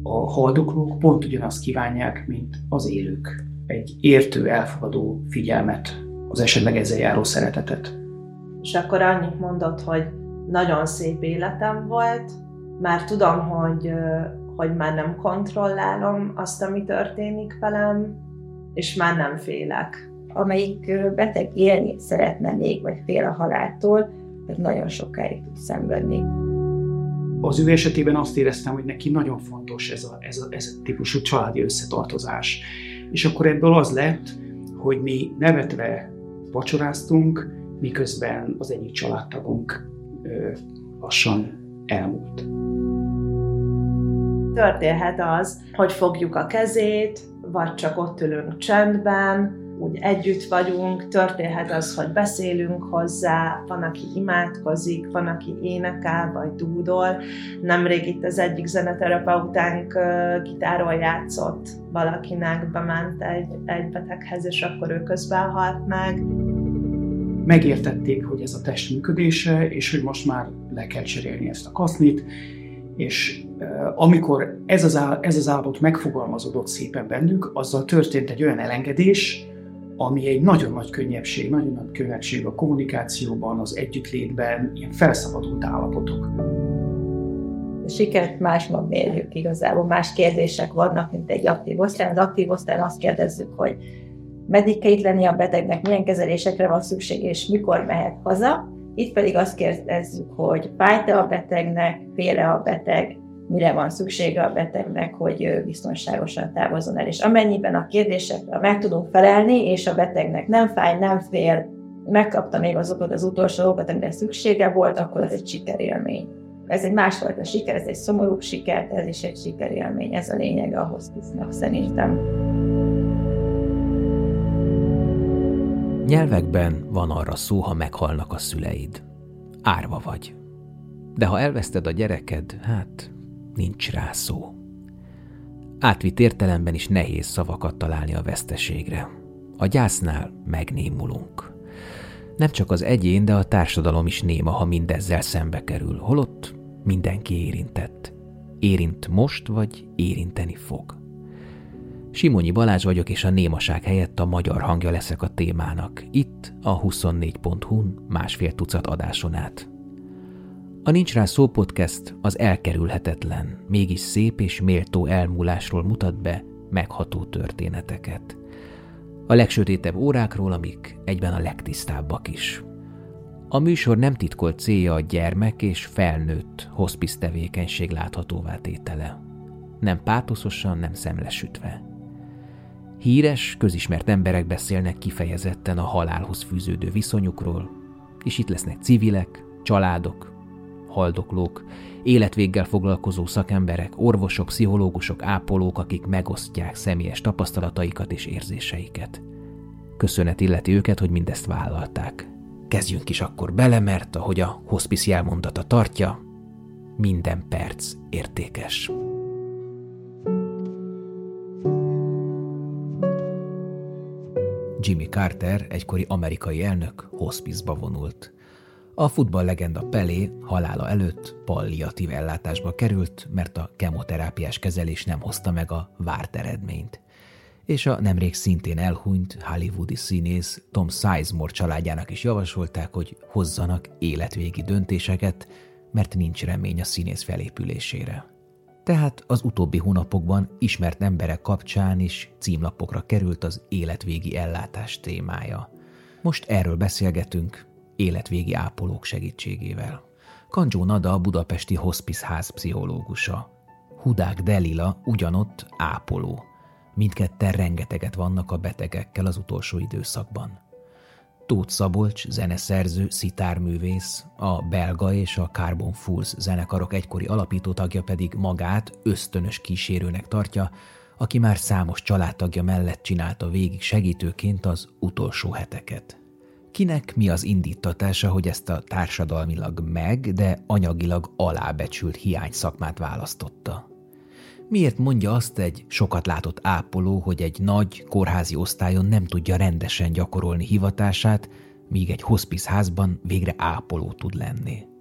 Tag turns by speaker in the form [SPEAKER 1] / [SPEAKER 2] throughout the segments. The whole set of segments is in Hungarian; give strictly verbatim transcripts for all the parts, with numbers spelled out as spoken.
[SPEAKER 1] A haldoklók pont ugyanazt kívánják, mint az élők. Egy értő, elfogadó figyelmet, az esetleg ezzel járó szeretetet.
[SPEAKER 2] És akkor annyit mondott, hogy nagyon szép életem volt, már tudom, hogy, hogy már nem kontrollálom azt, ami történik velem, és már nem félek.
[SPEAKER 3] Amelyik beteg élni szeretne még, vagy fél a haláltól, az nagyon sokáig tud szenvedni.
[SPEAKER 1] Az ő esetében azt éreztem, hogy neki nagyon fontos ez a, ez a, ez a típusú családi összetartozás. És akkor ebből az lett, hogy mi nevetve vacsoráztunk, miközben az egyik családtagunk ö, lassan elmúlt.
[SPEAKER 2] Történhet az, hogy fogjuk a kezét, vagy csak ott ülünk csendben, úgy együtt vagyunk, történhet az, hogy beszélünk hozzá, van, aki imádkozik, van, aki énekel, vagy dúdol. Nemrég itt az egyik zeneterapeutánk gitáról játszott, valakinek bement egy, egy beteghez, és akkor ő közben halt meg.
[SPEAKER 1] Megértették, hogy ez a test működése, és hogy most már le kell cserélni ezt a kasznit, és amikor ez az, áll, ez az állapot megfogalmazódott szépen bennük, azzal történt egy olyan elengedés, ami egy nagyon nagy könnyebbség, nagyon nagy könnyebbség a kommunikációban, az együttlétben, ilyen felszabadult állapotok.
[SPEAKER 3] A sikert másban mérjük igazából, más kérdések vannak, mint egy aktív osztályon. Az aktív osztályon azt kérdezzük, hogy meddig kell itt lenni a betegnek, milyen kezelésekre van szükség, és mikor mehet haza. Itt pedig azt kérdezzük, hogy fájt-e a betegnek, fél-e a beteg, mire van szüksége a betegnek, hogy biztonságosan távozzon el. És amennyiben a kérdésekre meg tudunk felelni, és a betegnek nem fáj, nem fél, megkapta még azokat az utolsó dolgokat, amire szüksége volt, akkor ez egy sikerélmény. Ez egy másfajta siker, ez egy szomorú siker, ez is egy sikerélmény. Ez a lényege a hospice-nak szerintem.
[SPEAKER 4] Nyelvekben van arra szó, ha meghalnak a szüleid. Árva vagy. De ha elveszted a gyereked, hát nincs rá szó. Átvitt értelemben is nehéz szavakat találni a veszteségre. A gyásznál megnémulunk. Nem csak az egyén, de a társadalom is néma, ha mindezzel szembe kerül. Holott mindenki érintett. Érint most, vagy érinteni fog. Simonyi Balázs vagyok, és a némaság helyett a magyar hangja leszek a témának. Itt a huszonnégy pont hu-n másfél tucat adáson át. A Nincs rá szó podcast az elkerülhetetlen, mégis szép és méltó elmúlásról mutat be megható történeteket. A legsötétebb órákról, amik egyben a legtisztábbak is. A műsor nem titkolt célja a gyermek és felnőtt hospice tevékenység láthatóvá tétele. Nem pátoszosan, nem szemlesütve. Híres, közismert emberek beszélnek kifejezetten a halálhoz fűződő viszonyukról, és itt lesznek civilek, családok, haldoklók, életvéggel foglalkozó szakemberek, orvosok, pszichológusok, ápolók, akik megosztják személyes tapasztalataikat és érzéseiket. Köszönet illeti őket, hogy mindezt vállalták. Kezdjünk is akkor bele, mert ahogy a hospice jelmondata tartja, minden perc értékes. Jimmy Carter, egykori amerikai elnök hospice-ba vonult. A futballlegenda Pelé halála előtt palliatív ellátásba került, mert a kemoterápiás kezelés nem hozta meg a várt eredményt. És a nemrég szintén elhunyt hollywoodi színész Tom Sizemore családjának is javasolták, hogy hozzanak életvégi döntéseket, mert nincs remény a színész felépülésére. Tehát az utóbbi hónapokban ismert emberek kapcsán is címlapokra került az életvégi ellátás témája. Most erről beszélgetünk életvégi ápolók segítségével. Kandzsó Nada a budapesti hospice ház pszichológusa. Hudák Delila ugyanott ápoló. Mindketten rengeteget vannak a betegekkel az utolsó időszakban. Tóth Szabolcs, zeneszerző, szitárművész, a Belga és a Carbon Fools zenekarok egykori alapítótagja pedig magát ösztönös kísérőnek tartja, aki már számos családtagja mellett csinálta végig segítőként az utolsó heteket. Kinek mi az indítatása, hogy ezt a társadalmilag meg, de anyagilag alábecsült hiány szakmát választotta? Miért mondja azt egy sokat látott ápoló, hogy egy nagy kórházi osztályon nem tudja rendesen gyakorolni hivatását, míg egy hospice házban végre ápoló tud lenni?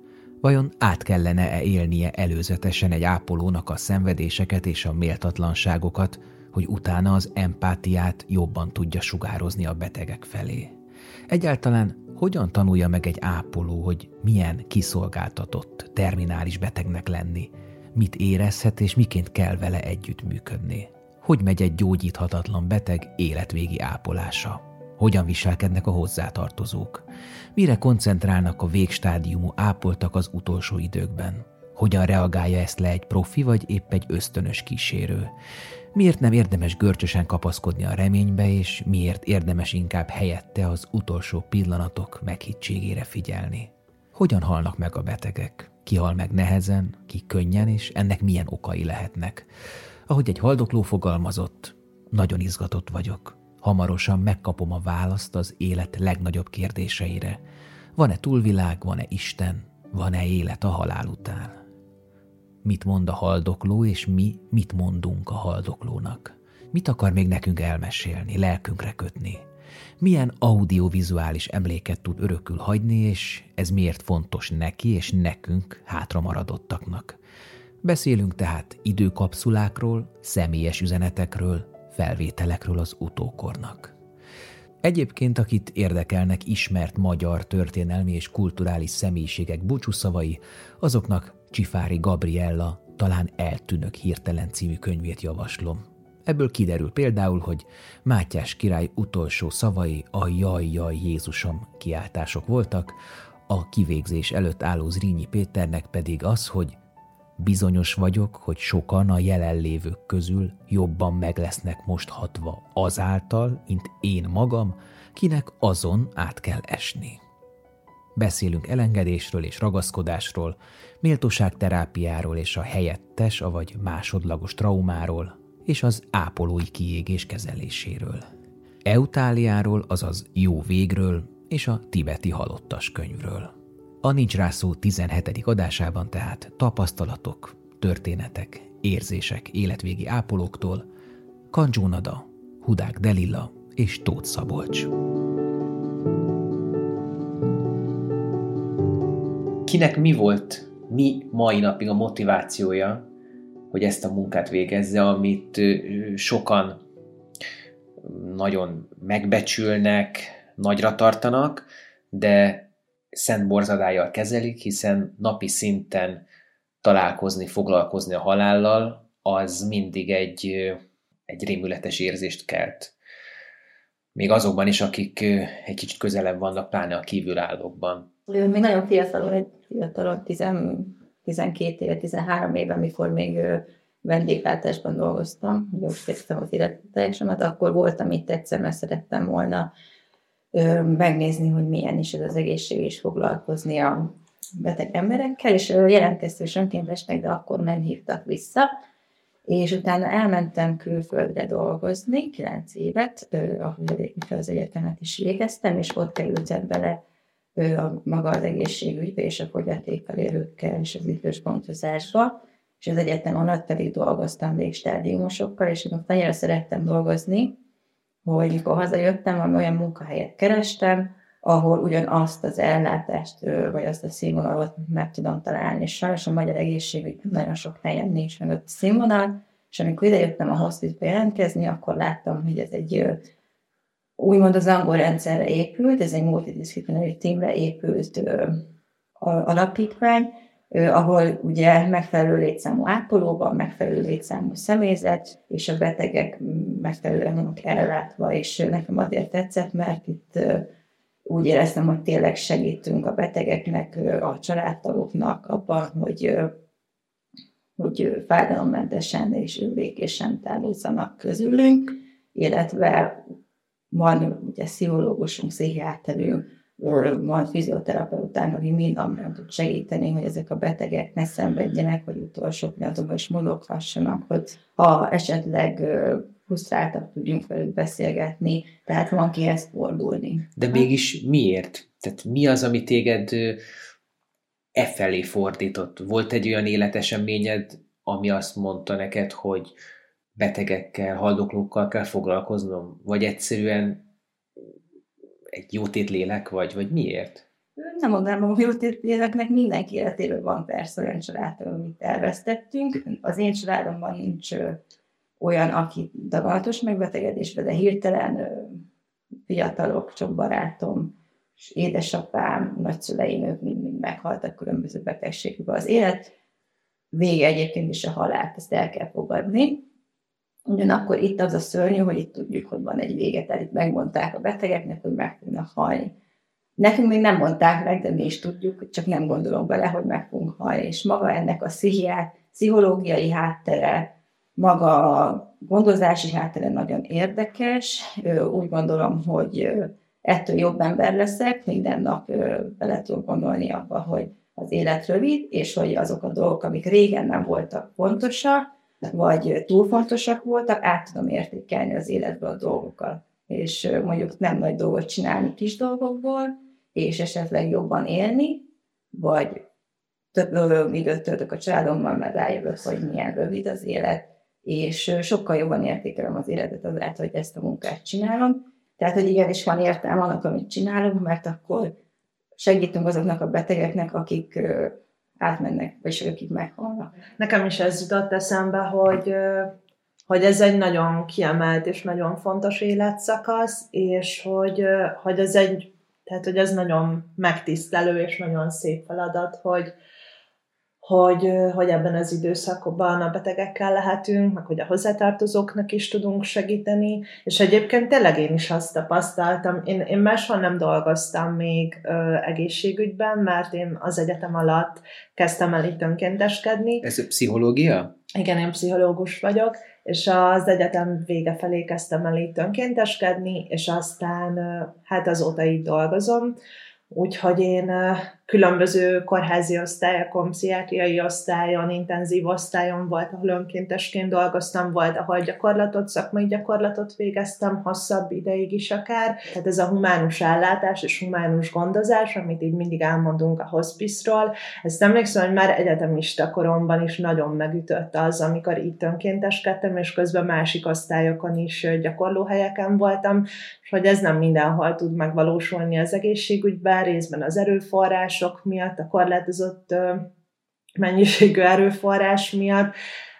[SPEAKER 4] Vajon át kellene-e élnie előzetesen egy ápolónak a szenvedéseket és a méltatlanságokat, hogy utána az empátiát jobban tudja sugározni a betegek felé? Egyáltalán hogyan tanulja meg egy ápoló, hogy milyen kiszolgáltatott, terminális betegnek lenni, mit érezhet és miként kell vele együttműködni? Hogy megy egy gyógyíthatatlan beteg életvégi ápolása? Hogyan viselkednek a hozzátartozók? Mire koncentrálnak a végstádiumú ápoltak az utolsó időkben? Hogyan reagálja ezt le egy profi vagy épp egy ösztönös kísérő? Miért nem érdemes görcsösen kapaszkodni a reménybe, és miért érdemes inkább helyette az utolsó pillanatok meghittségére figyelni? Hogyan halnak meg a betegek? Ki hal meg nehezen, ki könnyen, és ennek milyen okai lehetnek? Ahogy egy haldokló fogalmazott, nagyon izgatott vagyok. Hamarosan megkapom a választ az élet legnagyobb kérdéseire. Van-e túlvilág, van-e Isten, van-e élet a halál után? Mit mond a haldokló, és mi mit mondunk a haldoklónak? Mit akar még nekünk elmesélni, lelkünkre kötni? Milyen audiovizuális emléket tud örökül hagyni, és ez miért fontos neki és nekünk hátramaradottaknak? Beszélünk tehát időkapszulákról, személyes üzenetekről, felvételekről az utókornak. Egyébként, akit érdekelnek ismert magyar történelmi és kulturális személyiségek búcsúszavai, azoknak Csifári Gabriella Talán eltűnök hirtelen című könyvét javaslom. Ebből kiderül például, hogy Mátyás király utolsó szavai a jaj, jaj, Jézusom kiáltások voltak, a kivégzés előtt álló Zrínyi Péternek pedig az, hogy bizonyos vagyok, hogy sokan a jelenlévők közül jobban meg lesznek most hatva azáltal, mint én magam, kinek azon át kell esni. Beszélünk elengedésről és ragaszkodásról, méltóságterápiáról és a helyettes, avagy másodlagos traumáról, és az ápolói kiégés kezeléséről. Eutáliáról, azaz jó végről, és a tibeti halottas könyvről. A Nincs rá szó tizenhetedik adásában tehát tapasztalatok, történetek, érzések életvégi ápolóktól, Kandzsó Nada, Hudák Delilla és Tóth Szabolcs.
[SPEAKER 5] Kinek mi volt, mi mai napig a motivációja, hogy ezt a munkát végezze, amit sokan nagyon megbecsülnek, nagyra tartanak, de szent borzadályjal kezelik, hiszen napi szinten találkozni, foglalkozni a halállal, az mindig egy, egy rémületes érzést kelt. Még azokban is, akik egy kicsit közelebb vannak, pláne a kívülállókban.
[SPEAKER 3] Még nagyon fiatalon, egy fiatalon, tizenkét éve, tizenhárom éve, amikor még vendéglátásban dolgoztam, úgy kezdtem az élettársamat, akkor voltam itt egyszer, mert szerettem volna megnézni, hogy milyen is ez az egészség, és foglalkozni a beteg emberekkel, és jelentkeztős önkéntesnek, de akkor nem hívtak vissza, és utána elmentem külföldre dolgozni, kilenc évet, ahol az egyetemet is végeztem, és ott kerültem bele a maga az egészségügybe és a fogyatékkal élőkkel és az időspontozásba, és az egyetem alatt pedig dolgoztam végstádiumosokkal, és én ott annyira szerettem dolgozni, hogy mikor hazajöttem, ami olyan munkahelyet kerestem, ahol ugyanazt az ellátást, vagy azt a színvonalat meg tudom találni. És sajnos a magyar egészségügy nagyon sok helyen nincs meg ott a színvonal, és amikor idejöttem a hospice-be jelentkezni, akkor láttam, hogy ez egy úgymond az angol rendszerre épült, ez egy multidisciplinary teamre épült alapítvány, ahol ugye megfelelő létszámú ápolóban, megfelelő létszámú személyzet, és a betegek megfelelően vannak ellátva, és nekem azért tetszett, mert itt úgy éreztem, hogy tényleg segítünk a betegeknek, a családtagoknak abban, hogy, hogy fájdalommentesen és békésen távozzanak közülünk, illetve van ugye pszichológusunk, pszichiáterünk, van fizioterapeutánk, aki mind abban tud segíteni, hogy ezek a betegek ne szenvedjenek, vagy utolsó pillanatban is mozoghassanak, hogy ha esetleg frusztráltak, tudjunk velük beszélgetni, tehát van kihez fordulni.
[SPEAKER 5] De mégis miért? Tehát mi az, ami téged e felé fordított? Volt egy olyan életeseményed, ami azt mondta neked, hogy betegekkel, haldoklókkal kell foglalkoznom? Vagy egyszerűen egy jótét lélek vagy? Vagy miért?
[SPEAKER 3] Nem mondanám, hogy jótételeknek mindenki életében van persze olyan család, amit elvesztettünk. Az én családomban nincs olyan, aki daganatos megbetegedésbe, de hirtelen fiatalok, sok barátom, édesapám, nagyszüleim, ők mind meghaltak különböző betegségükben. Az élet vége egyébként is a halált, ezt el kell fogadni. Ugyanakkor itt az a szörnyű, hogy itt tudjuk, hogy van egy vége, tehát itt megmondták a betegeknek, hogy meg fognak halni. Nekünk még nem mondták meg, de mi is tudjuk, csak nem gondolunk bele, hogy meg fogunk halni. És maga ennek a pszichológiai háttere, maga a gondozási háttere nagyon érdekes. Úgy gondolom, hogy ettől jobb ember leszek, minden nap bele tudok gondolni abba, hogy az élet rövid, és hogy azok a dolgok, amik régen nem voltak fontosak, vagy túl fontosak voltak, át tudom értékelni az életből a dolgokat. És mondjuk nem nagy dolgot csinálni kis dolgokból, és esetleg jobban élni, vagy több időt töltök a családommal, mert rájövök, hogy milyen rövid az élet, és sokkal jobban értékelem az életet azáltal, hogy ezt a munkát csinálom. Tehát, hogy igenis van értelme annak, amit csinálunk, mert akkor segítünk azoknak a betegeknek, akik átmennek, vagy akik meghalnak.
[SPEAKER 2] Nekem is ez jutott eszembe, hogy, hogy ez egy nagyon kiemelt és nagyon fontos életszakasz, és hogy, hogy ez egy, tehát, hogy ez nagyon megtisztelő és nagyon szép feladat, hogy, hogy, hogy ebben az időszakban a betegekkel lehetünk, meg hogy a hozzátartozóknak is tudunk segíteni, és egyébként tényleg én is azt tapasztaltam, én, én máshol nem dolgoztam még ö, egészségügyben, mert én az egyetem alatt kezdtem el itt önkénteskedni.
[SPEAKER 5] Ez a pszichológia?
[SPEAKER 2] Igen, én pszichológus vagyok, és az egyetem vége felé kezdtem el itt önkénteskedni, és aztán hát azóta így dolgozom. Úgyhogy én különböző kórházi osztályokon, pszichiátriai osztályon, intenzív osztályon volt, ahol önkéntesként dolgoztam, volt, ahol gyakorlatot, szakmai gyakorlatot végeztem, hosszabb ideig is akár. Tehát ez a humánus ellátás és humánus gondozás, amit így mindig elmondunk a hospice-ról, ezt emlékszem, hogy már egyetemista koromban is nagyon megütött az, amikor itt önkénteskedtem, és közben másik osztályokon is gyakorlóhelyeken voltam, és hogy ez nem mindenhol tud megvalósulni az egészségügyben, részben az erőforrások miatt, a korlátozott mennyiségű erőforrás miatt.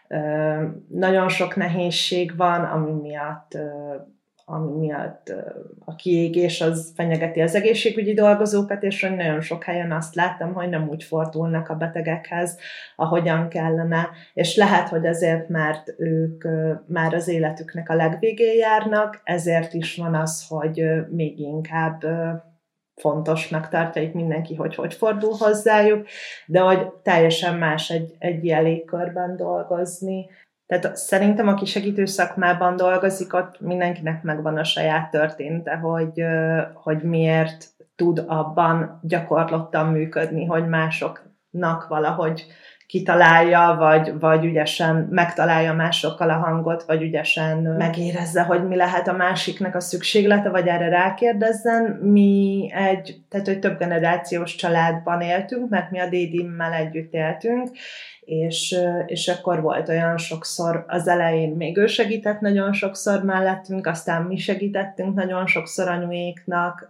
[SPEAKER 2] Nagyon sok nehézség van, ami miatt, ami miatt a kiégés az fenyegeti az egészségügyi dolgozókat, és hogy nagyon sok helyen azt láttam, hogy nem úgy fordulnak a betegekhez, ahogyan kellene, és lehet, hogy azért, mert ők már az életüknek a legvégén járnak, ezért is van az, hogy még inkább fontosnak tartja itt mindenki, hogy hogy fordul hozzájuk, de hogy teljesen más egy, egy ilyen légkörben dolgozni. Tehát szerintem, aki segítő szakmában dolgozik, ott mindenkinek megvan a saját története, hogy, hogy miért tud abban gyakorlottan működni, hogy másoknak valahogy kitalálja, vagy, vagy ügyesen megtalálja másokkal a hangot, vagy ügyesen megérezze, hogy mi lehet a másiknak a szükséglete, vagy erre rákérdezzen. Mi egy, tehát hogy több generációs családban éltünk, mert mi a dédimmel együtt éltünk, és, és akkor volt olyan sokszor, az elején még ő segített nagyon sokszor mellettünk, aztán mi segítettünk nagyon sokszor anyuéknak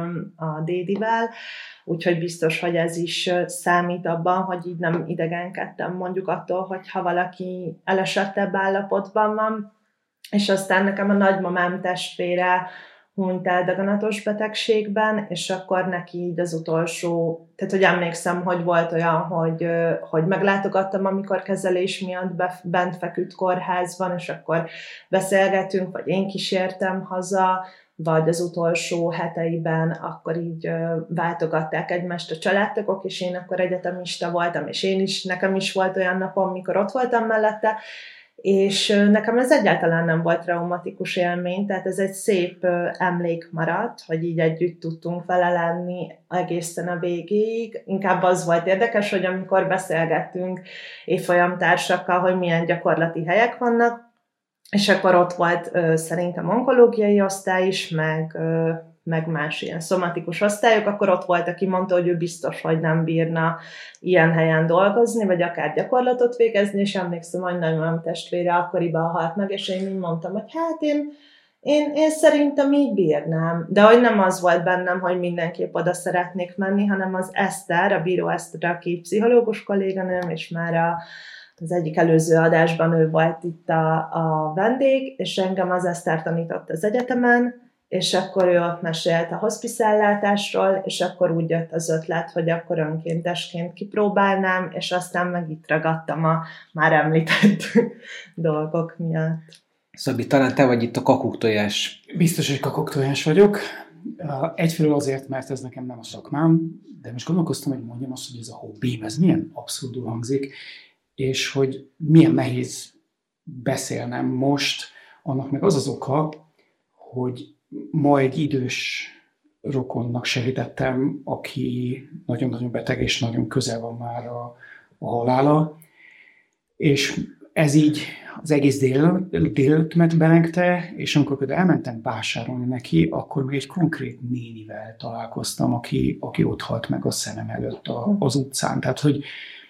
[SPEAKER 2] a dédivel, úgyhogy biztos, hogy ez is számít abban, hogy így nem idegenkedtem mondjuk attól, hogy ha valaki elesettebb állapotban van, és aztán nekem a nagymamám testvére hunyt el daganatos betegségben, és akkor neki így az utolsó, tehát hogy emlékszem, hogy volt olyan, hogy, hogy meglátogattam, amikor kezelés miatt be, bent feküdt kórházban, és akkor beszélgetünk, vagy én kísértem haza, vagy az utolsó heteiben akkor így váltogatták egymást a családtagok, és én akkor egyetemista voltam, és én is, nekem is volt olyan napom, amikor ott voltam mellette, és nekem ez egyáltalán nem volt traumatikus élmény, tehát ez egy szép emlék maradt, hogy így együtt tudtunk vele lenni egészen a végéig. Inkább az volt érdekes, hogy amikor beszélgettünk évfolyamtársakkal, hogy milyen gyakorlati helyek vannak, és akkor ott volt ö, szerintem onkológiai osztály is, meg, ö, meg más ilyen szomatikus osztályok, akkor ott volt, aki mondta, hogy ő biztos, hogy nem bírna ilyen helyen dolgozni, vagy akár gyakorlatot végezni, és emlékszem, hogy nagymamám testvére akkoriban halt meg, és én így mondtam, hogy hát én, Én, én szerintem így bírnám, de hogy nem az volt bennem, hogy mindenképp oda szeretnék menni, hanem az Eszter, a Bíró Eszter, aki pszichológus kolléganőm, és már a, az egyik előző adásban ő volt itt a, a vendég, és engem az Eszter tanított az egyetemen, és akkor ő ott mesélt a hospice ellátásról, és akkor úgy jött az ötlet, hogy akkor önkéntesként kipróbálnám, és aztán meg itt ragadtam a már említett dolgok miatt.
[SPEAKER 5] Szabi, talán te vagy itt a kakuktojás.
[SPEAKER 1] Biztos, hogy kakuktojás vagyok. Egyfelől azért, mert ez nekem nem a szakmám, de most gondolkoztam, hogy mondjam azt, hogy ez a hobbim, ez milyen abszurdul hangzik, és hogy milyen nehéz beszélnem most, annak meg az az oka, hogy ma egy idős rokonnak segítettem, aki nagyon-nagyon beteg, és nagyon közel van már a, a halála, és ez így az egész dél, délutmet belengte, és amikor például elmentem vásárolni neki, akkor még egy konkrét nénivel találkoztam, aki, aki ott halt meg a szemem előtt a, az utcán. Tehát, hogy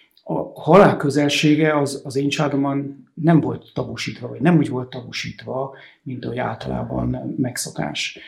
[SPEAKER 1] a halál közelsége az, az én családomban nem volt tabusítva, vagy nem úgy volt tabusítva, mint ahogy általában megszokás.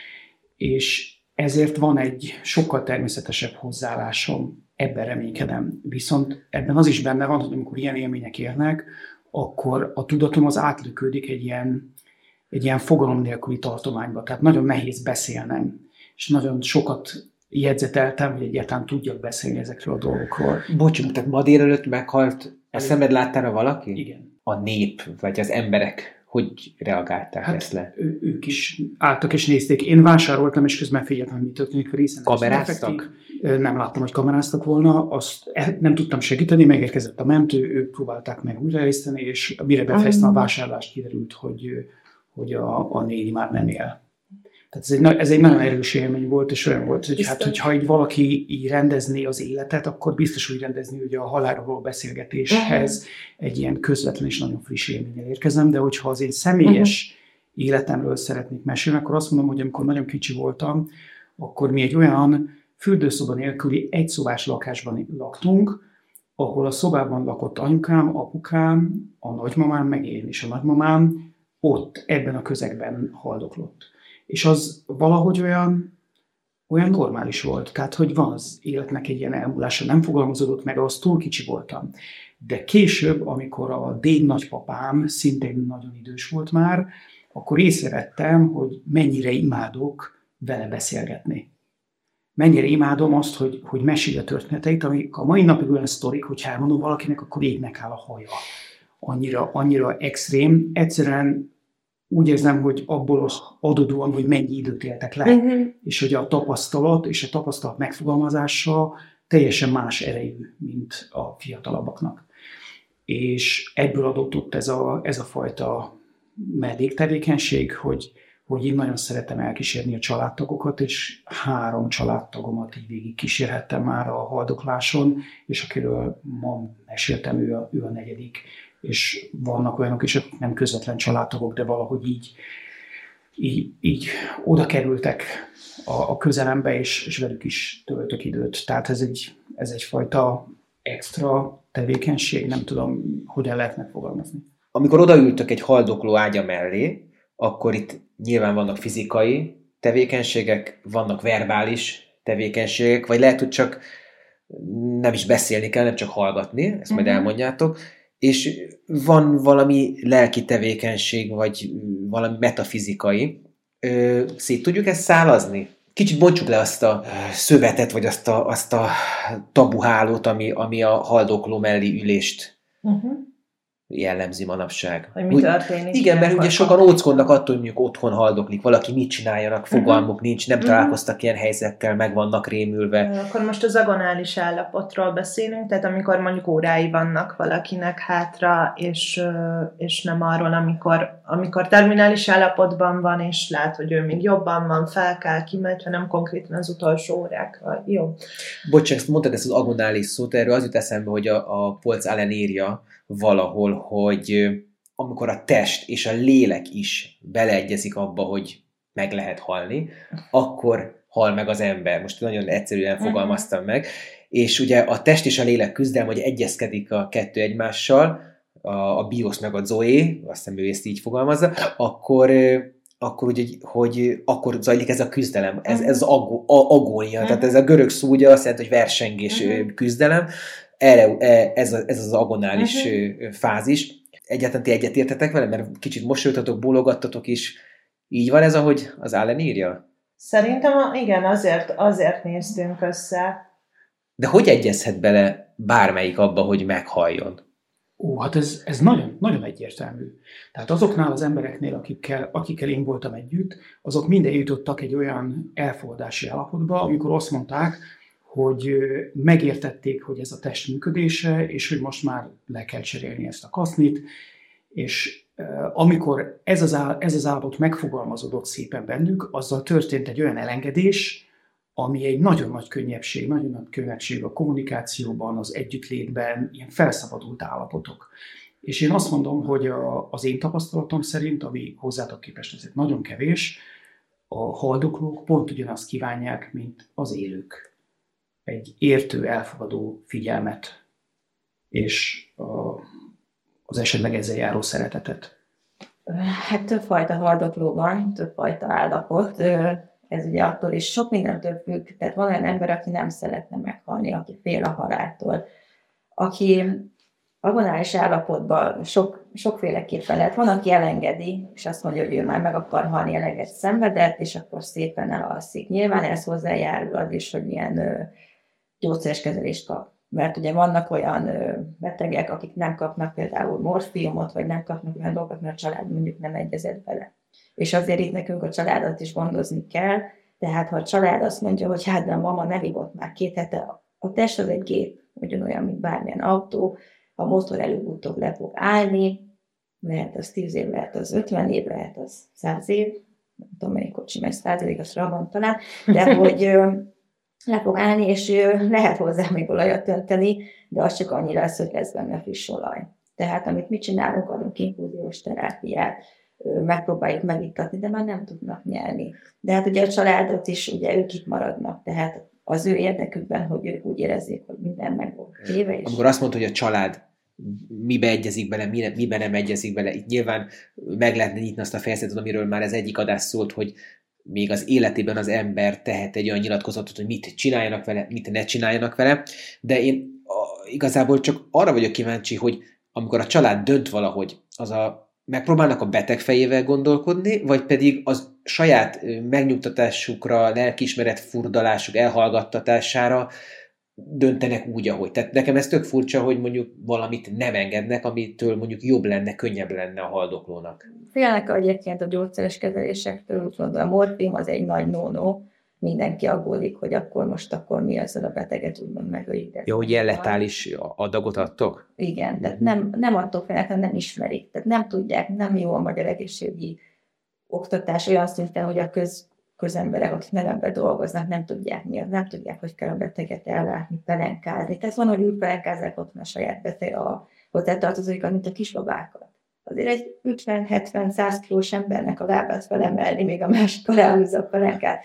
[SPEAKER 1] És ezért van egy sokkal természetesebb hozzáállásom, ebben reménykedem. Viszont ebben az is benne van, hogy amikor ilyen élmények érnek, akkor a tudatom az átlökődik egy ilyen, egy ilyen fogalom nélküli tartományba. Tehát nagyon nehéz beszélnem, és nagyon sokat jegyzeteltem, hogy egyáltalán tudjak beszélni ezekről a dolgokról.
[SPEAKER 5] Bocsánat, tehát ma délelőtt meghalt, a szemed láttára valaki?
[SPEAKER 1] Igen.
[SPEAKER 5] A nép, vagy az emberek hogy reagálták
[SPEAKER 1] hát
[SPEAKER 5] ezt le?
[SPEAKER 1] Ő, ők is álltak és nézték. Én vásároltam, és közben figyeltem, hogy mi történik. Részen
[SPEAKER 5] kameráztak?
[SPEAKER 1] Nem láttam, hogy kameráztak volna, azt nem tudtam segíteni, megérkezett a mentő, ők próbálták meg újraészteni, és mire befejeztem a vásárlást, kiderült, hogy, hogy a, a néni már nem él. Tehát ez egy, ez egy nagyon erős élmény volt, és olyan volt, hogy hát, hogyha így valaki így rendezné az életet, akkor biztos úgy rendezni, hogy a halálról való beszélgetéshez egy ilyen közvetlen és nagyon friss élménnyel érkezem, de hogyha az én személyes uh-huh. életemről szeretnék mesélni, akkor azt mondom, hogy amikor nagyon kicsi voltam, akkor mi egy olyan fürdőszoba nélküli egyszobás lakásban laktunk, ahol a szobában lakott anyukám, apukám, a nagymamám, meg én és a nagymamám ott, ebben a közegben haldoklott. És az valahogy olyan, olyan normális volt. Tehát, hogy van az életnek egy ilyen elmúlása, nem fogalmazódott meg, az túl kicsi voltam. De később, amikor a déd nagypapám szintén nagyon idős volt már, akkor észrevettem, hogy mennyire imádok vele beszélgetni. Mennyire imádom azt, hogy, hogy mesélj a történeteit, amik a mai napig olyan sztorik, hogy elmondom valakinek, akkor égnek áll a haja. Annyira, annyira extrém. Egyszerűen úgy érzem, hogy abból adódóan, hogy mennyi időt éltek le, uh-huh. és hogy a tapasztalat és a tapasztalat megfogalmazása teljesen más erejű, mint a fiatalabbaknak. És ebből adódott ez a, ez a fajta melléktevékenység, hogy, hogy én nagyon szeretem elkísérni a családtagokat, és három családtagomat így végig kísérhettem már a haldokláson, és akiről ma meséltem, ő a, ő a negyedik. És vannak olyanok is, akik nem közvetlen családtagok, de valahogy így, így, így oda kerültek a, a közelembe, és, és velük is töltök időt. Tehát ez, egy, ez egyfajta extra tevékenység, nem tudom, hogyan lehet megfogalmazni.
[SPEAKER 5] Amikor odaültök egy haldokló ágya mellé, akkor itt nyilván vannak fizikai tevékenységek, vannak verbális tevékenységek, vagy lehet, hogy csak nem is beszélni kell, nem csak hallgatni, ezt uh-huh. majd elmondjátok, és van valami lelki tevékenység, vagy valami metafizikai. Ö, szét tudjuk ezt szálazni? Kicsit bontsuk le azt a szövetet, vagy azt a, azt a tabuhálót, ami, ami a haldokló melli ülést uh-huh. jellemzi manapság.
[SPEAKER 2] Hogy mi történik.
[SPEAKER 5] Igen, mert ugye sokan óckodnak attól, hogy mondjuk otthon haldoklik, valaki mit csináljanak, fogalmuk uh-huh. nincs, nem uh-huh. találkoztak ilyen helyzettel, meg vannak rémülve.
[SPEAKER 2] Akkor most az agonális állapotról beszélünk, tehát amikor mondjuk órái vannak valakinek hátra, és, és nem arról, amikor, amikor terminális állapotban van, és lát, hogy ő még jobban van, fel kell, kimegy, hanem konkrétan az utolsó órákra. Jó.
[SPEAKER 5] Bocsánat, mondtad ezt az agonális szót, erről az jut eszembe, hogy a, a Polc Allen írja valahol, hogy amikor a test és a lélek is beleegyezik abba, hogy meg lehet halni, akkor hal meg az ember. Most nagyon egyszerűen fogalmaztam meg. És ugye a test és a lélek küzdelme, hogy egyezkedik a kettő egymással, a, a Bios meg a Zoé, azt hiszem ő ezt így fogalmazza, akkor akkor ugye, hogy akkor zajlik ez a küzdelem, ez, ez az agó, a, agónia, uh-huh. tehát ez a görög szó ugye azt jelenti, hogy versengés, uh-huh. küzdelem, erre, ez, a, ez az agonális uh-huh. fázis. Egyáltalán ti egyetértetek vele, mert kicsit mosolyogtatok, bólogattatok is. Így van ez, ahogy az Allen írja?
[SPEAKER 2] Szerintem igen, azért, azért néztünk össze.
[SPEAKER 5] De hogy egyezhet bele bármelyik abba, hogy meghalljon?
[SPEAKER 1] Ó, hát ez, ez nagyon, nagyon egyértelmű. Tehát azoknál az embereknél, akikkel, akikkel én voltam együtt, azok minden jutottak egy olyan elfogadási állapotba, amikor azt mondták, hogy megértették, hogy ez a test működése, és hogy most már le kell cserélni ezt a kasznit, és amikor ez az, áll, ez az állapot megfogalmazódott szépen bennük, azzal történt egy olyan elengedés, ami egy nagyon nagy könnyebbség, nagyon nagy könnyebbség a kommunikációban, az együttlétben, ilyen felszabadult állapotok. És én azt mondom, hogy a, az én tapasztalatom szerint, ami hozzátok képest ezért nagyon kevés, a haldoklók pont ugyanazt kívánják, mint az élők. Egy értő, elfogadó figyelmet, és a, az esetleg ezzel járó szeretetet.
[SPEAKER 3] Hát többfajta haldokló van, többfajta állapot. Ez ugye attól is sok mindentől függ. Tehát van olyan ember, aki nem szeretne meghalni, aki fél a haláltól. Aki agonális állapotban sok, sokféleképpen lehet. Van, aki elengedi, és azt mondja, hogy ő már meg akar halni, eleget szenvedett, és akkor szépen elalszik. Nyilván ez hozzájárul az is, hogy milyen ö, gyógyszeres kezelést kap. Mert ugye vannak olyan ö, betegek, akik nem kapnak például morfiumot, vagy nem kapnak olyan dolgokat, mert a család mondjuk nem egyezett bele. És azért itt nekünk a családot is gondozni kell, tehát ha a család azt mondja, hogy hát de a mama nem ivott már két hete, a test az egy gép, ugyanolyan, mint bármilyen autó, a motor előbb-utóbb le fog állni, lehet az tíz év, lehet az ötven év, lehet az száz év, nem tudom, melyik kocsi megy száz évig, azt rabban talán, de hogy ö, le fog állni, és ö, lehet hozzá még olajat önteni, de az csak annyira lesz, hogy lesz benne friss olaj. Tehát amit mi csinálunk, adunk infúziós terápiát, megpróbáljuk megiktatni, de már nem tudnak nyelni. De hát ugye a családot is, ugye ők itt maradnak, tehát az ő érdekükben, hogy ők úgy érezzék, hogy minden meg volt téve. És...
[SPEAKER 5] Amikor azt mondta, hogy a család mibe egyezik bele, mibe nem egyezik bele, itt nyilván meg lehetne nyitni azt a fejezetet, amiről már az egyik adás szólt, hogy még az életében az ember tehet egy olyan nyilatkozatot, hogy mit csináljanak vele, mit ne csináljanak vele, de én igazából csak arra vagyok kíváncsi, hogy amikor a család dönt valahogy, az a megpróbálnak a beteg fejével gondolkodni, vagy pedig az saját megnyugtatásukra, lelkiismeret furdalásuk elhallgattatására döntenek úgy, ahogy. Tehát nekem ez tök furcsa, hogy mondjuk valamit nem engednek, amitől mondjuk jobb lenne, könnyebb lenne a haldoklónak.
[SPEAKER 3] Félnek egyébként a gyógyszeres kezelésektől, úgymond a morfium az egy nagy no-no, mindenki aggódik, hogy akkor most akkor mi ezzel a beteget úgymond megöljük.
[SPEAKER 5] Jó, hogy ilyen letális adagot adtok?
[SPEAKER 3] Igen, tehát nem, nem attól félnek, hanem nem ismerik. Tehát nem tudják, nem jó a magyar egészségügyi oktatás olyan szinten, hogy a köz, közemberek, akik nevemben dolgoznak, nem tudják mi, nem tudják, hogy kell a beteget ellátni, pelenkázni. Tehát van, hogy úgy pelenkázzák otthon a saját beteg a hozzátartozóikat, mint a kisbabákat. Azért egy ötven-hetven-száz kilós embernek a lábát felemelni, még a másik alá húzza a pelenkát.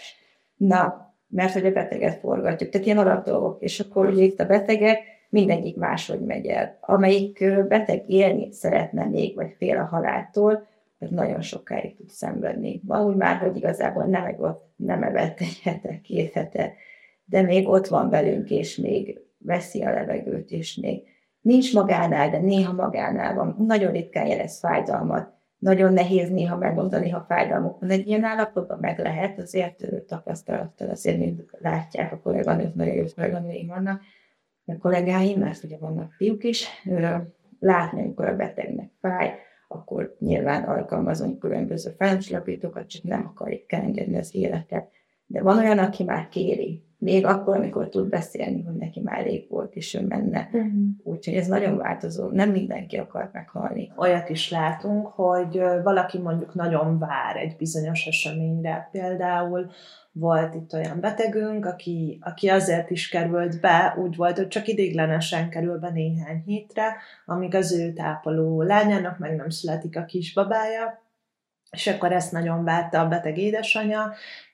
[SPEAKER 3] Na, mert hogy a beteget forgatjuk. Tehát ilyen alap dolgok. És akkor ugye itt a betegek, mindegyik máshogy megy el. Amelyik beteg élni szeretne még, vagy fél a haláltól, az nagyon sokáig tud szenvedni. Van úgy már, hogy igazából nem evett, nem evett egy hete, két hete, de még ott van velünk, és még veszi a levegőt, és még nincs magánál, de néha magánál van. Nagyon ritkán jelez fájdalmat. Nagyon nehéz néha megmondani, ha fájdalmuk van. Egy ilyen állapotban meg lehet, azért tapasztalattal azért mind látják a kolléganők, nagyon jó kolléganőim vannak, a kollégáim, mert ugye vannak fiúk is, látni, amikor a betegnek fáj, akkor nyilván alkalmazunk különböző fájdalomcsillapítókat, csak nem akarjuk elengedni az életet. De van olyan, aki már kéri, még akkor, amikor tud beszélni, hogy neki már elég volt, és ő menne. Uh-huh. Úgyhogy ez nagyon változó, nem mindenki akar meghalni.
[SPEAKER 2] Olyat is látunk, hogy valaki mondjuk nagyon vár egy bizonyos eseményre. Például volt itt olyan betegünk, aki, aki azért is került be, úgy volt, hogy csak ideiglenesen kerül be néhány hétre, amíg az ő tápoló lányának meg nem születik a kisbabája, és akkor ezt nagyon várta a beteg édesanyja,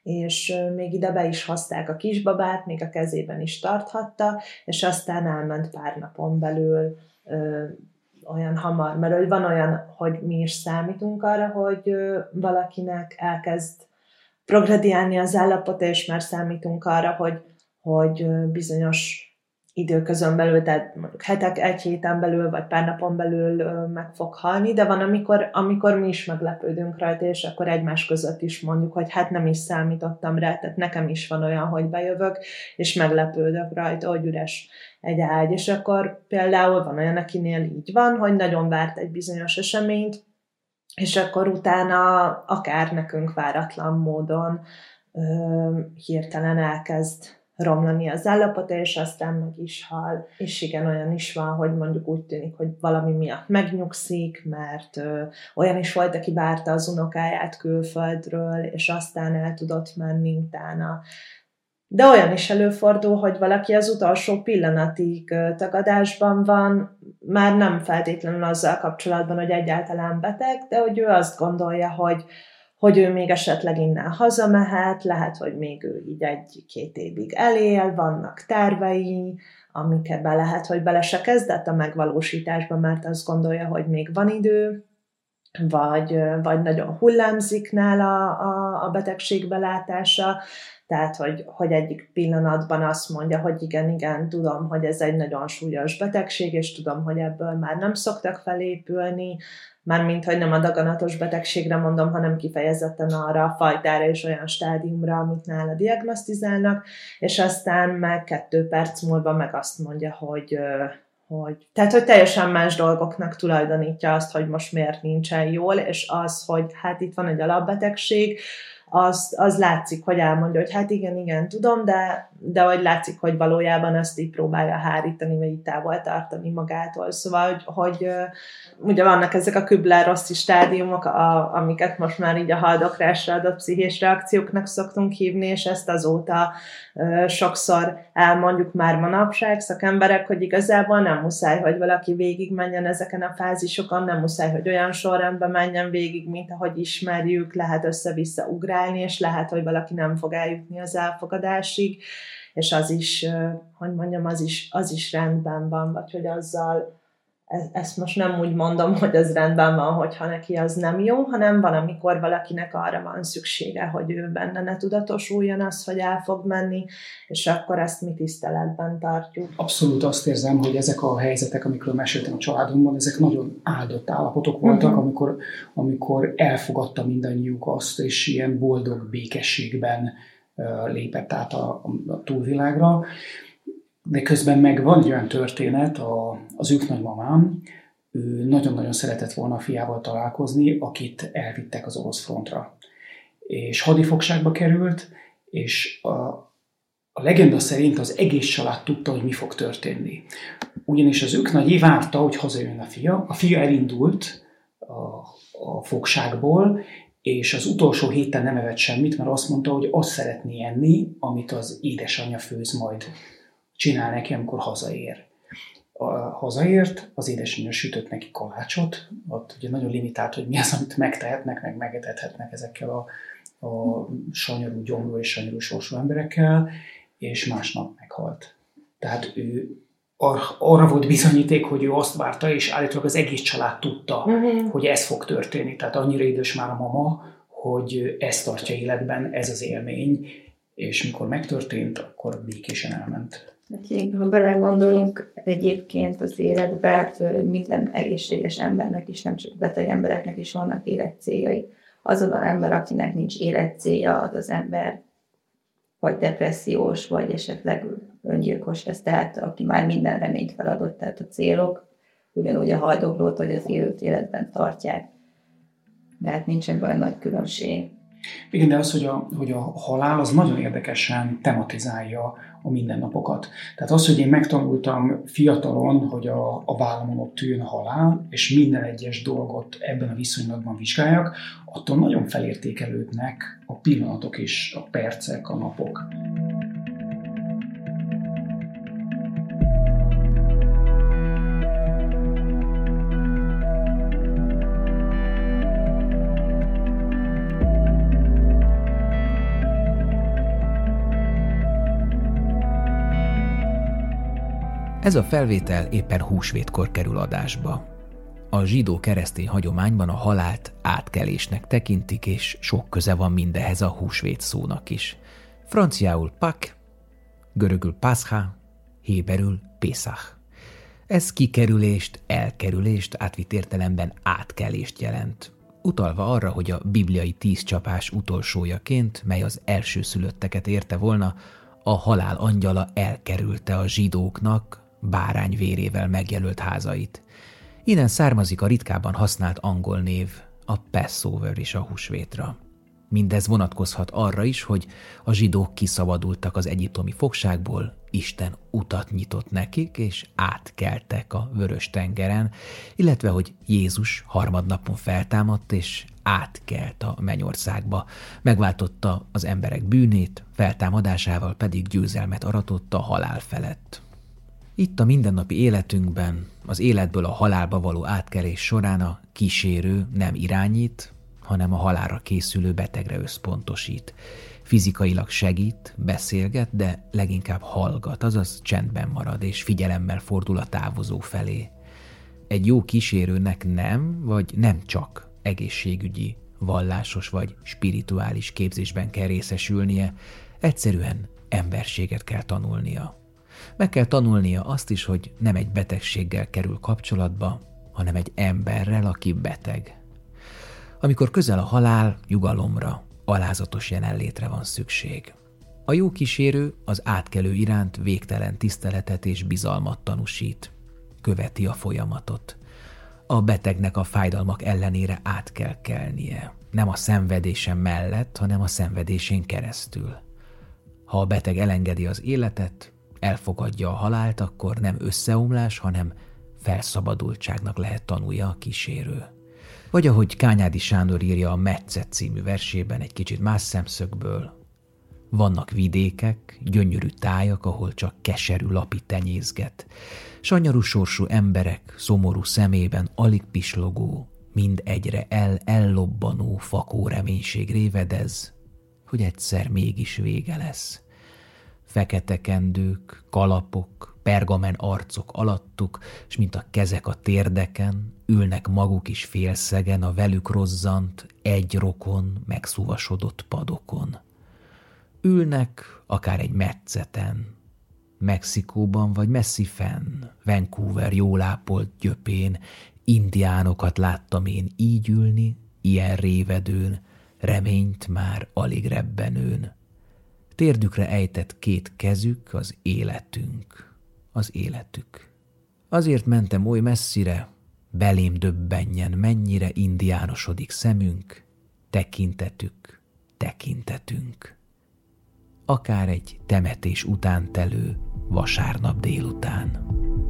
[SPEAKER 2] és még ide be is hozták a kisbabát, még a kezében is tarthatta, és aztán elment pár napon belül, olyan hamar, mert hogy van olyan, hogy mi is számítunk arra, hogy valakinek elkezd progrediálni az állapota, és már számítunk arra, hogy, hogy bizonyos időközön belül, tehát mondjuk hetek, egy héten belül, vagy pár napon belül meg fog halni, de van, amikor, amikor mi is meglepődünk rajta, és akkor egymás között is mondjuk, hogy hát nem is számítottam rá, tehát nekem is van olyan, hogy bejövök, és meglepődök rajta, hogy üres egy ágy, és akkor például van olyan, akinél így van, hogy nagyon várt egy bizonyos eseményt, és akkor utána akár nekünk váratlan módon ö, hirtelen elkezd romlani az állapota, és aztán meg is hal. És igen, olyan is van, hogy mondjuk úgy tűnik, hogy valami miatt megnyugszik, mert ö, olyan is volt, aki várta az unokáját külföldről, és aztán el tudott menni utána. De olyan is előfordul, hogy valaki az utolsó pillanatig tagadásban van, már nem feltétlenül azzal kapcsolatban, hogy egyáltalán beteg, de hogy ő azt gondolja, hogy, hogy ő még esetleg innen hazamehet, lehet, hogy még ő így egy-két évig elél, vannak tervei, amikben lehet, hogy bele se kezdett a megvalósításba, mert azt gondolja, hogy még van idő, vagy, vagy nagyon hullámzik nála a, a betegség belátása, tehát, hogy, hogy egyik pillanatban azt mondja, hogy igen, igen, tudom, hogy ez egy nagyon súlyos betegség, és tudom, hogy ebből már nem szoktak felépülni, mármint, hogy nem a daganatos betegségre mondom, hanem kifejezetten arra a fajtára és olyan stádiumra, amit nála diagnosztizálnak, és aztán meg kettő perc múlva meg azt mondja, hogy... Hogy, tehát, hogy teljesen más dolgoknak tulajdonítja azt, hogy most miért nincsen jól, és az, hogy hát itt van egy alapbetegség, az, az látszik, hogy elmondja, hogy hát igen, igen, tudom, de, de hogy látszik, hogy valójában ezt így próbálja hárítani, vagy így távol tartani magától. Szóval, hogy, hogy ugye vannak ezek a Kübler-Rosszi stádiumok, a, amiket most már így a haldoklásra adott pszichés reakcióknak szoktunk hívni, és ezt azóta ö, sokszor elmondjuk már manapság szakemberek, hogy igazából nem muszáj, hogy valaki végig menjen ezeken a fázisokon, nem muszáj, hogy olyan sorrendben menjen végig, mint ahogy ismerjük, lehet össze-vissza ugrálni, és lehet, hogy valaki nem fog eljutni az elfogadásig, és az is, hogy mondjam, az is, az is rendben van, vagy hogy azzal, ezt most nem úgy mondom, hogy az rendben van, hogyha neki az nem jó, hanem van, amikor valakinek arra van szüksége, hogy ő benne ne tudatosuljon az, hogy el fog menni, és akkor ezt mi tiszteletben tartjuk.
[SPEAKER 1] Abszolút azt érzem, hogy ezek a helyzetek, amikről meséltem a családomban, ezek nagyon áldott állapotok voltak, uh-huh. amikor, amikor elfogadta mindannyiuk azt, és ilyen boldog békességben uh, lépett át a, a túlvilágra. De közben meg van egy olyan történet, a, az ők nagymamám, ő nagyon-nagyon szeretett volna a fiával találkozni, akit elvittek az orosz frontra. És hadifogságba került, és a, a legenda szerint az egész család tudta, hogy mi fog történni. Ugyanis az ők nagyi várta, hogy hazajön a fia. A fia elindult a, a fogságból, és az utolsó héten nem evett semmit, mert azt mondta, hogy azt szeretné enni, amit az édesanyja főz majd. Csinál neki, amikor hazaér. A hazaért, az édesanyja sütött neki kalácsot, ott ugye nagyon limitált, hogy mi az, amit megtehetnek, meg megetethetnek ezekkel a, a sanyarú gyomrú és sanyarú sorsú emberekkel, és másnap meghalt. Tehát ő ar- arra volt bizonyíték, hogy ő azt várta, és állítólag az egész család tudta, uh-huh. hogy ez fog történni. Tehát annyira idős már a mama, hogy ezt tartja életben, ez az élmény, és mikor megtörtént, akkor békésen elment.
[SPEAKER 3] Ha belegondolunk egyébként az életben, minden egészséges embernek is, nem csak beteg embereknek is vannak életcéljai. Az az ember, akinek nincs életcélja, az az ember vagy depressziós, vagy esetleg öngyilkos lesz, tehát aki már minden reményt feladott, tehát a célok ugyanúgy a haldoklót, vagy az élőt életben tartják. De hát nincsen olyan nagy különbség.
[SPEAKER 1] Igen, de az, hogy a, hogy a halál, az nagyon érdekesen tematizálja a mindennapokat. Tehát az, hogy én megtanultam fiatalon, hogy a, a vállamon ott üljön a halál, és minden egyes dolgot ebben a viszonylatban vizsgáljak, attól nagyon felértékelődnek a pillanatok és a percek, a napok.
[SPEAKER 4] Ez a felvétel éppen húsvétkor kerül adásba. A zsidó-keresztény hagyományban a halált átkelésnek tekintik, és sok köze van mindehez a húsvét szónak is. Franciául Pâques, görögül Pascha, héberül Pészach. Ez kikerülést, elkerülést, átvitt értelemben átkelést jelent, utalva arra, hogy a bibliai tíz csapás utolsójaként, mely az elsőszülötteket érte volna, a halál angyala elkerülte a zsidóknak bárány vérével megjelölt házait. Innen származik a ritkábban használt angol név, a Passover is a húsvétra. Mindez vonatkozhat arra is, hogy a zsidók kiszabadultak az egyiptomi fogságból, Isten utat nyitott nekik, és átkeltek a Vörös-tengeren, illetve hogy Jézus harmadnapon feltámadt, és átkelt a mennyországba, megváltotta az emberek bűnét, feltámadásával pedig győzelmet aratott a halál felett. Itt a mindennapi életünkben, az életből a halálba való átkelés során a kísérő nem irányít, hanem a halálra készülő betegre összpontosít. Fizikailag segít, beszélget, de leginkább hallgat, azaz csendben marad és figyelemmel fordul a távozó felé. Egy jó kísérőnek nem, vagy nem csak egészségügyi, vallásos vagy spirituális képzésben kell részesülnie, egyszerűen emberséget kell tanulnia. Meg kell tanulnia azt is, hogy nem egy betegséggel kerül kapcsolatba, hanem egy emberrel, aki beteg. Amikor közel a halál, nyugalomra, alázatos jelenlétre van szükség. A jó kísérő az átkelő iránt végtelen tiszteletet és bizalmat tanúsít. Követi a folyamatot. A betegnek a fájdalmak ellenére át kell kelnie. Nem a szenvedése mellett, hanem a szenvedésén keresztül. Ha a beteg elengedi az életet, elfogadja a halált, akkor nem összeomlás, hanem felszabadultságnak lehet tanulja a kísérő. Vagy ahogy Kányádi Sándor írja a Metszet című versében egy kicsit más szemszögből, vannak vidékek, gyönyörű tájak, ahol csak keserű lapi tenyészget. Sanyarú sorsú emberek szomorú szemében alig pislogó, mind egyre el-ellobbanó fakó reménység révedez, hogy egyszer mégis vége lesz. Fekete kendők, kalapok, pergamen arcok alattuk, s mint a kezek a térdeken, ülnek maguk is félszegen a velük rozzant, egy rokon, megszúvasodott padokon. Ülnek akár egy metszeten, Mexikóban vagy messzi fenn, Vancouver jól ápolt gyöpén, indiánokat láttam én így ülni, ilyen révedőn, reményt már alig rebbenőn. Térdükre ejtett két kezük az életünk, az életük. Azért mentem oly messzire, belém döbbenjen, mennyire indiánosodik szemünk, tekintetük, tekintetünk. Akár egy temetés után telő vasárnap délután.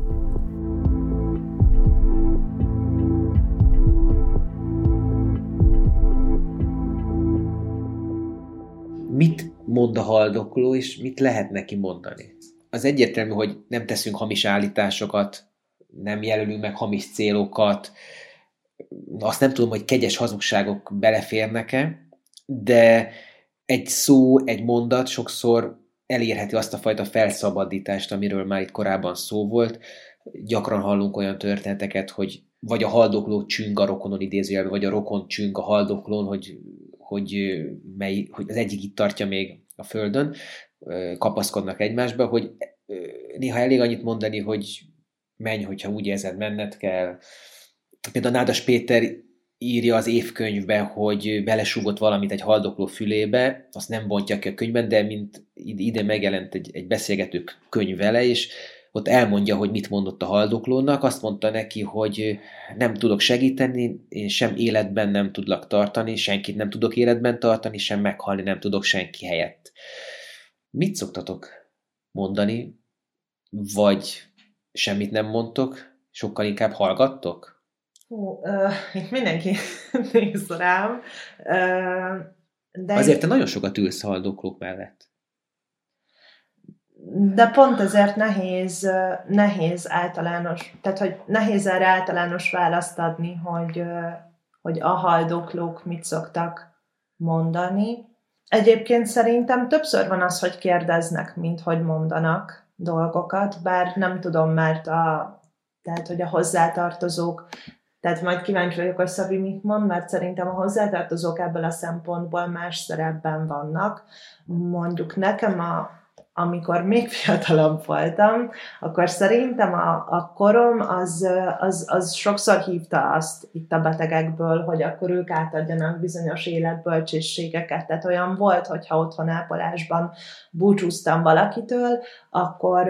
[SPEAKER 5] Mit mond a haldokló, és mit lehet neki mondani? Az egyértelmű, hogy nem teszünk hamis állításokat, nem jelölünk meg hamis célokat, azt nem tudom, hogy kegyes hazugságok beleférnek-e, de egy szó, egy mondat sokszor elérheti azt a fajta felszabadítást, amiről már itt korábban szó volt. Gyakran hallunk olyan történeteket, hogy vagy a haldokló csüng a rokonon idézőjelben, vagy a rokon csüng a haldoklón, hogy, hogy, mely, hogy az egyik itt tartja még a földön, kapaszkodnak egymásba, hogy néha elég annyit mondani, hogy menj, hogyha úgy érzed, menned kell. Például Nádas Péter írja az évkönyvbe, hogy belesúgott valamit egy haldokló fülébe, azt nem bontja ki a könyvben, de mint ide megjelent egy, egy beszélgető könyv vele, és ott elmondja, hogy mit mondott a haldoklónak, azt mondta neki, hogy nem tudok segíteni, én sem életben nem tudlak tartani, senkit nem tudok életben tartani, sem meghalni nem tudok senki helyett. Mit szoktatok mondani, vagy semmit nem mondtok, sokkal inkább hallgattok?
[SPEAKER 2] Hú, uh, itt mindenki néz rám. Uh, de
[SPEAKER 5] Azért te nagyon sokat ülsz haldoklók mellett.
[SPEAKER 2] De pont ezért nehéz, nehéz általános, tehát hogy nehéz erre általános választ adni, hogy, hogy a haldoklók mit szoktak mondani. Egyébként szerintem többször van az, hogy kérdeznek, mint hogy mondanak dolgokat, bár nem tudom, mert a, tehát, hogy a hozzátartozók Tehát majd kíváncsi vagyok, hogy Szabi mit mond, mert szerintem a hozzátartozók ebből a szempontból más szerepben vannak. Mondjuk nekem, a, amikor még fiatalabb voltam, akkor szerintem a, a korom az, az, az sokszor hívta azt itt a betegekből, hogy akkor ők átadjanak bizonyos életbölcsességeket. Tehát olyan volt, hogyha otthon ápolásban búcsúztam valakitől, akkor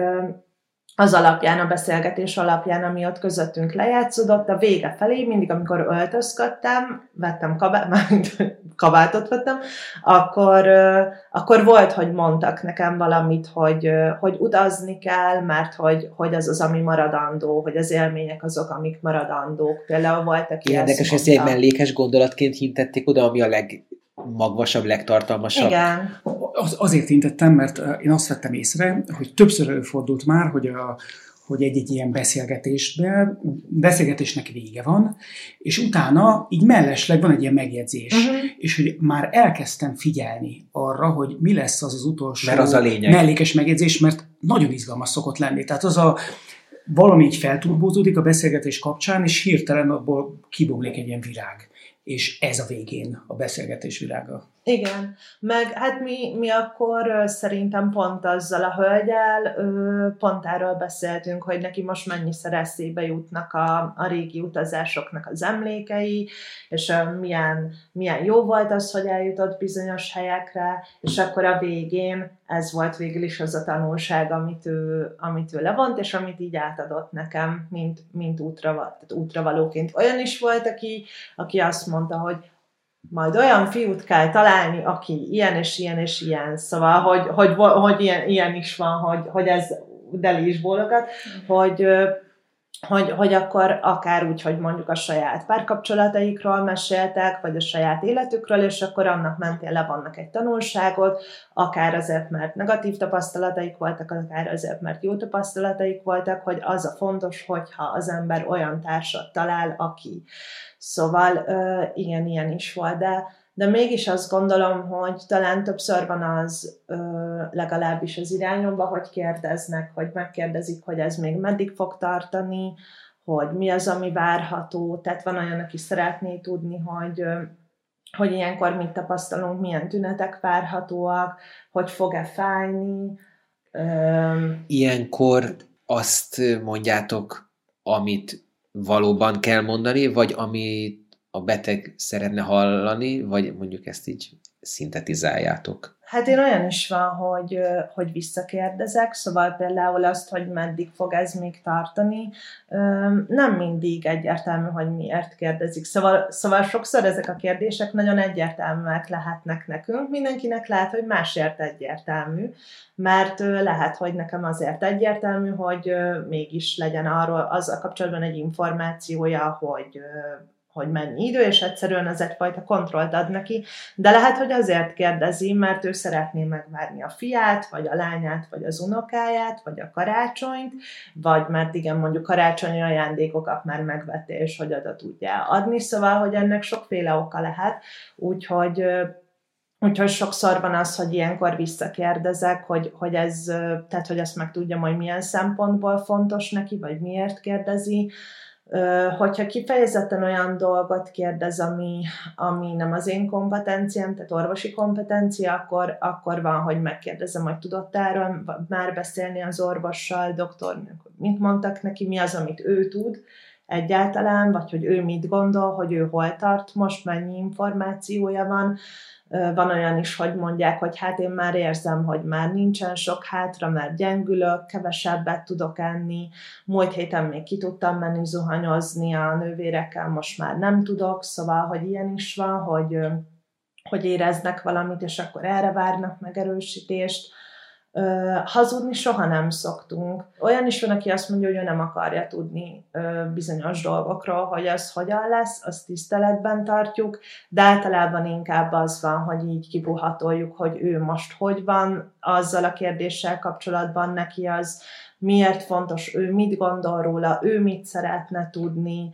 [SPEAKER 2] az alapján, a beszélgetés alapján, ami ott közöttünk lejátszódott, a vége felé, mindig, amikor öltözködtem, vettem kabát, kabátot vettem, akkor, akkor volt, hogy mondtak nekem valamit, hogy, hogy utazni kell, mert hogy, hogy az az, ami maradandó, hogy az élmények azok, amik maradandók. Például volt, aki
[SPEAKER 5] érdekes, ezt egy mellékes gondolatként hintették oda, ami a legmagvasabb, legtartalmasabb.
[SPEAKER 2] Igen.
[SPEAKER 1] Az, azért intettem, mert én azt vettem észre, hogy többször előfordult már, hogy, a, hogy egy-egy ilyen beszélgetésben, beszélgetésnek vége van, és utána így mellesleg van egy ilyen megjegyzés, uh-huh. és hogy már elkezdtem figyelni arra, hogy mi lesz az az utolsó
[SPEAKER 5] mert az a lényeg.
[SPEAKER 1] mellékes megjegyzés, mert nagyon izgalmas szokott lenni. Tehát az a valami így felturbózódik a beszélgetés kapcsán, és hirtelen abból kibomlik egy ilyen virág. És ez a végén a beszélgetés virága.
[SPEAKER 2] Igen, meg hát mi, mi akkor szerintem pont azzal a hölgyel, pont erről beszéltünk, hogy neki most mennyiszer eszébe jutnak a, a régi utazásoknak az emlékei, és milyen, milyen jó volt az, hogy eljutott bizonyos helyekre, és akkor a végén ez volt végül is az a tanulság, amit ő, amit ő levont, és amit így átadott nekem, mint, mint útra, tehát útravalóként. Olyan is volt, aki, aki azt mondta, hogy majd olyan fiút kell találni, aki ilyen és ilyen és ilyen. Szóval, hogy, hogy, hogy ilyen, ilyen is van, hogy, hogy ez Deli is bólogat, hogy, hogy, hogy akkor akár úgy, hogy mondjuk a saját párkapcsolataikról meséltek, vagy a saját életükről, és akkor annak mentén levonnak egy tanulságot, akár azért, mert negatív tapasztalataik voltak, akár azért, mert jó tapasztalataik voltak, hogy az a fontos, hogyha az ember olyan társat talál, aki. Szóval igen, ilyen is volt, de, de mégis azt gondolom, hogy talán többször van az legalábbis az irányomban, hogy kérdeznek, hogy megkérdezik, hogy ez még meddig fog tartani, hogy mi az, ami várható. Tehát van olyan, aki szeretné tudni, hogy, hogy ilyenkor mit tapasztalunk, milyen tünetek várhatóak, hogy fog-e fájni.
[SPEAKER 5] Ilyenkor azt mondjátok, amit valóban kell mondani, vagy amit a beteg szeretne hallani, vagy mondjuk ezt így szintetizáljátok?
[SPEAKER 2] Hát én olyan is van, hogy, hogy visszakérdezek, szóval például azt, hogy meddig fog ez még tartani, nem mindig egyértelmű, hogy miért kérdezik. Szóval, szóval sokszor ezek a kérdések nagyon egyértelműek lehetnek nekünk, mindenkinek lehet, hogy másért egyértelmű, mert lehet, hogy nekem azért egyértelmű, hogy mégis legyen arról azzal kapcsolatban egy információja, hogy hogy mennyi idő, és egyszerűen ez egyfajta kontrollt ad neki, de lehet, hogy azért kérdezi, mert ő szeretné megvárni a fiát, vagy a lányát, vagy az unokáját, vagy a karácsonyt, vagy mert igen, mondjuk karácsonyi ajándékokat már megvette, és hogy oda tudja adni, szóval, hogy ennek sokféle oka lehet, úgyhogy Úgyhogy sokszor van az, hogy ilyenkor visszakérdezek, hogy, hogy ez, tehát hogy azt meg tudjam, hogy milyen szempontból fontos neki, vagy miért kérdezi. Hogyha kifejezetten olyan dolgot kérdez, ami, ami nem az én kompetenciám, tehát orvosi kompetencia, akkor, akkor van, hogy megkérdezem, hogy tudott erről már beszélni az orvossal, doktornak, hogy mit mondtak neki, mi az, amit ő tud egyáltalán, vagy hogy ő mit gondol, hogy ő hol tart most, mennyi információja van. Van olyan is, hogy mondják, hogy hát én már érzem, hogy már nincsen sok hátra, mert gyengülök, kevesebbet tudok enni. Múlt héten még ki tudtam menni zuhanyozni a nővérekkel, most már nem tudok, szóval, hogy ilyen is van, hogy, hogy éreznek valamit, és akkor erre várnak megerősítést. Hazudni soha nem szoktunk. Olyan is van, aki azt mondja, hogy ő nem akarja tudni bizonyos dolgokról, hogy az hogyan lesz, azt tiszteletben tartjuk, de általában inkább az van, hogy így kibuhatoljuk, hogy ő most hogy van azzal a kérdéssel kapcsolatban, neki az miért fontos, ő mit gondol róla, ő mit szeretne tudni,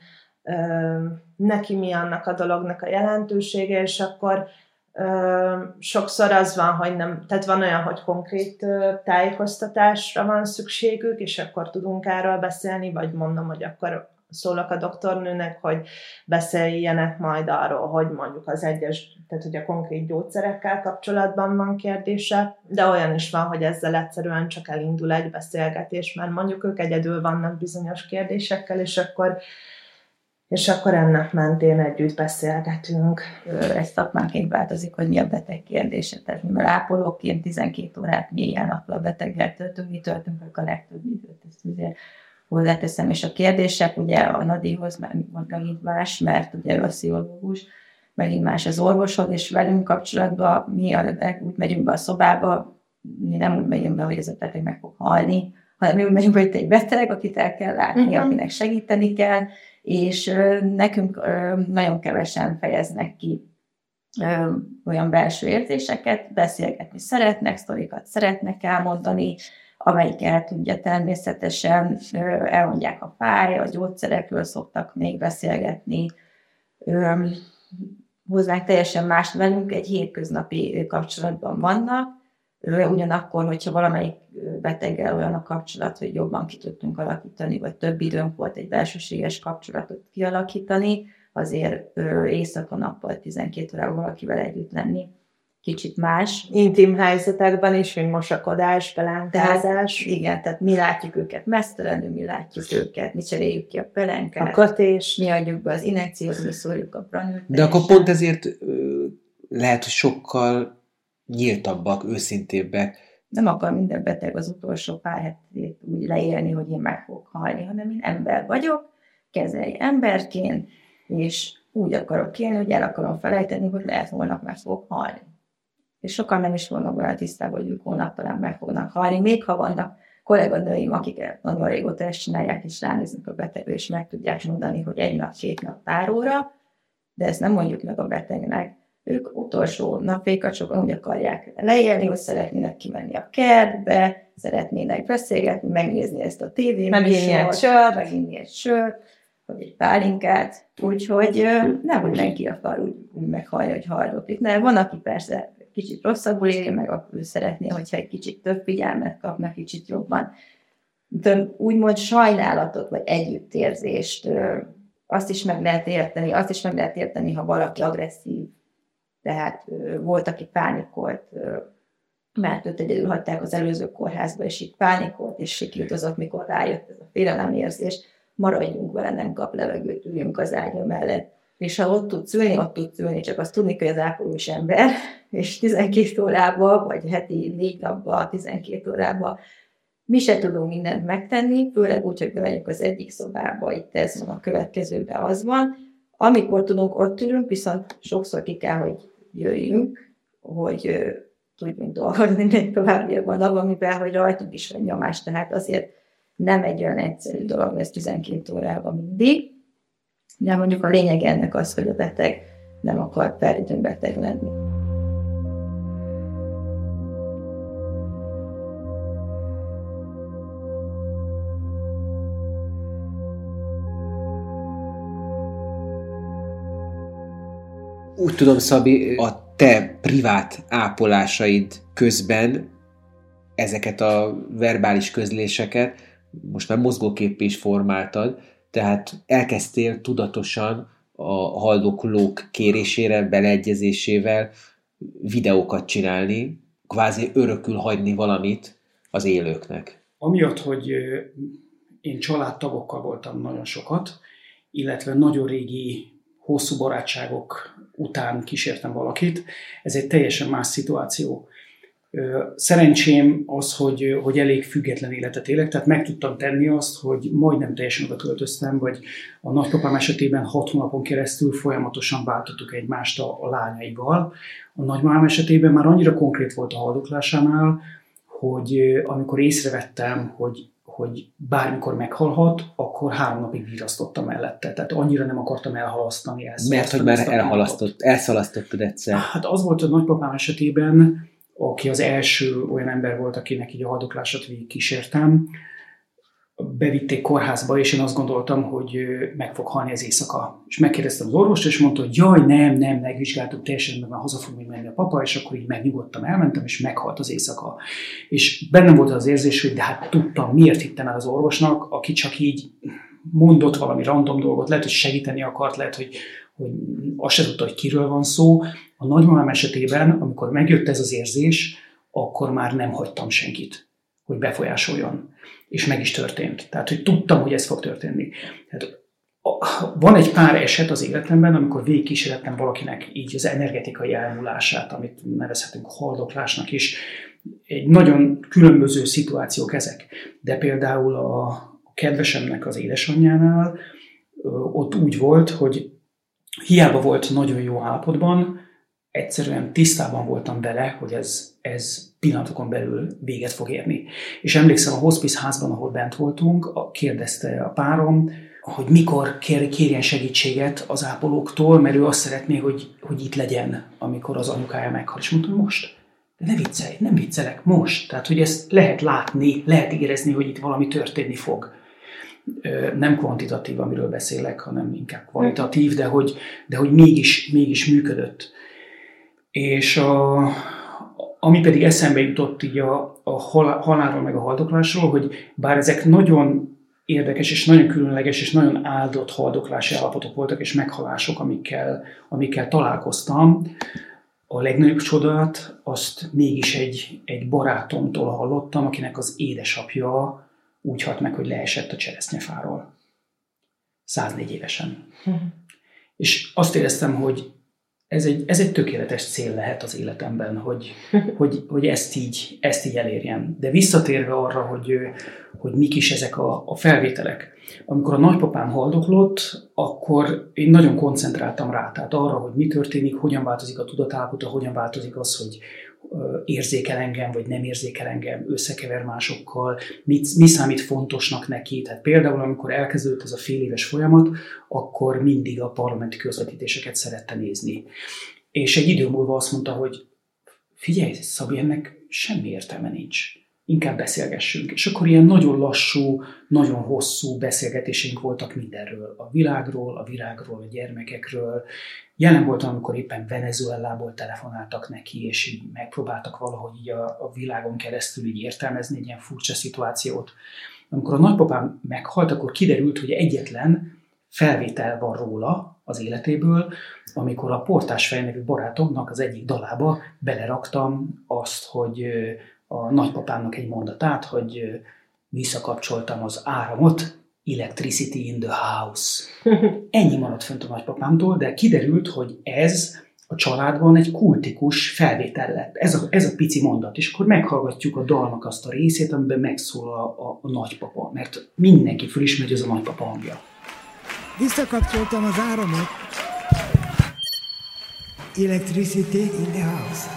[SPEAKER 2] neki mi annak a dolognak a jelentősége, és akkor sokszor az van, hogy nem, tehát van olyan, hogy konkrét tájékoztatásra van szükségük, és akkor tudunk erről beszélni, vagy mondom, hogy akkor szólok a doktornőnek, hogy beszéljenek majd arról, hogy mondjuk az egyes, tehát hogy a konkrét gyógyszerekkel kapcsolatban van kérdése, de olyan is van, hogy ezzel egyszerűen csak elindul egy beszélgetés, mert mondjuk ők egyedül vannak bizonyos kérdésekkel, és akkor és akkor ennek mentén együtt beszélgetünk.
[SPEAKER 3] Ez szakmánként változik, hogy mi a beteg kérdése. Tehát mi ápolóként tizenkét órát mélyen nappal a beteggel töltünk, mi töltünk a legtöbb időt. Ezt ugye hozzáteszem. És a kérdések ugye a Nadihoz megint más, mert ugye a pszichológus, megint más az orvosod, és velünk kapcsolatban mi a, úgy megyünk be a szobába, mi nem úgy megyünk be, hogy ez a beteg meg fog halni, hanem mi úgy megyünk be, hogy egy beteg, akit el kell látni, uh-huh. akinek segíteni kell, és ö, nekünk ö, nagyon kevesen fejeznek ki ö, olyan belső érzéseket, beszélgetni szeretnek, sztorikat szeretnek elmondani, amelyik el tudja természetesen, ö, elmondják a fáj, a gyógyszerekről szoktak még beszélgetni, ö, hozzánk teljesen más velünk, egy hétköznapi kapcsolatban vannak, ugyanakkor, hogyha valamelyik beteggel olyan a kapcsolat, hogy jobban ki tudtunk alakítani, vagy több időnk volt egy belsőséges kapcsolatot kialakítani, azért éjszaka-nappal tizenkét órában valakivel együtt lenni kicsit más.
[SPEAKER 2] Intim helyzetekben is, mint mosakodás, pelánkázás.
[SPEAKER 3] Igen, tehát mi látjuk őket mesztelenül, mi látjuk őket, mi cseréljük ki a pelenkát,
[SPEAKER 2] a kötés,
[SPEAKER 3] mi adjuk be az injekciót, mi szórjuk a branült.
[SPEAKER 5] De akkor pont ezért lehet, hogy sokkal nyíltabbak, őszintébbek.
[SPEAKER 3] Nem akar minden beteg az utolsó pár hetét úgy leélni, hogy én meg fogok halni, hanem én ember vagyok, kezelj emberként, és úgy akarok élni, hogy el akarom felejteni, hogy lehet holnap meg fogok halni. És sokan nem is vannak olyan tisztában, hogy ők holnap talán meg fognak halni, még ha vannak kolléganőim, akik nagyon régóta ezt csinálják, és ránéznek a betegre, és meg tudják mondani, hogy egy nap, két nap, pár óra, de ezt nem mondjuk meg a betegnek. Ők utolsó napjaikat sokan úgy akarják leélni, hogy szeretnének kimenni a kertbe, szeretnének beszélgetni, megnézni ezt a tévét,
[SPEAKER 2] meginni egy sört,
[SPEAKER 3] meginni egy sört, vagy egy pálinkát, úgyhogy nem mindenki akar úgy, úgy meghalni, hogy haldoklik. Nem, van, aki persze kicsit rosszabbul éri, meg ő szeretné, hogyha egy kicsit több figyelmet kapnak, kicsit jobban. De úgymond sajnálatot, vagy együttérzést, azt is meg lehet érteni, azt is meg lehet érteni, ha valaki agresszív. Tehát volt, aki pánikolt, mert őt egyedül hagyták az előző kórházba, és így pánikolt, és sikítozott, mikor rájött ez a félelemérzés, maradjunk vele, nem kap levegőt, üljünk az ágya mellett. És ha ott tudsz ülni, ott tudsz ülni, csak azt tudni, hogy az ápolós ember, és tizenkét órában, vagy heti négy napban, tizenkét órában mi se tudunk mindent megtenni, főleg úgy, hogy bemegyünk az egyik szobába, itt ez van, a következőben az van. Amikor tudunk, ott ülünk, viszont sokszor ki kell, hogy jöjjünk, hogy uh, tudjunk dolgozni még továbbiakban abban, amiben, hogy rajtunk is van nyomás. Tehát azért nem egy olyan egyszerű dolog, ez tizenkét órában mindig. De mondjuk a lényeg ennek az, hogy a beteg nem akar feltétlenül beteg lenni.
[SPEAKER 5] Úgy tudom, Szabi, a te privát ápolásaid közben ezeket a verbális közléseket most már mozgóképpé is formáltad, tehát elkezdtél tudatosan a haldoklók kérésére, beleegyezésével videókat csinálni, kvázi örökül hagyni valamit az élőknek.
[SPEAKER 1] Amiatt, hogy én családtagokkal voltam nagyon sokat, illetve nagyon régi, hosszú barátságok után kísértem valakit, ez egy teljesen más szituáció. Szerencsém az, hogy, hogy elég független életet élek, tehát meg tudtam tenni azt, hogy majdnem teljesen oda költöztem, vagy a nagypapám esetében hat hónapon keresztül folyamatosan váltottuk egymást a, a lányaival. A nagymamám esetében már annyira konkrét volt a haldoklásánál, hogy amikor észrevettem, hogy, hogy bármikor meghalhat, akkor három napig virasztottam mellette. Tehát annyira nem akartam elhalasztani ezt.
[SPEAKER 5] Mert hogy már elhalasztott, elszalasztottad egyszer.
[SPEAKER 1] Hát az volt a nagypapám esetében, aki az első olyan ember volt, akinek így a haldoklását végig kísértem. Bevitték kórházba, és én azt gondoltam, hogy meg fog halni az éjszaka. És megkérdeztem az orvost, és mondta, hogy jaj, nem, nem, megvizsgáltuk teljesen, mert már haza fog még menni a papa, és akkor így megnyugodtam, elmentem, és meghalt az éjszaka. És bennem volt az érzés, hogy de hát tudtam, miért hittem el az orvosnak, aki csak így mondott valami random dolgot, lehet, hogy segíteni akart, lehet, hogy, hogy azt se tudta, hogy kiről van szó. A nagymamám esetében, amikor megjött ez az érzés, akkor már nem hagytam senkit, hogy befolyásoljon. És meg is történt. Tehát, hogy tudtam, hogy ez fog történni. Tehát, van egy pár eset az életemben, amikor végigkísérlettem valakinek így az energetikai elmúlását, amit nevezhetünk haldoklásnak is. Egy nagyon különböző szituációk ezek. De például a kedvesemnek az édesanyjánál ott úgy volt, hogy hiába volt nagyon jó állapotban, egyszerűen tisztában voltam vele, hogy ez, ez pillanatokon belül véget fog érni. És emlékszem, a hospice házban, ahol bent voltunk, kérdezte a párom, hogy mikor kér, kérjen segítséget az ápolóktól, mert ő azt szeretné, hogy, hogy itt legyen, amikor az anyukája meghal. És mondtam, most? De ne viccelj, nem viccelek, most. Tehát, hogy ezt lehet látni, lehet érezni, hogy itt valami történni fog. Nem kvantitatív, amiről beszélek, hanem inkább kvalitatív, de hogy, de hogy mégis, mégis működött. És a, ami pedig eszembe jutott így a, a halálról meg a haldoklásról, hogy bár ezek nagyon érdekes és nagyon különleges és nagyon áldott haldoklási állapotok voltak és meghalások, amikkel, amikkel találkoztam, a legnagyobb csodát azt mégis egy, egy barátomtól hallottam, akinek az édesapja úgy halt meg, hogy leesett a cseresznyefáról. száznégy évesen. Uh-huh. És azt éreztem, hogy ez egy, ez egy tökéletes cél lehet az életemben, hogy, hogy, hogy ezt, így, ezt így elérjem. De visszatérve arra, hogy, hogy mik is ezek a, a felvételek. Amikor a nagypapám haldoklott, akkor én nagyon koncentráltam rá, tehát arra, hogy mi történik, hogyan változik a tudatállapota, hogyan változik az, hogy érzékel engem, vagy nem érzékel engem, összekever másokkal, mit, mi számít fontosnak neki. Tehát például, amikor elkezdődött ez a fél éves folyamat, akkor mindig a parlamenti közvetítéseket szerette nézni. És egy idő múlva azt mondta, hogy figyelj, Szabi, ennek semmi értelme nincs. Inkább beszélgessünk. És akkor ilyen nagyon lassú, nagyon hosszú beszélgetéseink voltak mindenről. A világról, a virágról, a gyermekekről. Jelen voltam, amikor éppen Venezuelából telefonáltak neki, és így megpróbáltak valahogy így a, a világon keresztül így értelmezni egy ilyen furcsa szituációt. Amikor a nagypapám meghalt, akkor kiderült, hogy egyetlen felvétel van róla az életéből, amikor a Portás Fej nevű barátomnak az egyik dalába beleraktam azt, hogy a nagypapámnak egy mondatát, hogy visszakapcsoltam az áramot, electricity in the house. Ennyi maradt fönt a nagypapámtól, de kiderült, hogy ez a családban egy kultikus felvétel lett. Ez a, ez a pici mondat. És akkor meghallgatjuk a dalnak azt a részét, amiben megszól a, a, a nagypapa, mert mindenki fölismeri, hogy ez a nagypapa hangja.
[SPEAKER 6] Visszakapcsoltam az áramot. Electricity in the house.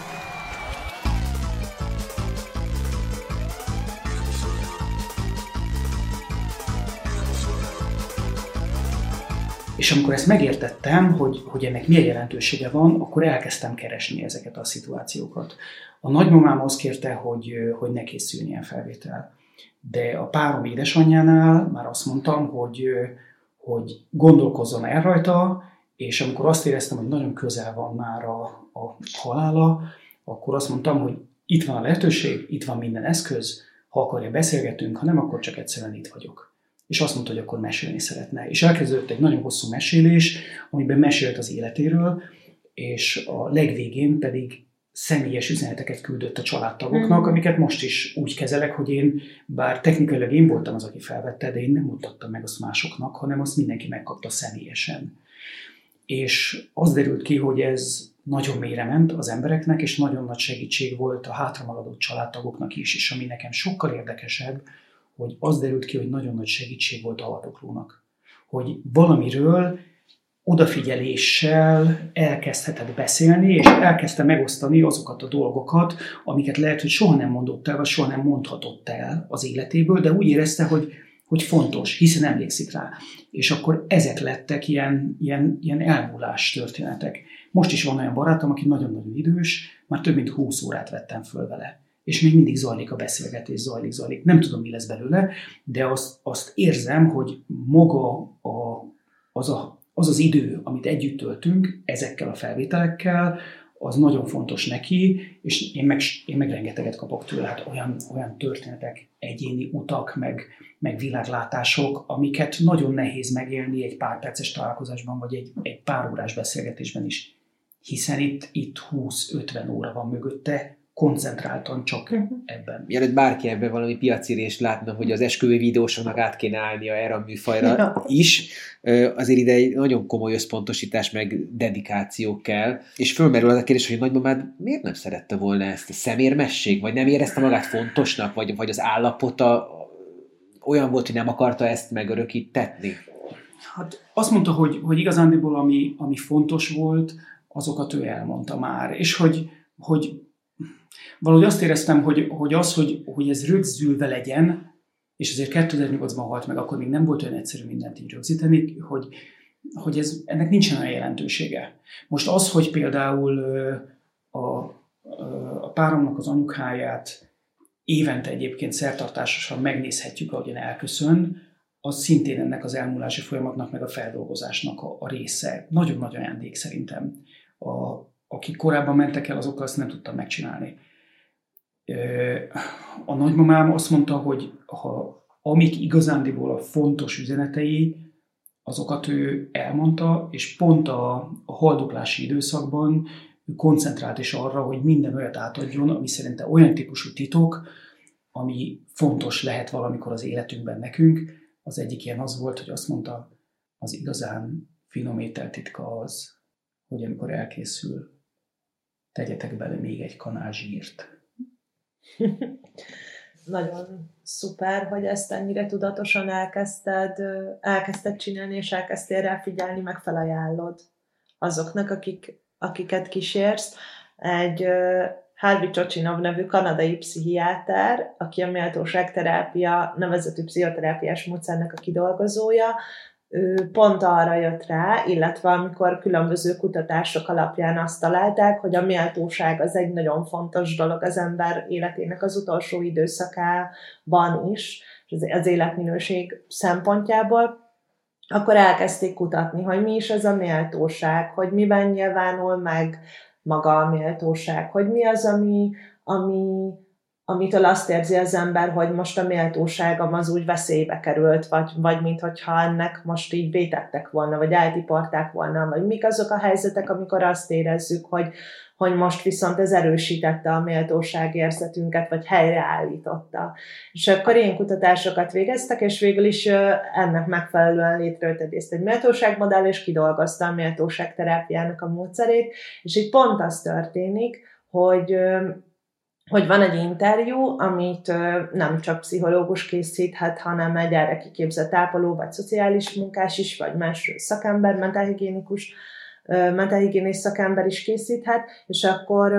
[SPEAKER 1] És amikor ezt megértettem, hogy, hogy ennek milyen jelentősége van, akkor elkezdtem keresni ezeket a szituációkat. A nagymamám azt kérte, hogy, hogy ne készüljön ilyen felvétel. De a párom édesanyjánál már azt mondtam, hogy, hogy gondolkozzon el rajta, és amikor azt éreztem, hogy nagyon közel van már a, a halála, akkor azt mondtam, hogy itt van a lehetőség, itt van minden eszköz, ha akarja beszélgetünk, ha nem, akkor csak egyszerűen itt vagyok. És azt mondta, hogy akkor mesélni szeretne. És elkezdődött egy nagyon hosszú mesélés, amiben mesélt az életéről, és a legvégén pedig személyes üzeneteket küldött a családtagoknak, amiket most is úgy kezelek, hogy én, bár technikailag én voltam az, aki felvette, de én nem mutattam meg azt másoknak, hanem azt mindenki megkapta személyesen. És az derült ki, hogy ez nagyon mélyre ment az embereknek, és nagyon nagy segítség volt a hátramaradott családtagoknak is, és ami nekem sokkal érdekesebb, hogy az derült ki, hogy nagyon nagy segítség volt a haldoklónak. Hogy valamiről odafigyeléssel elkezdhetett beszélni, és elkezdte megosztani azokat a dolgokat, amiket lehet, hogy soha nem mondott el, vagy soha nem mondhatott el az életéből, de úgy érezte, hogy, hogy fontos, hiszen emlékszik rá. És akkor ezek lettek ilyen, ilyen, ilyen elmúlás történetek. Most is van olyan barátom, aki nagyon-nagyon idős, már több mint húsz órát vettem föl vele. És még mindig zajlik a beszélgetés, zajlik, zajlik. Nem tudom, mi lesz belőle, de azt, azt érzem, hogy maga a, az, a, az az idő, amit együtt töltünk ezekkel a felvételekkel, az nagyon fontos neki, és én meg, én meg rengeteget kapok tőle, hát olyan, olyan történetek, egyéni utak, meg, meg világlátások, amiket nagyon nehéz megélni egy pár perces találkozásban, vagy egy, egy pár órás beszélgetésben is. Hiszen itt, itt húsz-ötven óra van mögötte, koncentráltan csak uh-huh. ebben.
[SPEAKER 5] Mielőtt bárki ebben valami piacirést látna, hogy az esküvő videósoknak át kéne állnia erre a műfajra ja. is, azért ide egy nagyon komoly összpontosítás meg dedikáció kell, és fölmerül az a kérdés, hogy a nagymamád miért nem szerette volna ezt a szemérmesség, vagy nem érezte magát fontosnak, vagy, vagy az állapota olyan volt, hogy nem akarta ezt megörökítetni?
[SPEAKER 1] Hát azt mondta, hogy, hogy igazándiból ami, ami fontos volt, azokat ő elmondta már, és hogy, hogy valahogy azt éreztem, hogy, hogy az, hogy, hogy ez rögzülve legyen, és azért kétezer-nyolcban halt meg, akkor még nem volt olyan egyszerű mindent így rögzíteni, hogy, hogy ez, ennek nincsen olyan jelentősége. Most az, hogy például a, a páromnak az anyukáját évente egyébként szertartásosan megnézhetjük, ahogyan elköszön, az szintén ennek az elmúlási folyamatnak, meg a feldolgozásnak a, a része. Nagyon nagy ajándék szerintem. A, akik korábban mentek el, azokkal azt nem tudtam megcsinálni. A nagymamám azt mondta, hogy ha, amik igazándiból a fontos üzenetei, azokat ő elmondta, és pont a, a haldoklási időszakban ő koncentrált is arra, hogy minden olyat átadjon, ami szerintem olyan típusú titok, ami fontos lehet valamikor az életünkben nekünk. Az egyik ilyen az volt, hogy azt mondta, az igazán finom ételtitka az, hogy amikor elkészül, tegyetek bele még egy kanál zsírt.
[SPEAKER 2] Nagyon szuper, hogy ezt ennyire tudatosan elkezdted, elkezdted csinálni, és elkezdtél rá figyelni, meg felajánlod azoknak, akik, akiket kísérsz. Egy uh, Harvey Chochinov nevű kanadai pszichiáter, aki a méltóságterápia nevezetű pszichoterápiás módszernek a kidolgozója, ő pont arra jött rá, illetve amikor különböző kutatások alapján azt találták, hogy a méltóság az egy nagyon fontos dolog az ember életének az utolsó időszakában is, az életminőség szempontjából, akkor elkezdték kutatni, hogy mi is az a méltóság, hogy miben nyilvánul meg maga a méltóság, hogy mi az, ami, ami amitől azt érzi az ember, hogy most a méltóságom az úgy veszélybe került, vagy, vagy minthogyha ennek most így vétettek volna, vagy eltiporták volna, vagy mik azok a helyzetek, amikor azt érezzük, hogy, hogy most viszont ez erősítette a méltóságérzetünket, vagy helyreállította. És akkor ilyen kutatásokat végeztek, és végül is ennek megfelelően létrejött egyrészt egy méltóságmodell, és kidolgozta a méltóságterápiának a módszerét, és itt pont az történik, hogy hogy van egy interjú, amit nem csak pszichológus készíthet, hanem egy erre kiképzett ápoló, vagy szociális munkás is, vagy más szakember, mentálhigiénikus, mentálhigiénés szakember is készíthet, és akkor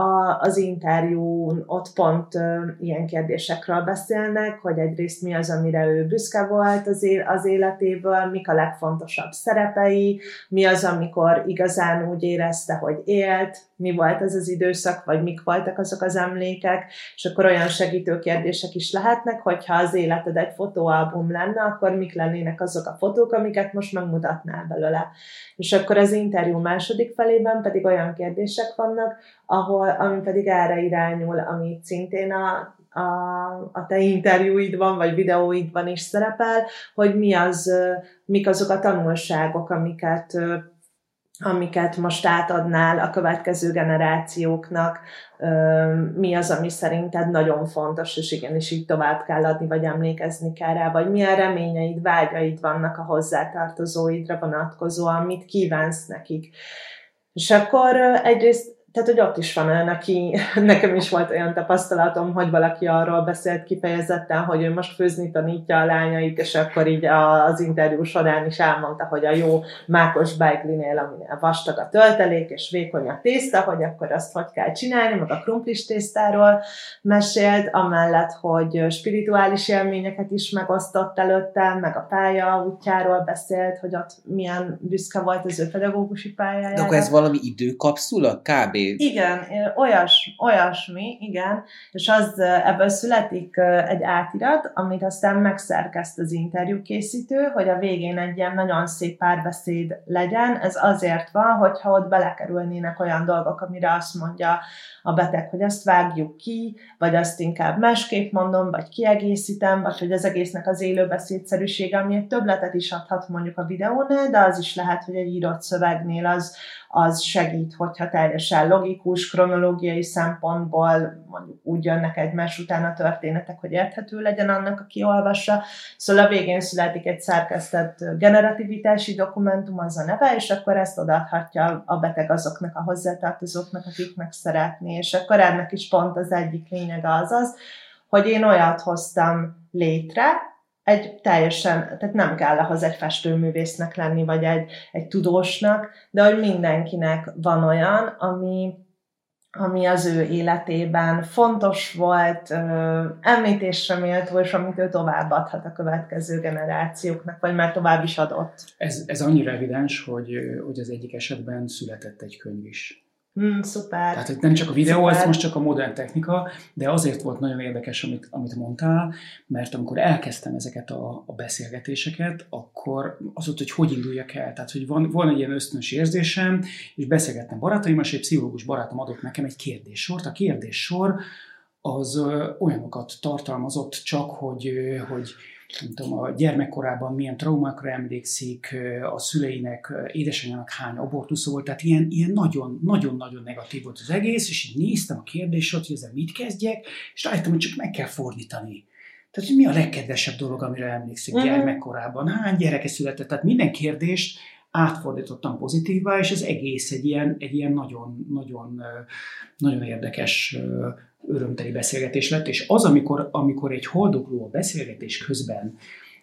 [SPEAKER 2] az interjún ott pont ilyen kérdésekről beszélnek, hogy egyrészt mi az, amire ő büszke volt az életéből, mik a legfontosabb szerepei, mi az, amikor igazán úgy érezte, hogy élt, mi volt ez az időszak, vagy mik voltak azok az emlékek, és akkor olyan segítő kérdések is lehetnek, hogyha az életed egy fotóalbum lenne, akkor mik lennének azok a fotók, amiket most megmutatnál belőle. És akkor az interjú második felében pedig olyan kérdések vannak, ahol, ami pedig erre irányul, ami szintén a, a, a te interjúidban, vagy videóidban is szerepel, hogy mi az, mik azok a tanulságok, amiket amiket most átadnál a következő generációknak, mi az, ami szerinted nagyon fontos, és igenis így tovább kell adni, vagy emlékezni kell rá, vagy milyen reményeid, vágyaid vannak a hozzátartozóidra vonatkozóan, mit kívánsz nekik. És akkor egyrészt, tehát, hogy ott is van olyan, aki, nekem is volt olyan tapasztalatom, hogy valaki arról beszélt kifejezetten, hogy ő most főzni tanítja a lányait, és akkor így az interjú során is elmondta, hogy a jó mákos bájglinél, aminél vastag a töltelék, és vékony a tészta, hogy akkor azt hogy kell csinálni, meg a krumplis tésztáról mesélt, amellett, hogy spirituális élményeket is megosztott előttem, meg a pálya útjáról beszélt, hogy ott milyen büszke volt az ő pedagógusi pályájára.
[SPEAKER 5] De akkor ez valami időkapszula? Kb.
[SPEAKER 2] Igen, olyas, olyasmi, igen, és az, ebből születik egy átirat, amit aztán megszerkeszt az interjúkészítő, hogy a végén egy ilyen nagyon szép párbeszéd legyen. Ez azért van, hogyha ott belekerülnének olyan dolgok, amire azt mondja a beteg, hogy azt vágjuk ki, vagy azt inkább másképp mondom, vagy kiegészítem, vagy hogy az egésznek az élőbeszédszerűsége, ami egy többletet is adhat mondjuk a videónál, de az is lehet, hogy egy írott szövegnél az, az segít, hogyha teljesen logikus, kronológiai szempontból mondjuk úgy jönnek egymás után a történetek, hogy érthető legyen annak, aki olvassa. Szóval a végén születik egy szerkesztett generativitási dokumentum, az a neve, és akkor ezt odaadhatja a beteg azoknak a hozzátartozóknak, akiknek szeretné. És akkor ennek is pont az egyik lényege az az, hogy én olyat hoztam létre, egy teljesen, tehát nem kell ahhoz egy festőművésznek lenni, vagy egy, egy tudósnak, de hogy mindenkinek van olyan, ami, ami az ő életében fontos volt, említésre méltó, és amit ő továbbadhat a következő generációknak, vagy már tovább is adott.
[SPEAKER 1] Ez, ez annyira evidens, hogy, hogy az egyik esetben született egy könyv is.
[SPEAKER 2] Mm, szuper.
[SPEAKER 1] Tehát nem csak a videó,
[SPEAKER 2] szuper.
[SPEAKER 1] Ez most csak a modern technika, de azért volt nagyon érdekes, amit, amit mondtál, mert amikor elkezdtem ezeket a, a beszélgetéseket, akkor az volt, hogy hogy induljak el. Tehát, hogy van, van egy ilyen ösztönös érzésem, és beszélgettem barátaimmal, és egy pszichológus barátom adott nekem egy kérdéssort. A kérdéssor az ö, olyanokat tartalmazott csak, hogy, ö, hogy nem tudom, a gyermekkorában milyen traumákra emlékszik, a szüleinek, édesanyjának hány abortusza volt, tehát ilyen, ilyen nagyon, nagyon-nagyon negatív volt az egész, és így néztem a kérdésot, hogy ezzel mit kezdjek, és rájöttem, hogy csak meg kell fordítani. Tehát, hogy mi a legkedvesebb dolog, amire emlékszik uh-huh. gyermekkorában, hány gyereke született, tehát minden kérdést átfordítottam pozitívvá, és az egész egy ilyen, egy ilyen nagyon, nagyon, nagyon érdekes, örömteli beszélgetés lett, és az, amikor, amikor egy haldokló a beszélgetés közben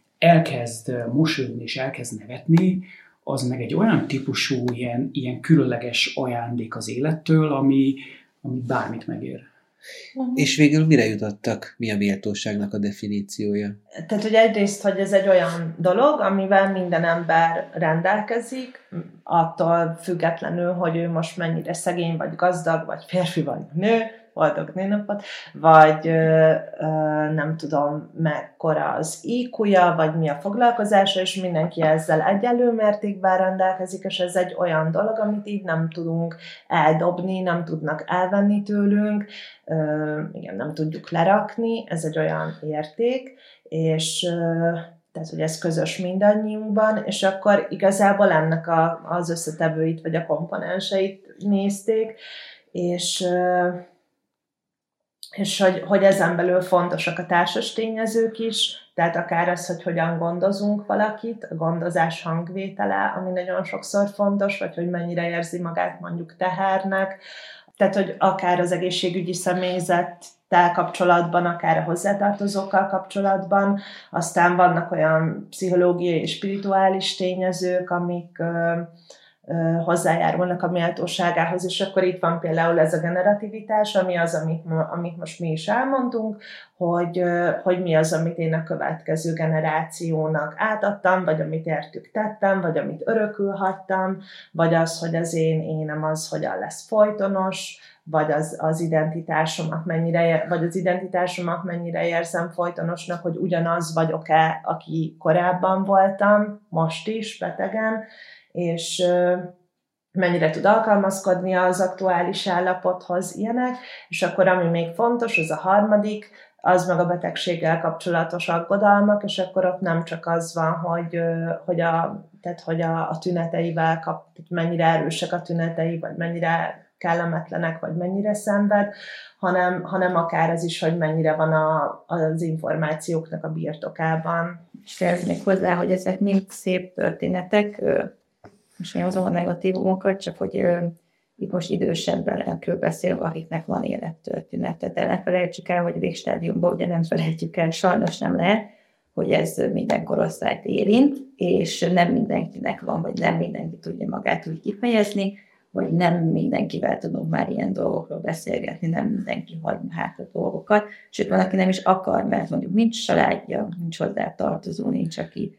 [SPEAKER 1] elkezd mosolyogni és elkezd nevetni, az meg egy olyan típusú, ilyen, ilyen különleges ajándék az élettől, ami, ami bármit megér.
[SPEAKER 7] Uh-huh. És végül mire jutottak? Mi a méltóságnak a definíciója?
[SPEAKER 2] Tehát, hogy egyrészt, hogy ez egy olyan dolog, amivel minden ember rendelkezik, attól függetlenül, hogy ő most mennyire szegény, vagy gazdag, vagy férfi, vagy nő, boldog nőnapot, vagy ö, ö, nem tudom, mekkora az í kúja, vagy mi a foglalkozása, és mindenki ezzel egyenlő mértékben rendelkezik, és ez egy olyan dolog, amit így nem tudunk eldobni, nem tudnak elvenni tőlünk, ö, igen, nem tudjuk lerakni, ez egy olyan érték, és ö, tehát, hogy ez közös mindannyiunkban, és akkor igazából ennek a, az összetevőit, vagy a komponenseit nézték, és ö, és hogy, hogy ezen belül fontosak a társas tényezők is, tehát akár az, hogy hogyan gondozunk valakit, a gondozás hangvétele, ami nagyon sokszor fontos, vagy hogy mennyire érzi magát mondjuk tehernek, tehát hogy akár az egészségügyi személyzettel kapcsolatban, akár a hozzátartozókkal kapcsolatban, aztán vannak olyan pszichológiai és spirituális tényezők, amik hozzájárulnak a méltóságához, és akkor itt van például ez a generativitás, ami az, amit, amit most mi is elmondtunk, hogy, hogy mi az, amit én a következő generációnak átadtam, vagy amit értük tettem, vagy amit örökül hagytam, vagy az, hogy az én énem az hogyan lesz folytonos, vagy az, az identitásomat mennyire, vagy az identitásomat mennyire érzem folytonosnak, hogy ugyanaz vagyok-e, aki korábban voltam, most is, betegen, és mennyire tud alkalmazkodni az aktuális állapothoz, ilyenek, és akkor ami még fontos, az a harmadik, az meg a betegséggel kapcsolatos aggodalmak, és akkor ott nem csak az van, hogy, hogy, a, tehát, hogy a, a tüneteivel kap, mennyire erősek a tünetei, vagy mennyire kellemetlenek, vagy mennyire szenved, hanem, hanem akár az is, hogy mennyire van a, az információknak a birtokában.
[SPEAKER 3] És félznék hozzá, hogy ezek mind szép történetek, most én hozom a negatívumokat, csak hogy ö, itt most idősebbekről beszélünk, akiknek van élettörténete, de ne felejtsük el, hogy végstádiumban ugye nem felejtjük el, sajnos nem lehet, hogy ez minden korosztályt érint, és nem mindenkinek van, vagy nem mindenki tudja magát úgy kifejezni, vagy nem mindenkivel tudunk már ilyen dolgokról beszélgetni, nem mindenki hagy hát a dolgokat, sőt van, aki nem is akar, mert mondjuk nincs családja, nincs hozzá tartozó, nincs, aki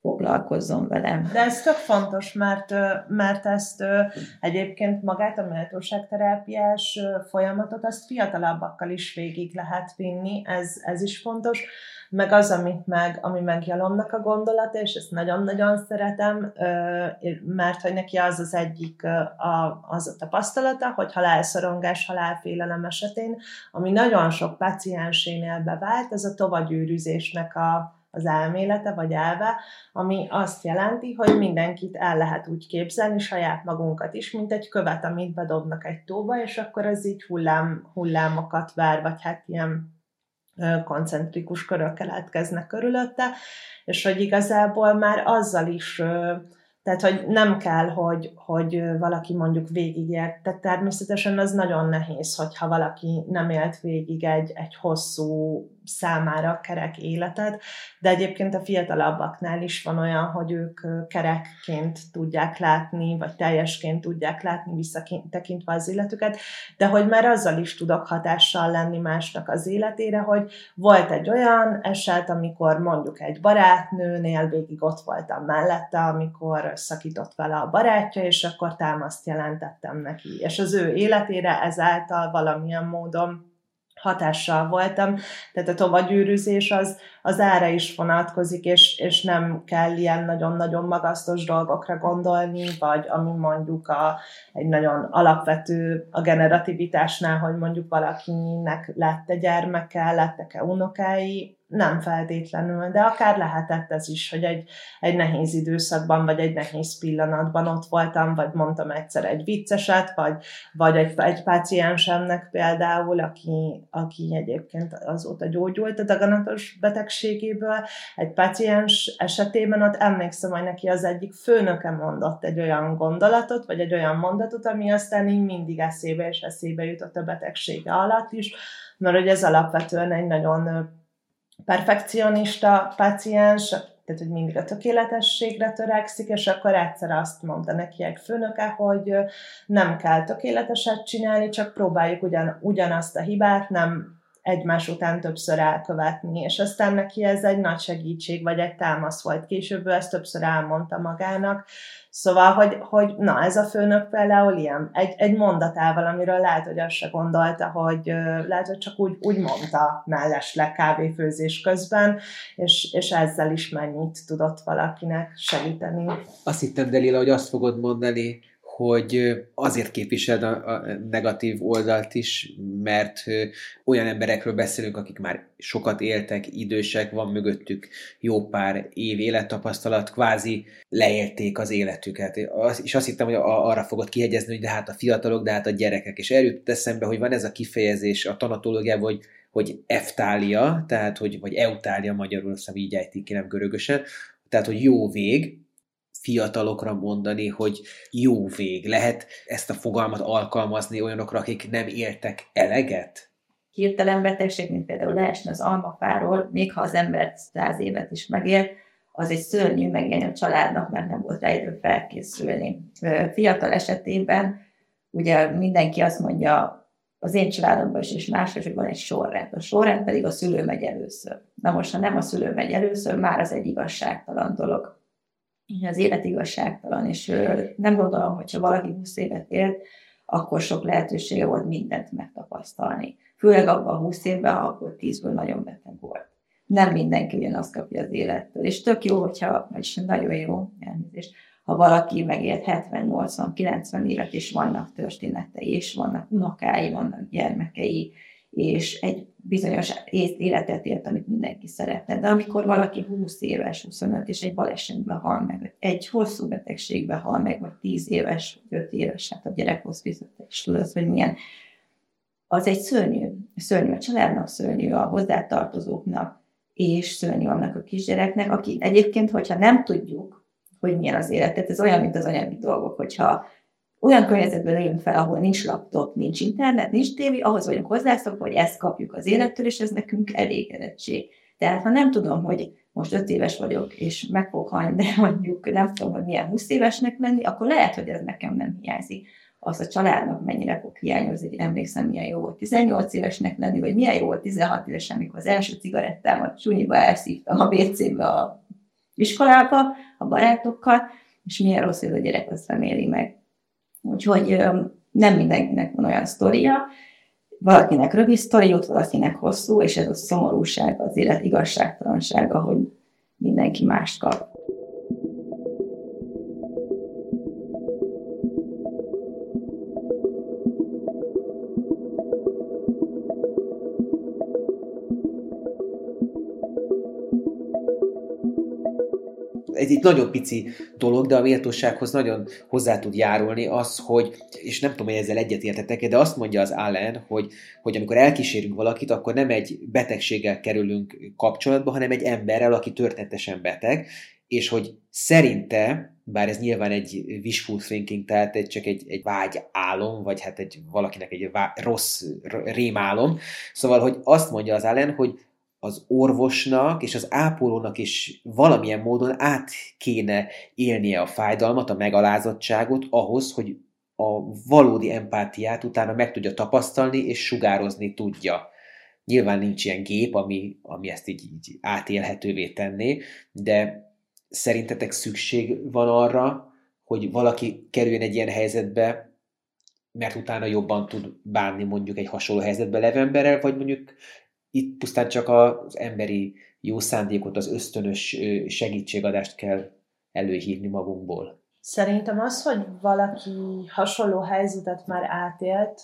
[SPEAKER 3] foglalkozzon velem.
[SPEAKER 2] De ez tök fontos, mert, mert ezt egyébként magát a méltóságterápiás folyamatot, azt fiatalabbakkal is végig lehet vinni, ez, ez is fontos. Meg az, amit meg, ami meg Jalomnak a gondolata, és ezt nagyon-nagyon szeretem, mert hogy neki az az egyik az a tapasztalata, hogy halálszorongás, halálfélelem esetén, ami nagyon sok páciensénél bevált, ez a tovagyűrűzésnek a az elmélete vagy elve, ami azt jelenti, hogy mindenkit el lehet úgy képzelni, saját magunkat is, mint egy követ, amit bedobnak egy tóba, és akkor ez így hullám, hullámokat vár, vagy hát ilyen koncentrikus körök keletkeznek körülötte, és hogy igazából már azzal is, tehát hogy nem kell, hogy, hogy valaki mondjuk végigért, tehát természetesen az nagyon nehéz, hogyha valaki nem élt végig egy, egy hosszú számára kerek életet, de egyébként a fiatalabbaknál is van olyan, hogy ők kerekként tudják látni, vagy teljesként tudják látni visszatekintve az életüket, de hogy már azzal is tudok hatással lenni másnak az életére, hogy volt egy olyan eset, amikor mondjuk egy barátnőnél végig ott voltam mellette, amikor szakított vele a barátja, és akkor támaszt jelentettem neki. És az ő életére ezáltal valamilyen módon hatással voltam, tehát a tovagyűrűzés az, az ára is vonatkozik, és, és nem kell ilyen nagyon-nagyon magasztos dolgokra gondolni, vagy ami mondjuk a, egy nagyon alapvető a generativitásnál, hogy mondjuk valakinek lett-e gyermeke, lettek-e unokái, nem feltétlenül, de akár lehetett ez is, hogy egy, egy nehéz időszakban, vagy egy nehéz pillanatban ott voltam, vagy mondtam egyszer egy vicceset, vagy, vagy egy, egy páciensemnek például, aki, aki egyébként azóta gyógyult a daganatos betegségéből, egy páciens esetében ott emlékszem, hogy neki az egyik főnöke mondott egy olyan gondolatot, vagy egy olyan mondatot, ami aztán így mindig eszébe és eszébe jutott a betegsége alatt is, mert hogy ez alapvetően egy nagyon perfekcionista páciens, tehát hogy mindig a tökéletességre törekszik, és akkor egyszer azt mondta neki egy főnöke, hogy nem kell tökéleteset csinálni, csak próbáljuk ugyan, ugyanazt a hibát nem egymás után többször elkövetni, és aztán neki ez egy nagy segítség, vagy egy támasz volt. Később ő ezt többször elmondta magának. Szóval, hogy, hogy na, ez a főnök például ilyen, egy, egy mondatával, amiről lehet, hogy azt se gondolta, hogy lehet, hogy csak úgy, úgy mondta mellesleg kávéfőzés közben, és, és ezzel is mennyit tudott valakinek segíteni.
[SPEAKER 7] Azt hittem, Delila, hogy azt fogod mondani, hogy azért képviseld a, a negatív oldalt is, mert olyan emberekről beszélünk, akik már sokat éltek, idősek, van mögöttük jó pár év élettapasztalat, kvázi leélték az életüket. És azt hittem, hogy arra fogod kihegyezni, hogy de hát a fiatalok, de hát a gyerekek. És eljött eszembe, hogy van ez a kifejezés a tanatológiában, hogy, hogy eftália, tehát hogy, vagy eutália magyarul, azt hiszem így ejtik ki, nem görögösen, tehát hogy jó vég, fiatalokra mondani, hogy jó vég. Lehet ezt a fogalmat alkalmazni olyanokra, akik nem éltek eleget?
[SPEAKER 3] Hirtelen betegség, mint például leesne az almafáról, még ha az ember száz évet is megél, az egy szörnyű megélni a családnak, mert nem volt rá idő felkészülni. Fiatal esetében ugye mindenki azt mondja, az én családomban is, és másról, hogy van egy sorrend. A sorrend pedig a szülő megy először. Na most, ha nem a szülő megy először, már az egy igazságtalan dolog. Az élet igazságtalan, és nem gondolom, hogyha valaki húsz évet élt, akkor sok lehetősége volt mindent megtapasztalni. Főleg abban a húsz évben, akkor tízből nagyon beteg volt. Nem mindenki ugyanazt kapja az élettől. És tök jó, hogyha, vagyis nagyon jó, elnézést, ha valaki megélt hetven, nyolcvan, kilencven évet, és vannak történetei, és vannak unokái, vannak gyermekei, és egy bizonyos életet élt, amit mindenki szeretne. De amikor valaki húsz éves, huszonöt, és egy balesetben hal meg, egy hosszú betegségben hal meg, vagy tíz éves, vagy öt éves, hát a gyerekhosszbizotás is tudod, hogy milyen, az egy szörnyű. Szörnyű a családnak, szörnyű a hozzátartozóknak, és szörnyű annak a kisgyereknek, aki egyébként, hogyha nem tudjuk, hogy milyen az életet, ez olyan, mint az anyagi dolgok, hogyha olyan környezetben élünk fel, ahol nincs laptop, nincs internet, nincs tévé, ahhoz vagyunk hozzászokva, hogy ezt kapjuk az élettől, és ez nekünk elégedettség. Tehát ha nem tudom, hogy most öt éves vagyok, és meg fogok halni, de mondjuk nem tudom, hogy milyen húsz évesnek lenni, akkor lehet, hogy ez nekem nem hiányzik. Az a családnak mennyire fog hiányozni, emlékszem, milyen jó volt tizennyolc évesnek lenni, vagy milyen jó volt tizenhat évesen, amikor az első cigarettámat csúnyiba elszívtam a bé cébe a iskolába, a barátokkal, és milyen rossz, hogy a gyerek azt nem éli meg. Úgyhogy nem mindenkinek van olyan sztoria, valakinek rövid sztori jut, valakinek hosszú, és ez a szomorúság, az élet igazságtalansága, hogy mindenki mást kap.
[SPEAKER 7] Ez egy nagyon pici dolog, de a méltósághoz nagyon hozzá tud járulni az, hogy, és nem tudom, hogy ezzel egyetértetek, de azt mondja az Allen, hogy, hogy amikor elkísérünk valakit, akkor nem egy betegséggel kerülünk kapcsolatba, hanem egy emberrel, aki történetesen beteg, és hogy szerinte, bár ez nyilván egy wishful thinking, tehát egy, csak egy, egy vágyálom, vagy hát egy valakinek egy vá- rossz rémálom, szóval, hogy azt mondja az Allen, hogy az orvosnak és az ápolónak is valamilyen módon át kéne élnie a fájdalmat, a megalázottságot ahhoz, hogy a valódi empátiát utána meg tudja tapasztalni és sugározni tudja. Nyilván nincs ilyen gép, ami, ami ezt így, így átélhetővé tenné, de szerintetek szükség van arra, hogy valaki kerüljön egy ilyen helyzetbe, mert utána jobban tud bánni mondjuk egy hasonló helyzetbe levő emberrel, vagy mondjuk itt pusztán csak az emberi jó szándékot, az ösztönös segítségadást kell előhívni magunkból.
[SPEAKER 2] Szerintem az, hogy valaki hasonló helyzetet már átélt,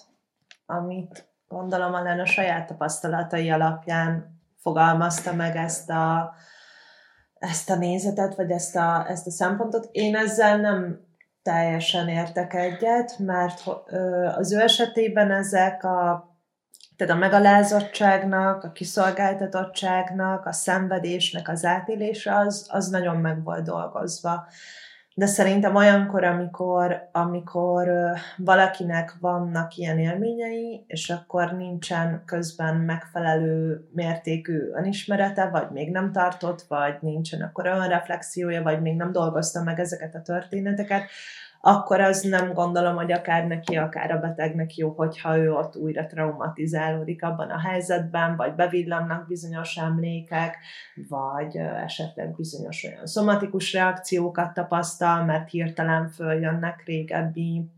[SPEAKER 2] amit gondolom Allen a saját tapasztalatai alapján fogalmazta meg ezt a, ezt a nézetet, vagy ezt a, ezt a szempontot. Én ezzel nem teljesen értek egyet, mert az ő esetében ezek a Tehát a megalázottságnak, a kiszolgáltatottságnak, a szenvedésnek az átélése az, az nagyon meg volt dolgozva. De szerintem olyankor, amikor, amikor valakinek vannak ilyen élményei, és akkor nincsen közben megfelelő mértékű önismerete, vagy még nem tartott, vagy nincsen akkor önreflexiója, vagy még nem dolgozta meg ezeket a történeteket, akkor az nem gondolom, hogy akár neki, akár a betegnek jó, hogyha ő ott újra traumatizálódik abban a helyzetben, vagy bevillannak bizonyos emlékek, vagy esetleg bizonyos olyan szomatikus reakciókat tapasztal, mert hirtelen följönnek régebbi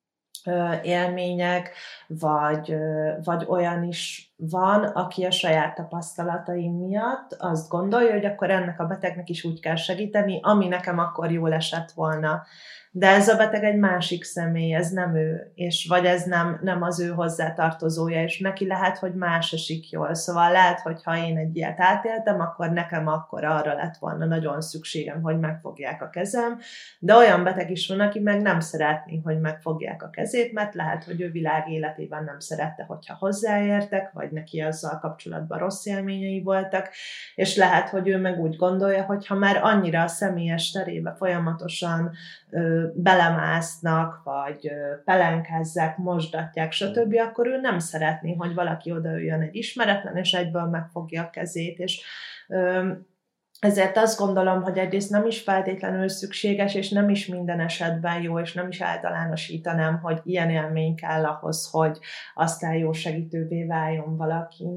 [SPEAKER 2] élmények, vagy, vagy olyan is van, aki a saját tapasztalatai miatt azt gondolja, hogy akkor ennek a betegnek is úgy kell segíteni, ami nekem akkor jól esett volna. De ez a beteg egy másik személy, ez nem ő, és vagy ez nem, nem az ő hozzátartozója, és neki lehet, hogy más esik jól. Szóval lehet, hogy ha én egy ilyet átéltem, akkor nekem akkor arra lett volna nagyon szükségem, hogy megfogják a kezem, de olyan beteg is van, aki meg nem szeretné, hogy megfogják a kezét, mert lehet, hogy ő világ életében nem szerette, hogyha hozzáértek, vagy neki azzal kapcsolatban rossz élményei voltak, és lehet, hogy ő meg úgy gondolja, hogy ha már annyira a személyes terébe folyamatosan ö, belemásznak, vagy ö, pelenkezzek, mosdatják, stb., akkor ő nem szeretné, hogy valaki odaüljön egy ismeretlen, és egyből megfogja a kezét, és ö, ezért azt gondolom, hogy egyrészt nem is feltétlenül szükséges, és nem is minden esetben jó, és nem is általánosítanám, hogy ilyen élmény kell ahhoz, hogy aztán jó segítővé váljon valaki.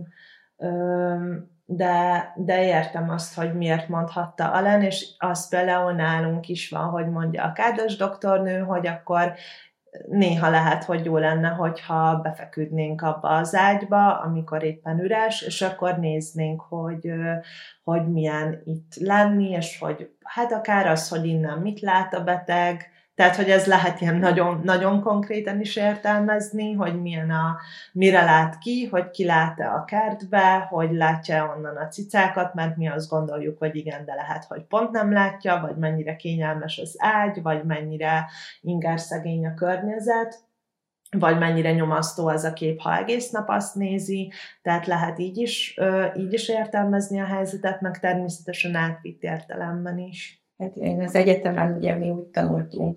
[SPEAKER 2] De, de értem azt, hogy miért mondhatta Allen, és az például nálunk is van, hogy mondja a kádas doktornő, hogy akkor néha lehet, hogy jó lenne, hogyha befeküdnénk abba az ágyba, amikor éppen üres, és akkor néznénk, hogy, hogy milyen itt lenni, és hogy hát akár az, hogy innen mit lát a beteg, tehát, hogy ez lehet ilyen nagyon, nagyon konkrétan is értelmezni, hogy milyen a, mire lát ki, hogy ki lát-e a kertbe, hogy látja onnan a cicákat, mert mi azt gondoljuk, hogy igen, de lehet, hogy pont nem látja, vagy mennyire kényelmes az ágy, vagy mennyire ingerszegény a környezet, vagy mennyire nyomasztó az a kép, ha egész nap azt nézi, tehát lehet így is, így is értelmezni a helyzetet, meg természetesen átvitt értelemben is.
[SPEAKER 3] Hát én az egyetemen ugye mi úgy tanultunk,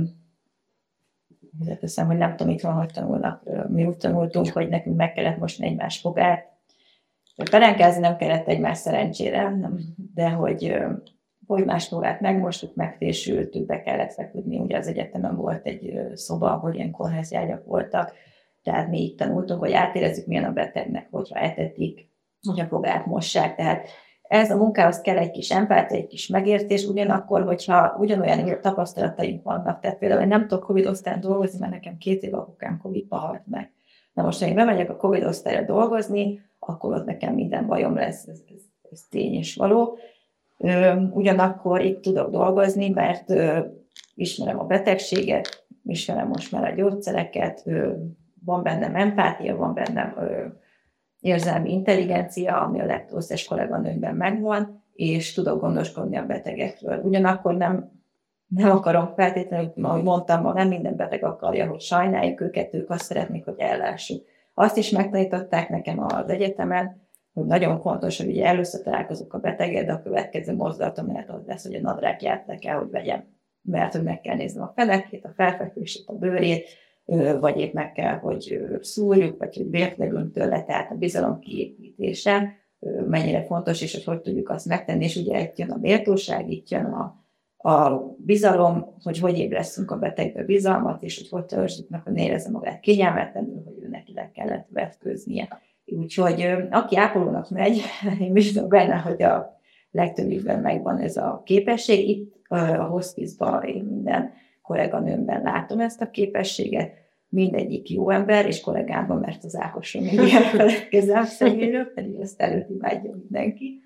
[SPEAKER 3] hiszem, hogy nem tudom, itt van, hogy tanulnak, mi úgy tanultunk, hogy nekünk meg kellett mosni egymás fogát. Pelenkázni nem kellett egymás szerencsére, nem, de hogy egymás fogát megmostuk, megfésültük, be kellett feküdni. Ugye az egyetemen volt egy szoba, ahol ilyen kórházi ágyak voltak, tehát mi így tanultunk, hogy átérezzük, milyen a betegnek, hogyha etetik, hogy a fogát mossák, tehát Ez a munkához kell egy kis empátia, egy kis megértés, ugyanakkor, hogyha ugyanolyan tapasztalataink vannak, tehát például én nem tudok Covid osztályon dolgozni, mert nekem két év apukám Covid-ba halt meg. Na most, ha én bemegyek a Covid osztályra dolgozni, akkor ott nekem minden bajom lesz, ez, ez, ez tény és való. Ugyanakkor itt tudok dolgozni, mert ismerem a betegséget, ismerem most már a gyógyszereket, van bennem empátia, van bennem érzelmi intelligencia, ami a legtöbbes kolléganőmben megvan, és tudok gondoskodni a betegekről. Ugyanakkor nem, nem akarom feltétlenül, ahogy mondtam, ma nem minden beteg akarja, hogy sajnáljuk őket, ők azt szeretnék, hogy ellássuk. Azt is megtanították nekem az egyetemen, hogy nagyon fontos, hogy ugye először találkozok a beteggel, de a következő mozdulatom lehet az lesz, hogy a nadrágját le kell, hogy vegyem. Mert hogy meg kell néznem a fenekét, a felfekvését, a bőrét, vagy épp meg kell, hogy szúrjuk, vagy hogy vért legyünk tőle, tehát a bizalom kiépítése mennyire fontos, és hogy hogy tudjuk azt megtenni, és ugye itt jön a méltóság, itt jön a, a bizalom, hogy hogy ébresztünk a betegbe bizalmat, és hogy hogy törzsük meg, hogy ne érezze magát kényelmetlenül, hogy ő neki le kellett vetköznie. Úgyhogy aki ápolónak megy, én biztos benne, hogy a legtöbbükben megvan ez a képesség. Itt a hospice-ban én minden kolléganőmben látom ezt a képességet, mindegyik jó ember, és kollégámban, mert az Ákosról mindig elfeledkezem szegényről, pedig ezt előtt imádja mindenki.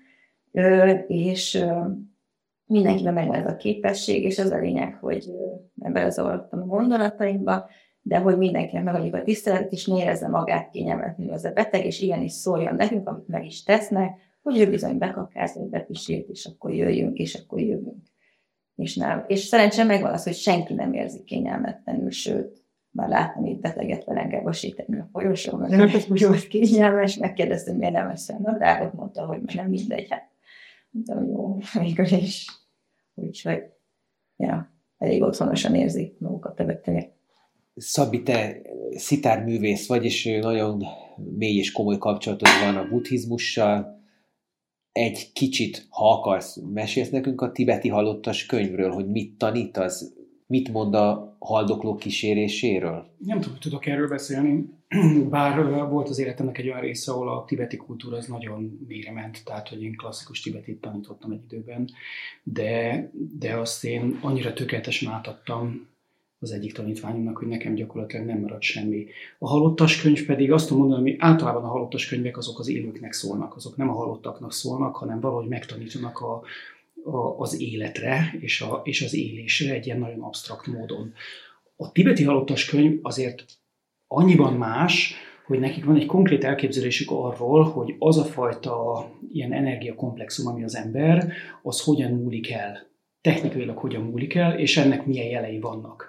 [SPEAKER 3] És mindenkiben megvan ez a képesség, és az a lényeg, hogy nem belezavarodtam a gondolataimba, de hogy mindenkinek megadjuk a tiszteletet, és ne érezze magát kényelmetlenül az a beteg, és igenis szóljon nekünk, amit meg is tesznek, hogy ő bizony bekakázza, hogy bepisírt, és akkor jöjjünk, és akkor jövünk. És, nem. És szerencsére megvan az, hogy senki nem érzi kényelmetlenül, sőt, már láttam itt beteget velem gázsítani a folyosón, mert nem úgy volt kényelmes, megkérdeztem, miért nem eszel nadrágot, mondta, hogy nem mindegy, hát mondtam, jó, amikor is. Úgyhogy, ja, elég otthonosan érzik magukat a betegek.
[SPEAKER 7] Szabi, te szitárművész vagy, és nagyon mély és komoly kapcsolatod van a buddhizmussal. Egy kicsit, ha akarsz, mesélsz nekünk a tibeti halottas könyvről, hogy mit tanít az, mit mond a haldokló kíséréséről?
[SPEAKER 1] Nem tudom, hogy tudok erről beszélni, bár volt az életemnek egy olyan része, ahol a tibeti kultúra az nagyon mélyre ment, tehát hogy én klasszikus tibetit tanítottam egy időben, de, de azt én annyira tökéletesen átadtam az egyik tanítványomnak, hogy nekem gyakorlatilag nem maradt semmi. A halottas könyv pedig azt tudom mondani, hogy általában a halottas könyvek azok az élőknek szólnak, azok nem a halottaknak szólnak, hanem valahogy megtanítanak a, a, az életre és, a, és az élésre egy ilyen nagyon absztrakt módon. A tibeti halottas könyv azért annyiban más, hogy nekik van egy konkrét elképzelésük arról, hogy az a fajta ilyen energiakomplexum, ami az ember, az hogyan múlik el. Technikailag hogyan múlik el, és ennek milyen jelei vannak.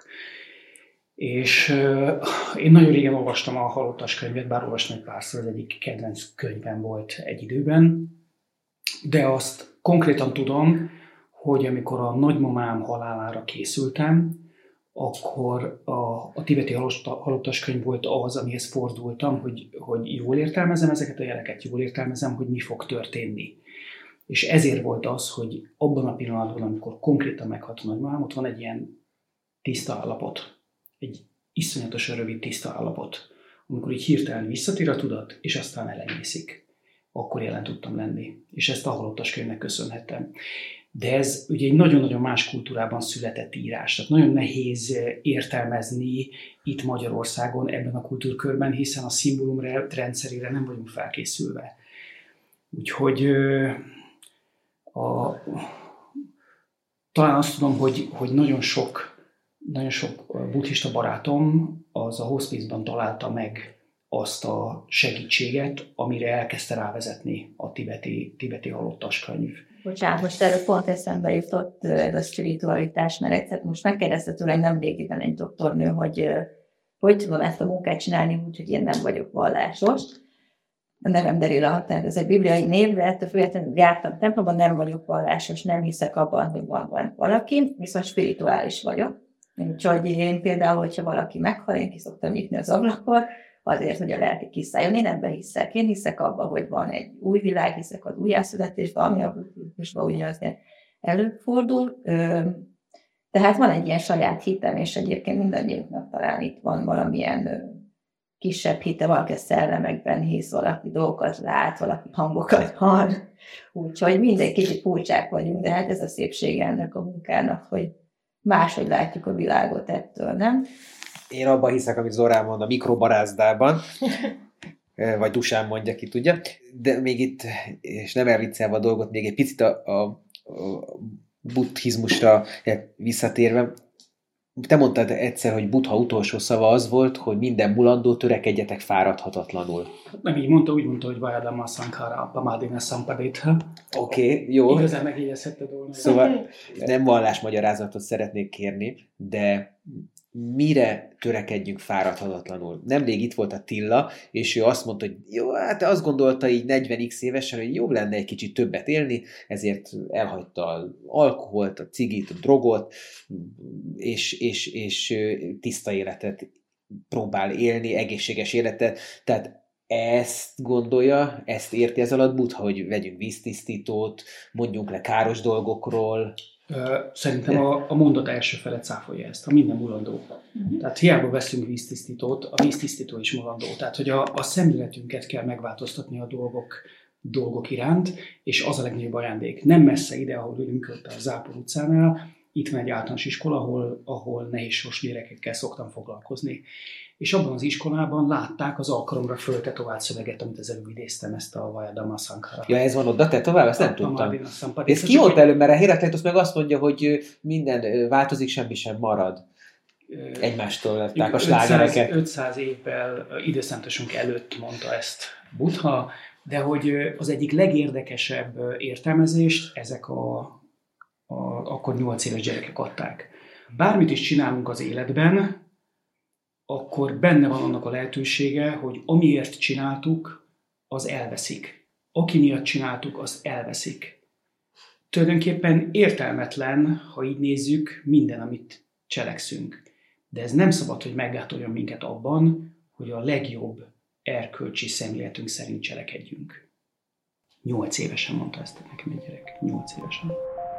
[SPEAKER 1] És uh, én nagyon régen olvastam a halottas könyvet, bár olvastam egy párszor, az egyik kedvenc könyvem volt egy időben, de azt konkrétan tudom, hogy amikor a nagymamám halálára készültem, akkor a, a tibeti halottas könyv volt az, amihez fordultam, hogy, hogy jól értelmezem ezeket a jeleket, jól értelmezem, hogy mi fog történni. És ezért volt az, hogy abban a pillanatban, amikor konkrétan meghalt a nagymamám, ott van egy ilyen tiszta állapot, egy iszonyatosan rövid tiszta állapot, amikor így hirtelen visszatér a tudat, és aztán elenyészik. Akkor jelen tudtam lenni, és ezt a halottas könyvnek köszönhettem. De ez ugye egy nagyon-nagyon más kultúrában született írás, tehát nagyon nehéz értelmezni itt Magyarországon ebben a kultúrkörben, hiszen a szimbólum rendszerére nem vagyunk felkészülve. Úgyhogy a, talán azt tudom, hogy, hogy nagyon sok, nagyon sok buddhista barátom az a hospice-ban találta meg azt a segítséget, amire elkezdte rávezetni a tibeti, tibeti halottas könyv.
[SPEAKER 3] Bocsánat, most erről pont eszembe jutott ez a spiritualitás, mert egyszer most megkérdezte tőle nem régiben egy doktornő, hogy hogy tudom ezt a munkát csinálni, úgyhogy én nem vagyok vallásos. A nevem Derila, tehát ez egy bibliai név, de ettől függetlenül jártam templomban, nem vagyok vallásos, nem hiszek abban, hogy van, van valaki, viszont spirituális vagyok. Úgyhogy én például, hogyha valaki meghal, én ki szoktam nyitni az ablakot, azért, hogy a lelki kiszálljon. Én ebben hiszek. Én hiszek abban, hogy van egy új világ, hiszek az újjászületésben, ami a buddhizmusban ugye azért előfordul. Tehát van egy ilyen saját hitem, és egyébként mindannyiunknak talán itt van valamilyen kisebb hite, valaki a szellemekben hisz, valaki dolgokat lát, valaki hangokat hall. Úgyhogy mindegy kicsit furcsák vagyunk, de hát ez a szépsége ennek a munkának, hogy máshogy látjuk a világot ettől, nem?
[SPEAKER 7] Én abban hiszek, amit Zorán mond a mikrobarázdában, vagy Dusán mondja, ki tudja, de még itt, és nem elviccelve a dolgot, még egy picit a, a, a buddhizmusra visszatérve, te mondtad egyszer, hogy Buddha utolsó szava az volt, hogy minden mulandó törekedjetek fáradhatatlanul.
[SPEAKER 1] Nem így mondta, úgy mondta, hogy Vajadama Sankhara Appamadina Sampaditha.
[SPEAKER 7] Oké, okay, jó.
[SPEAKER 1] Igazán megjegyezhetted volna.
[SPEAKER 7] Szóval nem vallásmagyarázatot szeretnék kérni, de mire törekedjünk fáradhatatlanul? Nemrég itt volt a Tilla, és ő azt mondta, hogy jó, hát azt gondolta így negyven x évesen, hogy jobb lenne egy kicsit többet élni, ezért elhagyta az alkoholt, a cigit, a drogot, és, és, és tiszta életet próbál élni, egészséges életet. Tehát ezt gondolja, ezt érti ez alatt Buddha, hogy vegyünk víztisztítót, mondjunk le káros dolgokról.
[SPEAKER 1] Szerintem a, a mondat első fele cáfolja ezt, a minden mulandó. Uh-huh. Tehát hiába veszünk víztisztítót, a víztisztító is mulandó. Tehát, hogy a, a szemléletünket kell megváltoztatni a dolgok, dolgok iránt, és az a legnagyobb ajándék. Nem messze ide, ahol ülünk ott a Zápor utcánál, itt van egy általános iskola, ahol, ahol nehézsorsú gyerekekkel szoktam foglalkozni. És abban az iskolában látták az alkalomra föltetovált szöveget, amit az előbb idéztem, ezt a Vajadama Sankhara.
[SPEAKER 7] Ja, ez van oda tetoválva? Ezt nem tudtam. Ez ki volt előbb, mert a Herakleitosz meg azt mondja, hogy minden változik, semmi sem marad. Egymástól letták a slágereket.
[SPEAKER 1] ötszáz évvel időszámításunk előtt mondta ezt Buddha, de hogy az egyik legérdekesebb értelmezést ezek a, a akkor nyolc éves gyerekek adták. Bármit is csinálunk az életben, akkor benne van annak a lehetősége, hogy amiért csináltuk, az elveszik. Aki miatt csináltuk, az elveszik. Tulajdonképpen értelmetlen, ha így nézzük, minden, amit cselekszünk. De ez nem szabad, hogy meggátoljon minket abban, hogy a legjobb erkölcsi szemléletünk szerint cselekedjünk. Nyolc évesen mondta ezt nekem egy gyerek. Nyolc évesen.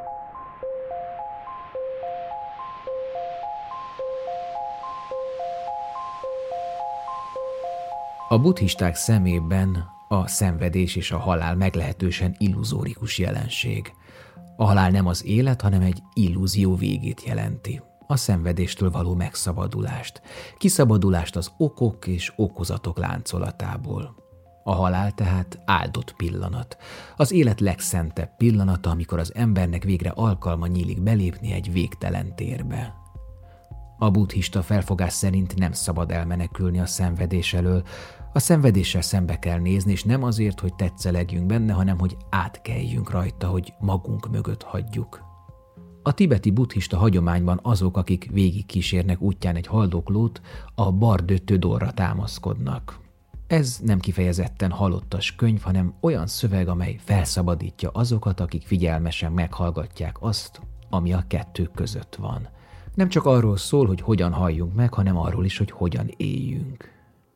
[SPEAKER 4] A buddhisták szemében a szenvedés és a halál meglehetősen illuzórikus jelenség. A halál nem az élet, hanem egy illúzió végét jelenti. A szenvedéstől való megszabadulást, kiszabadulást az okok és okozatok láncolatából. A halál tehát áldott pillanat. Az élet legszentebb pillanata, amikor az embernek végre alkalma nyílik belépni egy végtelen térbe. A buddhista felfogás szerint nem szabad elmenekülni a szenvedés elől. A szenvedéssel szembe kell nézni, és nem azért, hogy tetszelegjünk benne, hanem hogy átkeljünk rajta, hogy magunk mögött hagyjuk. A tibeti buddhista hagyományban azok, akik végig kísérnek útján egy haldoklót, a Bardo Thodolra támaszkodnak. Ez nem kifejezetten halottas könyv, hanem olyan szöveg, amely felszabadítja azokat, akik figyelmesen meghallgatják azt, ami a kettő között van. Nem csak arról szól, hogy hogyan halljunk meg, hanem arról is, hogy hogyan éljünk.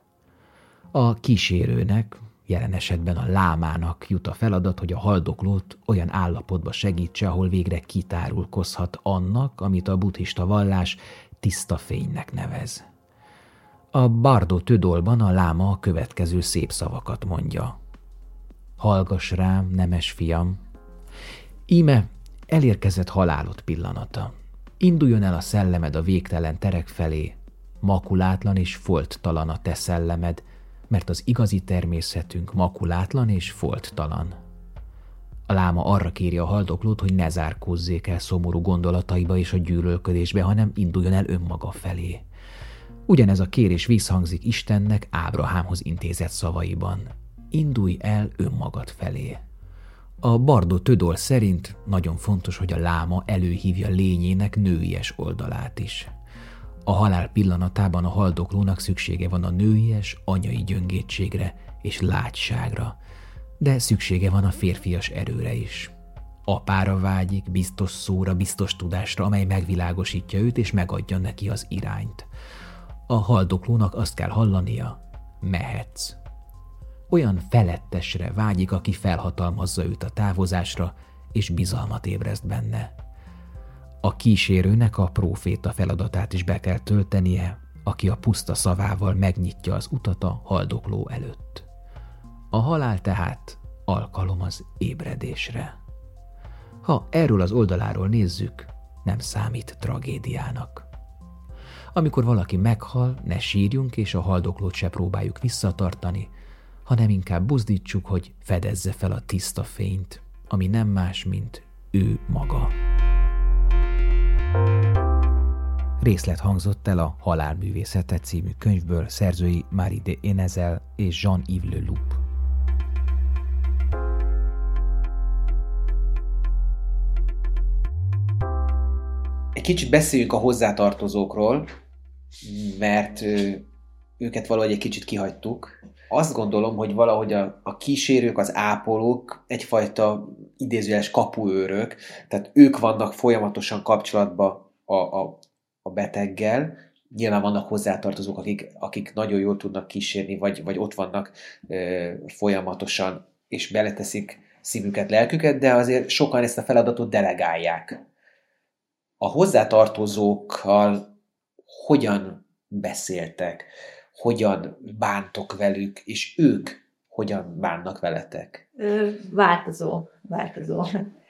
[SPEAKER 4] A kísérőnek, jelen esetben a lámának jut a feladat, hogy a haldoklót olyan állapotba segítse, ahol végre kitárulkozhat annak, amit a buddhista vallás tiszta fénynek nevez. A Bardo Thodolban a láma a következő szép szavakat mondja. Hallgass rám, nemes fiam! Íme elérkezett halálod pillanata. Induljon el a szellemed a végtelen terek felé, makulátlan és folttalan a te szellemed, mert az igazi természetünk makulátlan és folttalan. A láma arra kéri a haldoklót, hogy ne zárkózzék el szomorú gondolataiba és a gyűlölködésbe, hanem induljon el önmaga felé. Ugyanez a kérés visszhangzik Istennek Ábrahámhoz intézett szavaiban. Indulj el önmagad felé. A Bardo Thodol szerint nagyon fontos, hogy a láma előhívja lényének nőies oldalát is. A halál pillanatában a haldoklónak szüksége van a nőies, anyai gyöngétségre és lágyságra, de szüksége van a férfias erőre is. Apára vágyik, biztos szóra, biztos tudásra, amely megvilágosítja őt és megadja neki az irányt. A haldoklónak azt kell hallania, mehetsz. Olyan felettesre vágyik, aki felhatalmazza őt a távozásra, és bizalmat ébreszt benne. A kísérőnek a próféta feladatát is be kell töltenie, aki a puszta szavával megnyitja az utat a haldokló előtt. A halál tehát alkalom az ébredésre. Ha erről az oldaláról nézzük, nem számít tragédiának. Amikor valaki meghal, ne sírjunk, és a haldoklót se próbáljuk visszatartani, hanem inkább buzdítsuk, hogy fedezze fel a tiszta fényt, ami nem más, mint ő maga. Részlet hangzott el a Halálművészete című könyvből, szerzői Marie de Enezel és Jean-Yves Leloup.
[SPEAKER 7] Egy kicsit beszéljünk a hozzátartozókról, mert őket valahogy egy kicsit kihagytuk. Azt gondolom, hogy valahogy a, a kísérők, az ápolók egyfajta idézőjeles kapuőrök, tehát ők vannak folyamatosan kapcsolatban a, a, a beteggel. Nyilván vannak hozzátartozók, akik, akik nagyon jól tudnak kísérni, vagy, vagy ott vannak ö, folyamatosan, és beleteszik szívüket, lelküket, de azért sokan ezt a feladatot delegálják. A hozzátartozókkal hogyan beszéltek, hogyan bántok velük, és ők hogyan bánnak veletek?
[SPEAKER 3] Ö, változó, változó,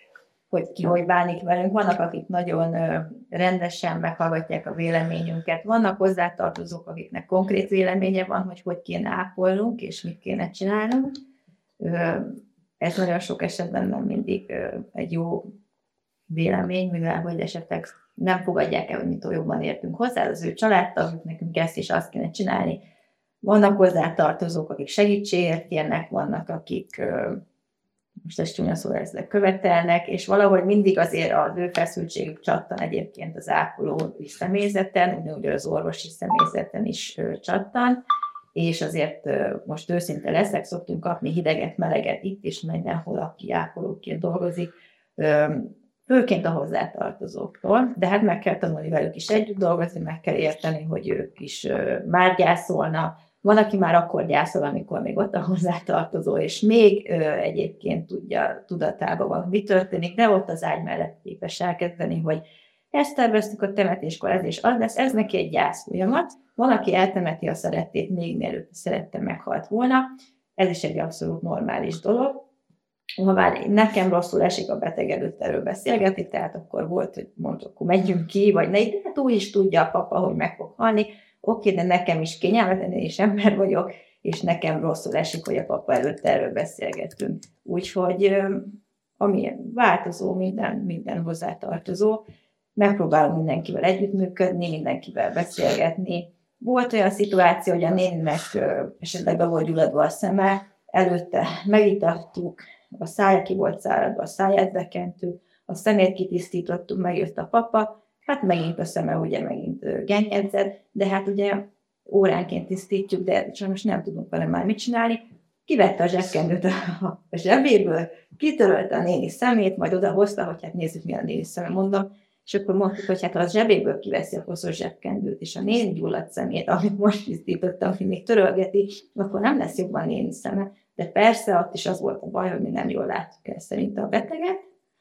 [SPEAKER 3] hogy ki hogy bánik velünk. Vannak, akik nagyon ö, rendesen meghallgatják a véleményünket, vannak hozzátartozók, akiknek konkrét véleménye van, hogy hogy kéne ápolnunk, és mit kéne csinálnunk. Ö, ez nagyon sok esetben nem mindig ö, egy jó vélemény, mivel hogy esetleg nem fogadják el, hogy mitől jobban értünk hozzá, az ő családtagjuk, nekünk ezt is azt kéne csinálni. Vannak hozzátartozók, akik segítségért kérnek, vannak, akik, most ezt csúnya szóval ezzel követelnek, és valahogy mindig azért az ő feszültségük csattan egyébként az ápolói személyzeten, ugyanúgy az orvosi személyzeten is csattan, és azért most őszinte leszek, szoktunk kapni hideget, meleget itt is, mindenhol, aki ápolóként dolgozik, főként a hozzátartozóktól, de hát meg kell tanulni velük is együtt dolgozni, meg kell érteni, hogy ők is uh, már gyászolnak. Van, aki már akkor gyászol, amikor még ott a hozzátartozó, és még uh, egyébként tudja, tudatában van, mi történik, de ott az ágy mellett képes elkezdeni, hogy ezt terveztük a temetéskor, ez és az lesz, ez neki egy gyász folyamat. Van, aki eltemeti a szerettét még mielőtt szerette meghalt volna, ez is egy abszolút normális dolog. Ha már nekem rosszul esik a beteg előtt erről beszélgetni, tehát akkor volt, hogy mondjuk, akkor megyünk ki, vagy ne, de hát úgy is tudja a papa, hogy meg fog halni. Oké, de nekem is kényelmetlen, én is ember vagyok, és nekem rosszul esik, hogy a papa előtt erről beszélgetünk. Úgyhogy amilyen változó, minden, minden hozzátartozó, megpróbálom mindenkivel együttműködni, mindenkivel beszélgetni. Volt olyan szituáció, hogy a néninek esetleg be volt gyulladva a szeme, előtte megitattuk, a szája ki volt száradva, a száját bekentük, a szemét kitisztítottuk, megjött a papa, hát megint a szeme ugye megint gennyedzett, de hát ugye óránként tisztítjuk, de sajnos nem tudunk vele már mit csinálni. Kivette a zsebkendőt a zsebéből, kitörölte a néni szemét, majd odahozta, hogy hát nézzük, mi a néni szeme, mondom, és akkor mondtuk, hogy hát ha a zsebéből kiveszi a hosszú zsebkendőt, és a néni gyulladt szemét, amit most tisztítottam, hogy még törölgeti, akkor nem lesz jobban a néni szeme. De persze ott is az volt a baj, hogy mi nem jól láttuk el szerint a beteget,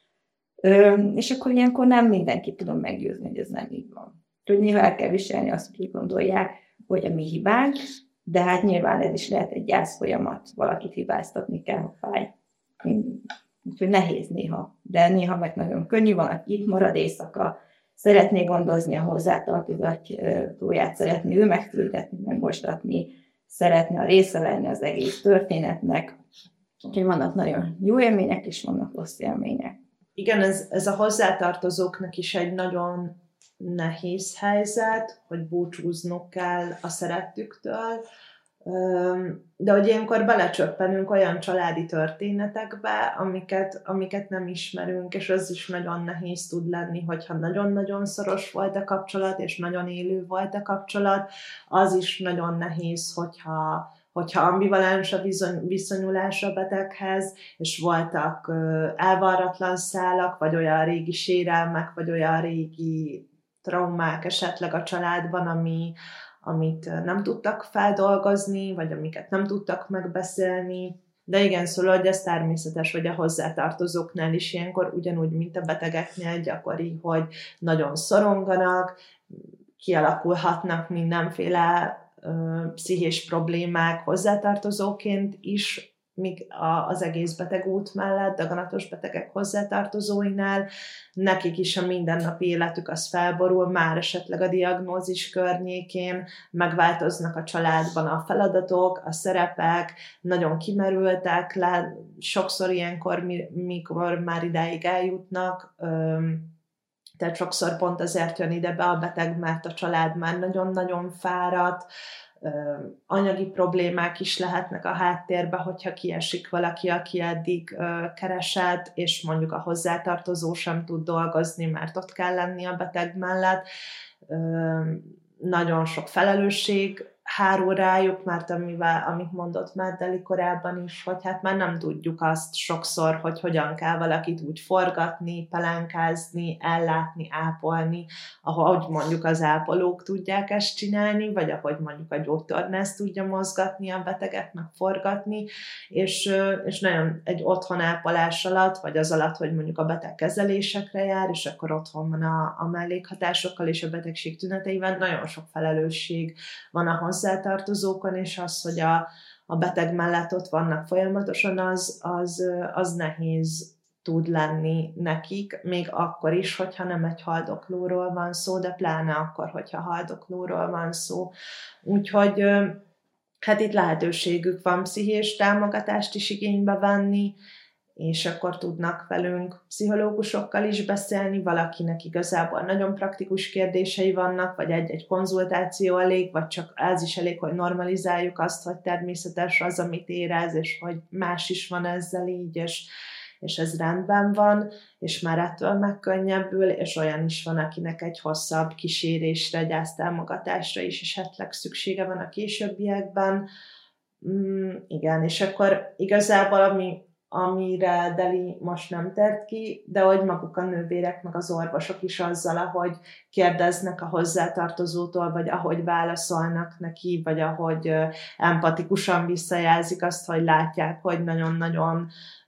[SPEAKER 3] Ö, és akkor ilyenkor nem mindenkit tudom meggyőzni, hogy ez nem így van. Úgyhogy néha el kell viselni azt, hogy gondolják, hogy a mi hibánk, de hát nyilván ez is lehet egy gyász folyamat, valakit hibáztatni kell, ha fáj. Úgyhogy nehéz néha, de néha meg nagyon könnyű, van, aki itt marad éjszaka, szeretné gondozni a hozzátartozóját, szeretné ő megfültetni, megmostatni, szeretne a része lenni az egész történetnek. Úgyhogy vannak nagyon jó élmények, és vannak rossz élmények.
[SPEAKER 2] Igen, ez, ez a hozzátartozóknak is egy nagyon nehéz helyzet, hogy búcsúznunk kell a szerettüktől, de hogy ilyenkor belecsöppenünk olyan családi történetekbe, amiket, amiket nem ismerünk, és az is nagyon nehéz tud lenni, hogyha nagyon-nagyon szoros volt a kapcsolat, és nagyon élő volt a kapcsolat, az is nagyon nehéz, hogyha, hogyha ambivalens a viszonyulás a beteghez, és voltak elvarratlan szálak, vagy olyan régi sérelmek, vagy olyan régi traumák esetleg a családban, ami, amit nem tudtak feldolgozni, vagy amiket nem tudtak megbeszélni. De igen, szóval, hogy ez természetes, hogy a hozzátartozóknál is ilyenkor ugyanúgy, mint a betegeknél gyakori, hogy nagyon szoronganak, kialakulhatnak mindenféle ö, pszichés problémák hozzátartozóként is, míg az egész betegút mellett, daganatos betegek hozzátartozóinál, nekik is a mindennapi életük az felborul, már esetleg a diagnózis környékén, megváltoznak a családban a feladatok, a szerepek, nagyon kimerültek le, sokszor ilyenkor, mikor már idáig eljutnak, tehát sokszor pont azért jön ide be a beteg, mert a család már nagyon-nagyon fáradt, anyagi problémák is lehetnek a háttérbe, hogyha kiesik valaki, aki eddig keresett, és mondjuk a hozzátartozó sem tud dolgozni, mert ott kell lenni a beteg mellett. Nagyon sok felelősség hárul rájuk, mert amivel, amit mondott már Deli korábban is, hogy hát már nem tudjuk azt sokszor, hogy hogyan kell valakit úgy forgatni, pelánkázni, ellátni, ápolni, ahogy mondjuk az ápolók tudják ezt csinálni, vagy ahogy mondjuk a gyógytornász tudja mozgatni a beteget, meg forgatni, és, és nagyon egy otthon ápolás alatt, vagy az alatt, hogy mondjuk a beteg kezelésekre jár, és akkor otthon van a, a mellékhatásokkal és a betegség tüneteivel, nagyon sok felelősség van a hozzátartozókon, és az, hogy a, a beteg mellett ott vannak folyamatosan, az, az, az nehéz tud lenni nekik, még akkor is, hogyha nem egy haldoklóról van szó, de pláne akkor, hogyha haldoklóról van szó. Úgyhogy hát itt lehetőségük van pszichés támogatást is igénybe venni, és akkor tudnak velünk pszichológusokkal is beszélni, valakinek igazából nagyon praktikus kérdései vannak, vagy egy-egy konzultáció elég, vagy csak ez is elég, hogy normalizáljuk azt, hogy természetes az, amit érez, és hogy más is van ezzel így, és, és ez rendben van, és már ettől megkönnyebbül, és olyan is van, akinek egy hosszabb kísérésre, gyásztámogatásra is esetleg szüksége van a későbbiekben. Mm, igen, és akkor igazából ami amire Deli most nem tért ki, de hogy maguk a nővérek, meg az orvosok is azzal, ahogy kérdeznek a hozzátartozótól, vagy ahogy válaszolnak neki, vagy ahogy empatikusan visszajelzik azt, hogy látják, hogy nagyon-nagyon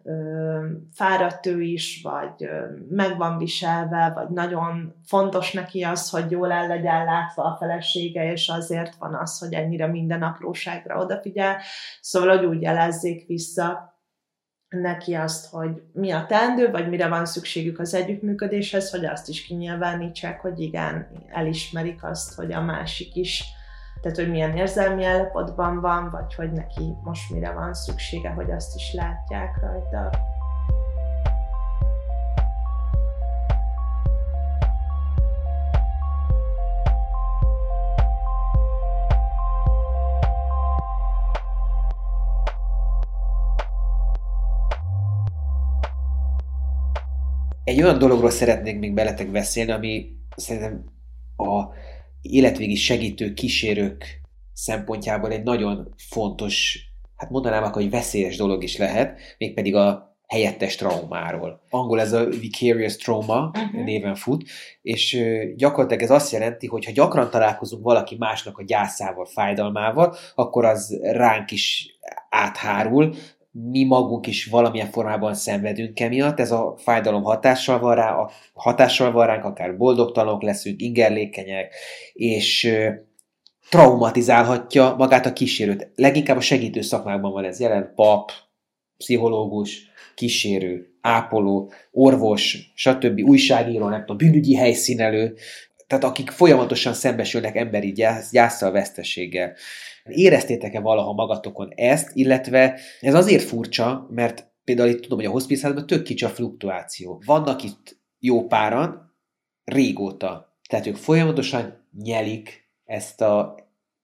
[SPEAKER 2] fáradt ő is, vagy meg van viselve, vagy nagyon fontos neki az, hogy jól el legyen látva a felesége, és azért van az, hogy ennyire minden apróságra odafigyel. Szóval, hogy úgy jelezzék vissza neki azt, hogy mi a teendő, vagy mire van szükségük az együttműködéshez, hogy azt is kinyilvánítsák, hogy igen, elismerik azt, hogy a másik is, tehát hogy milyen érzelmi állapotban van, vagy hogy neki most mire van szüksége, hogy azt is látják rajta.
[SPEAKER 7] Egy olyan dologról szeretnék még veletek beszélni, ami szerintem a életvégi segítő kísérők szempontjából egy nagyon fontos, hát mondanám akkor, hogy veszélyes dolog is lehet, mégpedig a helyettes traumáról. Angol ez a vicarious trauma uh-huh. néven fut, és gyakorlatilag ez azt jelenti, hogy ha gyakran találkozunk valaki másnak a gyászával, fájdalmával, akkor az ránk is áthárul, mi magunk is valamilyen formában szenvedünk emiatt, ez a fájdalom hatással van rá, a hatással van ránk, akár boldogtalanok leszünk, ingerlékenyek, és traumatizálhatja magát a kísérőt. Leginkább a segítő szakmákban van ez jelen, pap, pszichológus, kísérő, ápoló, orvos, stb. Újságíró, nem tudom, bűnügyi helyszínelő, tehát akik folyamatosan szembesülnek emberi gyász, gyászsal, veszteséggel. Éreztétek-e valaha magatokon ezt, illetve ez azért furcsa, mert például itt tudom, hogy a hospice-házban tök kicsi a fluktuáció. Vannak itt jó páran, régóta, tehát ők folyamatosan nyelik ezt a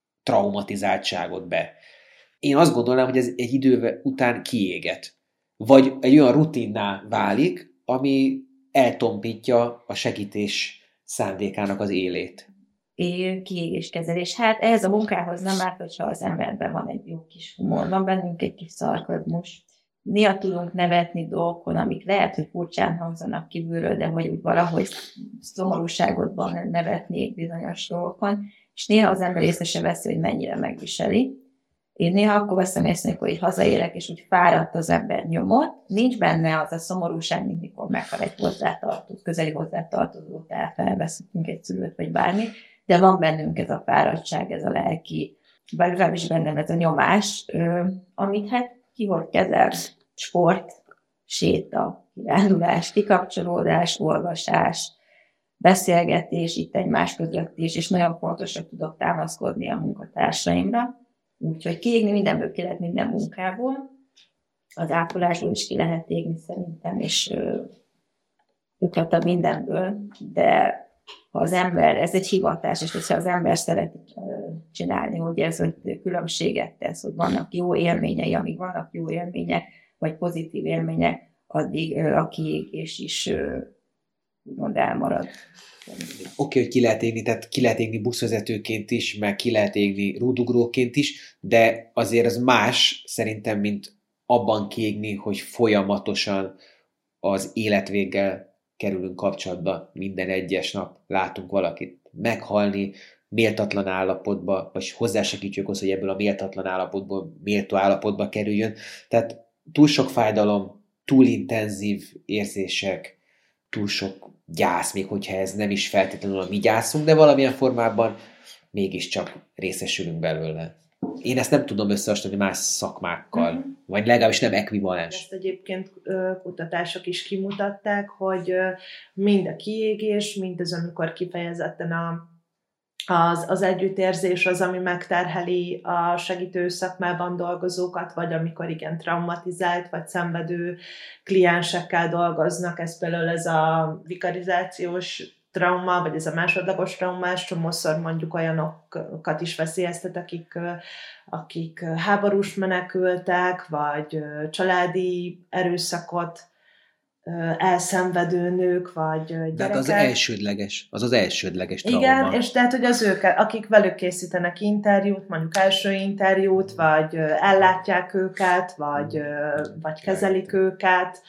[SPEAKER 7] traumatizáltságot be. Én azt gondolnám, hogy ez egy idő után kiéget. Vagy egy olyan rutinná válik, ami eltompítja a segítés szándékának az élét.
[SPEAKER 3] Kiégéskezelés. Hát ehhez a munkához nem árt, hogyha az emberben van egy jó kis humor, van bennünk egy kis szarkadmus. Néha tudunk nevetni dolgokon, amik lehet, hogy furcsán hangzanak kívülről, de hogy úgy valahogy szomorúságodban nevetnék bizonyos dolgokon, és néha az ember észre se veszi, hogy mennyire megviseli. Én néha akkor veszem észre, hogy így hazaérek, és úgy fáradt az ember nyomot. Nincs benne az a szomorúság, mint mikor meghal egy hozzátartozó, közeli hozzátartozó, tehát felveszünk egy szülőt, vagy bármi. de van bennünk ez a fáradtság, ez a lelki, vagy legalábbis bennem ez a nyomás, amit hát ki hogy kezel, sport, séta, kirándulás, kikapcsolódás, olvasás, beszélgetés itt egymás között is, és nagyon fontosak tudok támaszkodni a munkatársaimra. Úgyhogy kiégni mindenből ki lehet, minden munkából. Az ápolásból is ki lehet égni szerintem, és őket mindenből, de ha az ember, ez egy hivatás, és hogyha az ember szereti csinálni, hogy ez hogy különbséget tesz, hogy vannak jó élményei, amíg vannak jó élmények, vagy pozitív élmények, addig a kiégés is úgymond elmarad.
[SPEAKER 7] Oké, okay, hogy ki lehet égni, tehát ki lehet égni buszvezetőként is, meg ki lehet égni rúdugróként is, de azért az más szerintem, mint abban kiégni, hogy folyamatosan az életvéggel kerülünk kapcsolatba minden egyes nap. Látunk valakit meghalni, méltatlan állapotba, vagy hozzásegítjük ahhoz, hogy ebből a méltatlan állapotból méltó állapotba kerüljön. Tehát túl sok fájdalom, túl intenzív érzések, túl sok gyász, még hogyha ez nem is feltétlenül a mi gyászunk, de valamilyen formában mégiscsak részesülünk belőle. Én ezt nem tudom összehasonlítani más szakmákkal, mm-hmm. vagy legalábbis nem ekvivalens.
[SPEAKER 2] Ezt egyébként kutatások is kimutatták, hogy mind a kiégés, mind az, amikor kifejezetten a, az, az együttérzés az, ami megterheli a segítő szakmában dolgozókat, vagy amikor igen traumatizált, vagy szenvedő kliensekkel dolgoznak, ez például ez a vikarizációs trauma, vagy ez a másodlagos traumás, csomószor mondjuk olyanokat is veszélyeztet, akik, akik háborús menekültek, vagy családi erőszakot elszenvedő nők, vagy gyerekek.
[SPEAKER 7] Tehát az elsődleges, az az elsődleges trauma.
[SPEAKER 2] Igen, és tehát, hogy az ők, akik velük készítenek interjút, mondjuk első interjút, vagy ellátják őket, vagy, vagy kezelik őket,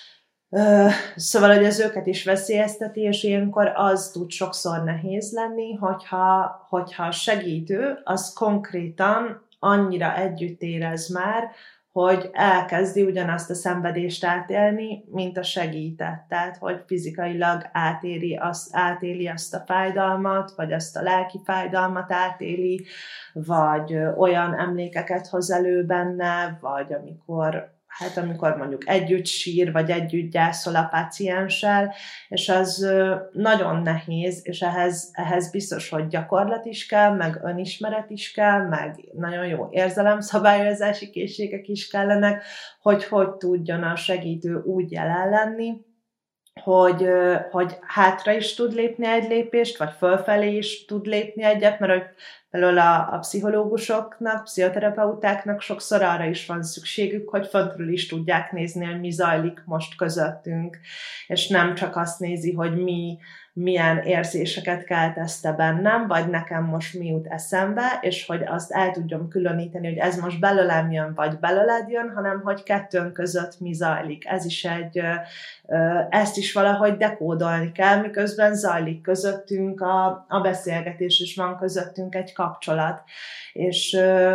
[SPEAKER 2] szóval, hogy ez őket is veszélyezteti, és ilyenkor az tud sokszor nehéz lenni, hogyha, hogyha a segítő az konkrétan annyira együtt érez már, hogy elkezdi ugyanazt a szenvedést átélni, mint a segített. Tehát, hogy fizikailag átéli azt, átéli azt a fájdalmat, vagy azt a lelki fájdalmat átéli, vagy olyan emlékeket hoz elő benne, vagy amikor hát amikor mondjuk együtt sír, vagy együtt gyászol a pácienssel, és az nagyon nehéz, és ehhez, ehhez biztos, hogy gyakorlat is kell, meg önismeret is kell, meg nagyon jó érzelemszabályozási készségek is kellenek, hogy hogy tudjon a segítő úgy jelen lenni, hogy, hogy hátra is tud lépni egy lépést, vagy fölfelé is tud lépni egyet, mert hogy például a, a pszichológusoknak, pszichoterapeutáknak sokszor arra is van szükségük, hogy föntről is tudják nézni, hogy mi zajlik most közöttünk, és nem csak azt nézi, hogy mi, milyen érzéseket keltezte bennem, vagy nekem most mi jut eszembe, és hogy azt el tudjam különíteni, hogy ez most belőlem jön, vagy belőled jön, hanem hogy kettőnk között mi zajlik. Ez is egy, ezt is valahogy dekódolni kell, miközben zajlik közöttünk a, a beszélgetés, és van közöttünk egy kapcsolat. És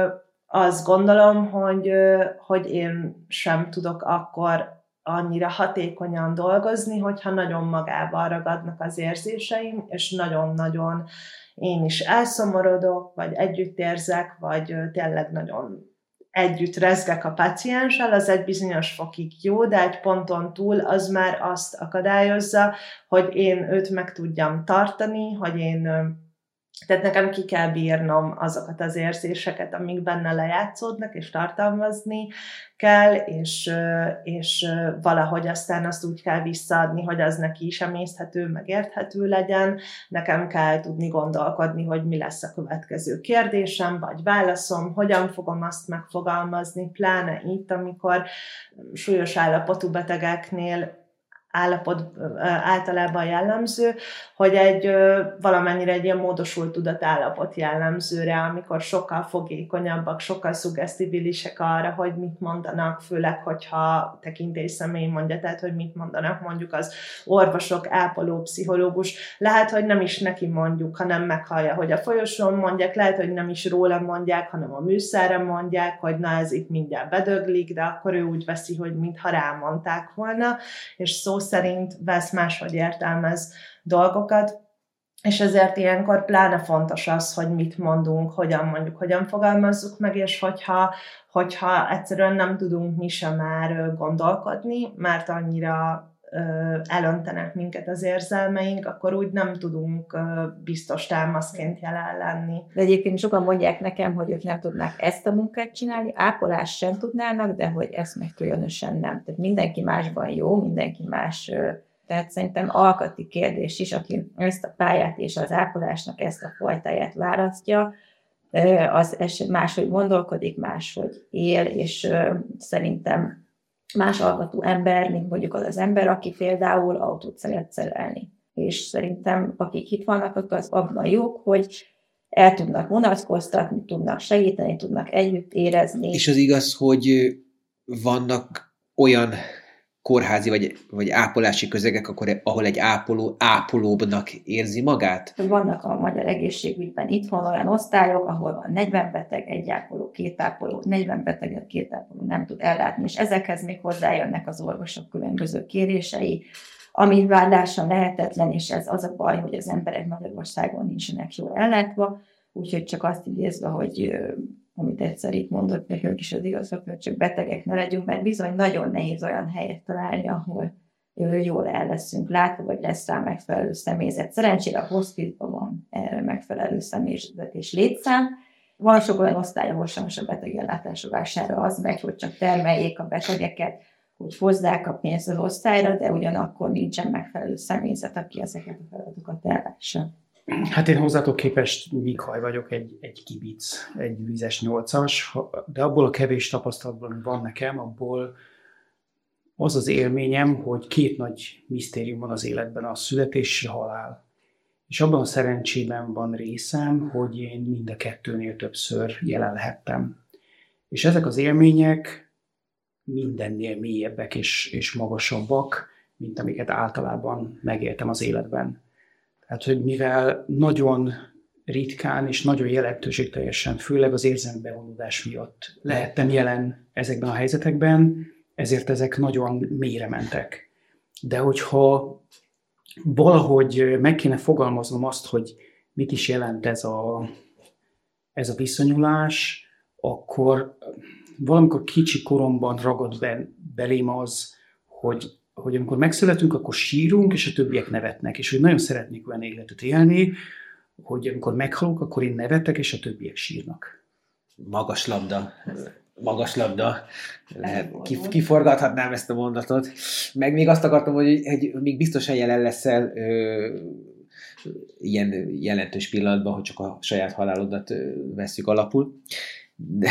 [SPEAKER 2] azt gondolom, hogy, hogy én sem tudok akkor annyira hatékonyan dolgozni, hogyha nagyon magában ragadnak az érzéseim, és nagyon-nagyon én is elszomorodok, vagy együtt érzek, vagy tényleg nagyon együtt rezgek a pácienssel, az egy bizonyos fokig jó, de egy ponton túl az már azt akadályozza, hogy én őt meg tudjam tartani, hogy én Tehát nekem ki kell bírnom azokat az érzéseket, amik benne lejátszódnak, és tartalmazni kell, és, és valahogy aztán azt úgy kell visszaadni, hogy az neki is emészthető, megérthető legyen. Nekem kell tudni gondolkodni, hogy mi lesz a következő kérdésem, vagy válaszom, hogyan fogom azt megfogalmazni, pláne itt, amikor súlyos állapotú betegeknél állapot általában jellemző, hogy egy valamennyire egy ilyen módosult tudatállapot jellemző rá, amikor sokkal fogékonyabbak, sokkal szuggesztibilisek arra, hogy mit mondanak, főleg, hogyha tekintély személy mondja, tehát, hogy mit mondanak mondjuk az orvosok, ápoló, pszichológus. Lehet, hogy nem is neki mondjuk, hanem meghallja, hogy a folyosón mondják, lehet, hogy nem is róla mondják, hanem a műszerre mondják, hogy na ez itt mindjárt bedöglik, de akkor ő úgy veszi, hogy mintha rámondták volna, és szó szerint vesz máshogy értelmez dolgokat, és ezért ilyenkor pláne fontos az, hogy mit mondunk, hogyan mondjuk, hogyan fogalmazzuk meg, és hogyha, hogyha egyszerűen nem tudunk mi sem már gondolkodni, mert annyira elöntenek minket az érzelmeink, akkor úgy nem tudunk biztos támaszként jelen lenni.
[SPEAKER 3] De egyébként sokan mondják nekem, hogy ők nem tudnák ezt a munkát csinálni, ápolást sem tudnának, de hogy ezt meg különösen nem. Tehát mindenki másban jó, mindenki más. Tehát szerintem alkati kérdés is, aki ezt a pályát és az ápolásnak ezt a fajtáját választja, az máshogy gondolkodik, máshogy él, és szerintem más alkatú ember, mint mondjuk az az ember, aki például autót szeret szerelni. És szerintem akik itt vannak, az abban jók, hogy el tudnak vonatkoztatni, tudnak segíteni, tudnak együtt érezni.
[SPEAKER 7] És az igaz, hogy vannak olyan kórházi vagy, vagy ápolási közegek, akkor, ahol egy ápoló ápolóbbnak érzi magát?
[SPEAKER 3] Vannak a magyar egészségügyben itthon olyan osztályok, ahol van negyven beteg, egy ápoló, két ápoló, negyven beteget, két ápoló nem tud ellátni, és ezekhez még hozzájönnek az orvosok különböző kérései, ami válásan lehetetlen, és ez az a baj, hogy az emberek Magyarországon nincsenek jól ellátva, úgyhogy csak azt idézve, hogy amit egyszer itt mondott nekünk is az igazak, hogy csak betegek ne legyünk, mert bizony nagyon nehéz olyan helyet találni, ahol jól el leszünk látva, vagy lesz rá megfelelő személyzet. Szerencsére a hospizban van erre megfelelő személyzet és létszám. Van sok olyan osztály, ahol sajnos a betegellátásra vására az megy, hogy csak termeljék a betegeket, hogy hozzák a pénzt az osztályra, de ugyanakkor nincsen megfelelő személyzet, aki ezeket a feladatokat ellássa.
[SPEAKER 1] Hát én hozzátok képest Mikhaj vagyok, egy, egy kibic, egy vízes nyolcas, de abból a kevés tapasztalatból, ami van nekem, abból az az élményem, hogy két nagy misztérium van az életben, a születés és a halál. És abban a szerencsében van részem, hogy én mind a kettőnél többször jelen lehettem. És ezek az élmények mindennél mélyebbek és, és magasabbak, mint amiket általában megéltem az életben. Tehát, hogy mivel nagyon ritkán és nagyon jelentőségteljesen, főleg az érzelmi bevonódás miatt lehettem jelen ezekben a helyzetekben, ezért ezek nagyon mélyre mentek. De hogyha valahogy meg kéne fogalmaznom azt, hogy mit is jelent ez a, ez a viszonyulás, akkor valamikor kicsi koromban ragad be, belém az, hogy hogy amikor megszületünk, akkor sírunk, és a többiek nevetnek. És hogy nagyon szeretnék olyan életet élni, hogy amikor meghalok, akkor én nevetek, és a többiek sírnak.
[SPEAKER 7] Magas labda. Magas labda. Lehet, kiforgathatnám ezt a mondatot. Meg még azt akartam, hogy, hogy még biztosan jelen leszel ö, ilyen jelentős pillanatban, hogy csak a saját halálodat vesszük alapul. De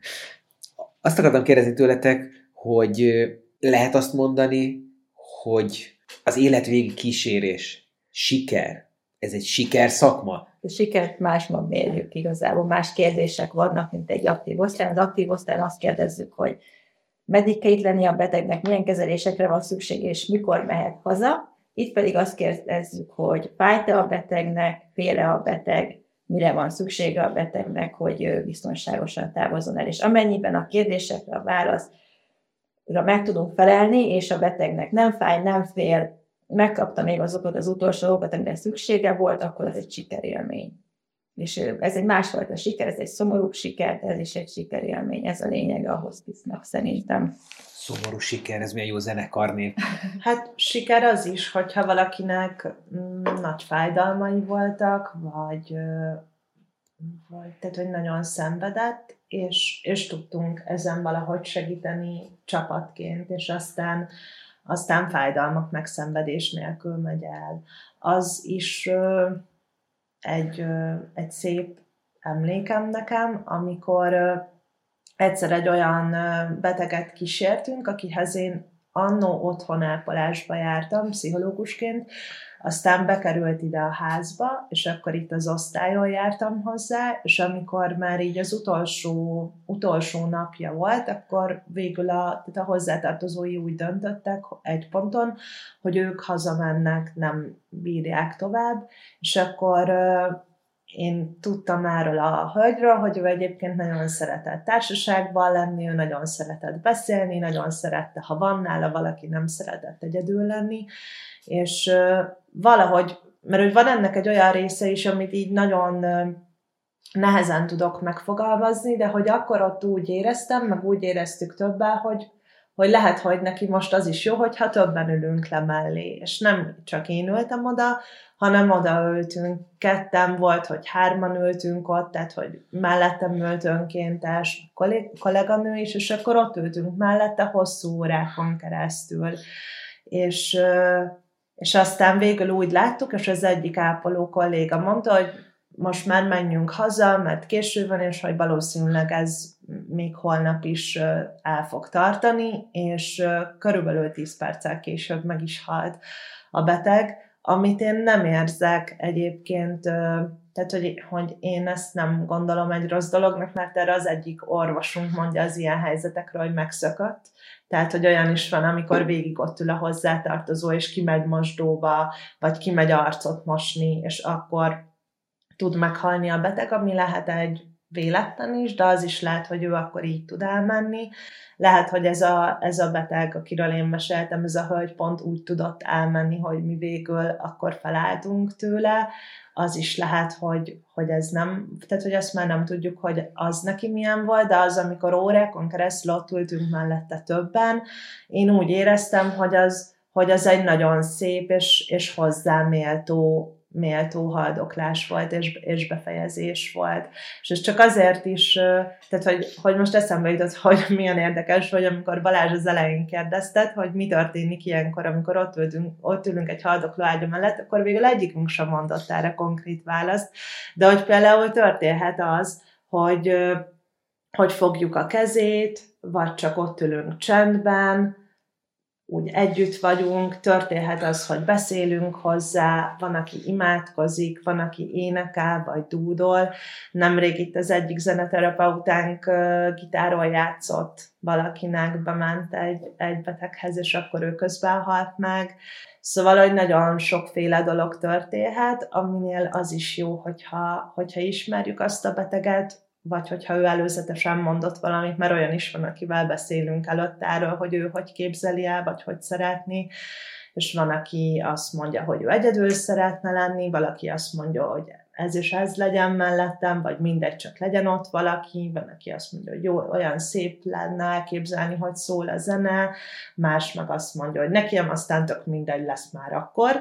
[SPEAKER 7] azt akartam kérdezni tőletek, hogy lehet azt mondani, hogy az életvégi kísérés, siker, ez egy siker szakma?
[SPEAKER 3] A sikert másban mérjük igazából, más kérdések vannak, mint egy aktív osztályon. Az aktív osztályon azt kérdezzük, hogy meddig kell itt lenni a betegnek, milyen kezelésekre van szükség, és mikor mehet haza. Itt pedig azt kérdezzük, hogy fájt-e a betegnek, fél-e a beteg, mire van szüksége a betegnek, hogy biztonságosan távozzon el. És amennyiben a kérdésekre a válasz meg tudunk felelni, és a betegnek nem fáj, nem fél, megkapta még azokat az utolsó dolgokat, amire szüksége volt, akkor ez egy sikerélmény. És ez egy másfajta siker, ez egy szomorú siker, de ez is egy sikerélmény. Ez a lényege a hospice-nak szerintem.
[SPEAKER 7] Szomorú siker, ez milyen jó zenekarnév.
[SPEAKER 2] Hát siker az is, hogyha valakinek mm, nagy fájdalmai voltak, vagy, vagy tehát, hogy nagyon szenvedett, és, és tudtunk ezen valahogy segíteni csapatként, és aztán, aztán fájdalmak megszenvedés nélkül megy el. Az is ö, egy, ö, egy szép emlékem nekem, amikor ö, egyszer egy olyan ö, beteget kísértünk, akihez én annó otthonápolásba jártam pszichológusként, aztán bekerült ide a házba, és akkor itt az osztályon jártam hozzá, és amikor már így az utolsó, utolsó napja volt, akkor végül a, tehát a hozzátartozói úgy döntöttek egy ponton, hogy ők hazamennek, nem bírják tovább, és akkor én tudtam erről a hölgyről, hogy ő egyébként nagyon szeretett társaságban lenni, ő nagyon szeretett beszélni, nagyon szerette, ha van nála valaki, nem szeretett egyedül lenni, és valahogy mert hogy van ennek egy olyan része is, amit így nagyon nehezen tudok megfogalmazni, de hogy akkor ott úgy éreztem, meg úgy éreztük többen, hogy, hogy lehet, hogy neki most az is jó, hogyha többen ülünk le mellé. És nem csak én ültem oda, hanem oda ültünk. Ketten volt, hogy hárman ültünk ott, tehát hogy mellettem ült önkéntes kolléganő is, és akkor ott ültünk mellette hosszú órákon keresztül. És, és aztán végül úgy láttuk, és az egyik ápoló kolléga mondta, hogy most már menjünk haza, mert késő van, és hogy valószínűleg ez még holnap is el fog tartani, és körülbelül tíz perccel később meg is halt a beteg, amit én nem érzek egyébként, tehát hogy, hogy én ezt nem gondolom egy rossz dolognak, mert erre az egyik orvosunk mondja az ilyen helyzetekről, hogy megszökött. Tehát, hogy olyan is van, amikor végig ott ül a hozzátartozó, és kimegy mosdóba, vagy kimegy arcot mosni, és akkor tud meghalni a beteg, ami lehet egy véletlen is, de az is lehet, hogy ő akkor így tud elmenni. Lehet, hogy ez a, ez a beteg, akiről én meséltem, ez a hölgy pont úgy tudott elmenni, hogy mi végül akkor felálltunk tőle. Az is lehet, hogy, hogy ez nem, tehát hogy azt már nem tudjuk, hogy az neki milyen volt, de az, amikor órákon keresztül ott ültünk mellette többen, én úgy éreztem, hogy az, hogy az egy nagyon szép és, és hozzá méltó méltó haldoklás volt, és, és befejezés volt. És ez csak azért is, tehát hogy, hogy most eszembe jutott, hogy milyen érdekes, hogy amikor Balázs az elején kérdezted, hogy mi történik ilyenkor, amikor ott ülünk, ott ülünk egy haldokló ágya mellett, akkor végül egyikünk sem mondott erre konkrét választ, de hogy például történhet az, hogy, hogy fogjuk a kezét, vagy csak ott ülünk csendben, úgy együtt vagyunk, történhet az, hogy beszélünk hozzá, van, aki imádkozik, van, aki énekel, vagy dúdol. Nemrég itt az egyik zeneterapeutánk gitáron játszott, valakinek bement egy, egy beteghez, és akkor ő közben halt meg. Szóval, hogy nagyon sokféle dolog történhet, aminél az is jó, hogyha, hogyha ismerjük azt a beteget, vagy hogyha ő előzetesen mondott valamit, mert olyan is van, akivel beszélünk előttáról, hogy ő hogy képzeli el, vagy hogy szeretné, és van, aki azt mondja, hogy ő egyedül szeretne lenni, valaki azt mondja, hogy ez és ez legyen mellettem, vagy mindegy, csak legyen ott valaki, van, aki azt mondja, hogy jó, olyan szép lenne elképzelni, hogy szól a zene, más meg azt mondja, hogy nekem aztán tök mindegy lesz már akkor,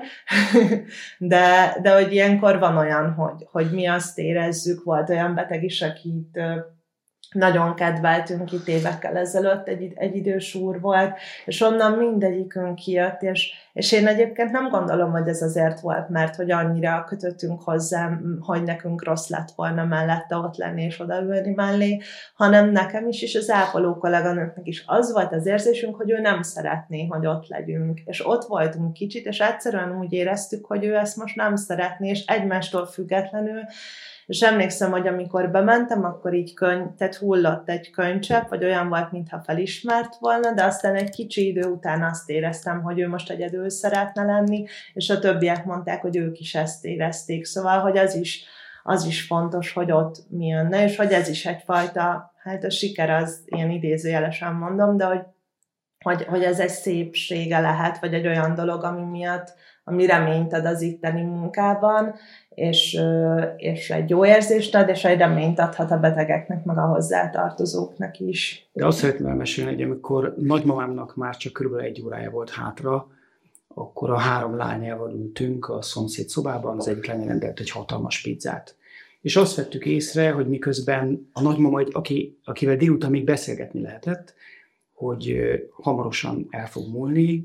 [SPEAKER 2] de, de hogy ilyenkor van olyan, hogy, hogy mi azt érezzük, volt olyan beteg is, akit nagyon kedveltünk itt évekkel ezelőtt, egy, egy idős úr volt, és onnan mindegyikünk kijött, és, és én egyébként nem gondolom, hogy ez azért volt, mert hogy annyira kötöttünk hozzá, hogy nekünk rossz lett volna mellette ott lenni és odaülni mellé, hanem nekem is, és az ápoló kolléganőknek is az volt az érzésünk, hogy ő nem szeretné, hogy ott legyünk. És ott voltunk kicsit, és egyszerűen úgy éreztük, hogy ő ezt most nem szeretné, és egymástól függetlenül. És emlékszem, hogy amikor bementem, akkor így könyv, tehát hullott egy könycsepp, vagy olyan volt, mintha felismert volna, de aztán egy kicsi idő után azt éreztem, hogy ő most egyedül szeretne lenni, és a többiek mondták, hogy ők is ezt érezték. Szóval, hogy az is, az is fontos, hogy ott mi jönne, és hogy ez is egyfajta, hát a siker az ilyen idézőjelesen mondom, de hogy, hogy, hogy ez egy szépsége lehet, vagy egy olyan dolog, ami miatt, ami reményt ad az itteni munkában, és, és egy jó érzést ad, és egy reményt adhat a betegeknek, meg a hozzátartozóknak is.
[SPEAKER 1] De azt szeretném elmesélni, hogy amikor nagymamámnak már csak körülbelül egy órája volt hátra, akkor a három lányával ültünk a szomszéd szobában, az egyik lány rendelt egy hatalmas pizzát. És azt vettük észre, hogy miközben a nagymama, aki, akivel délután még beszélgetni lehetett, hogy hamarosan el fog múlni,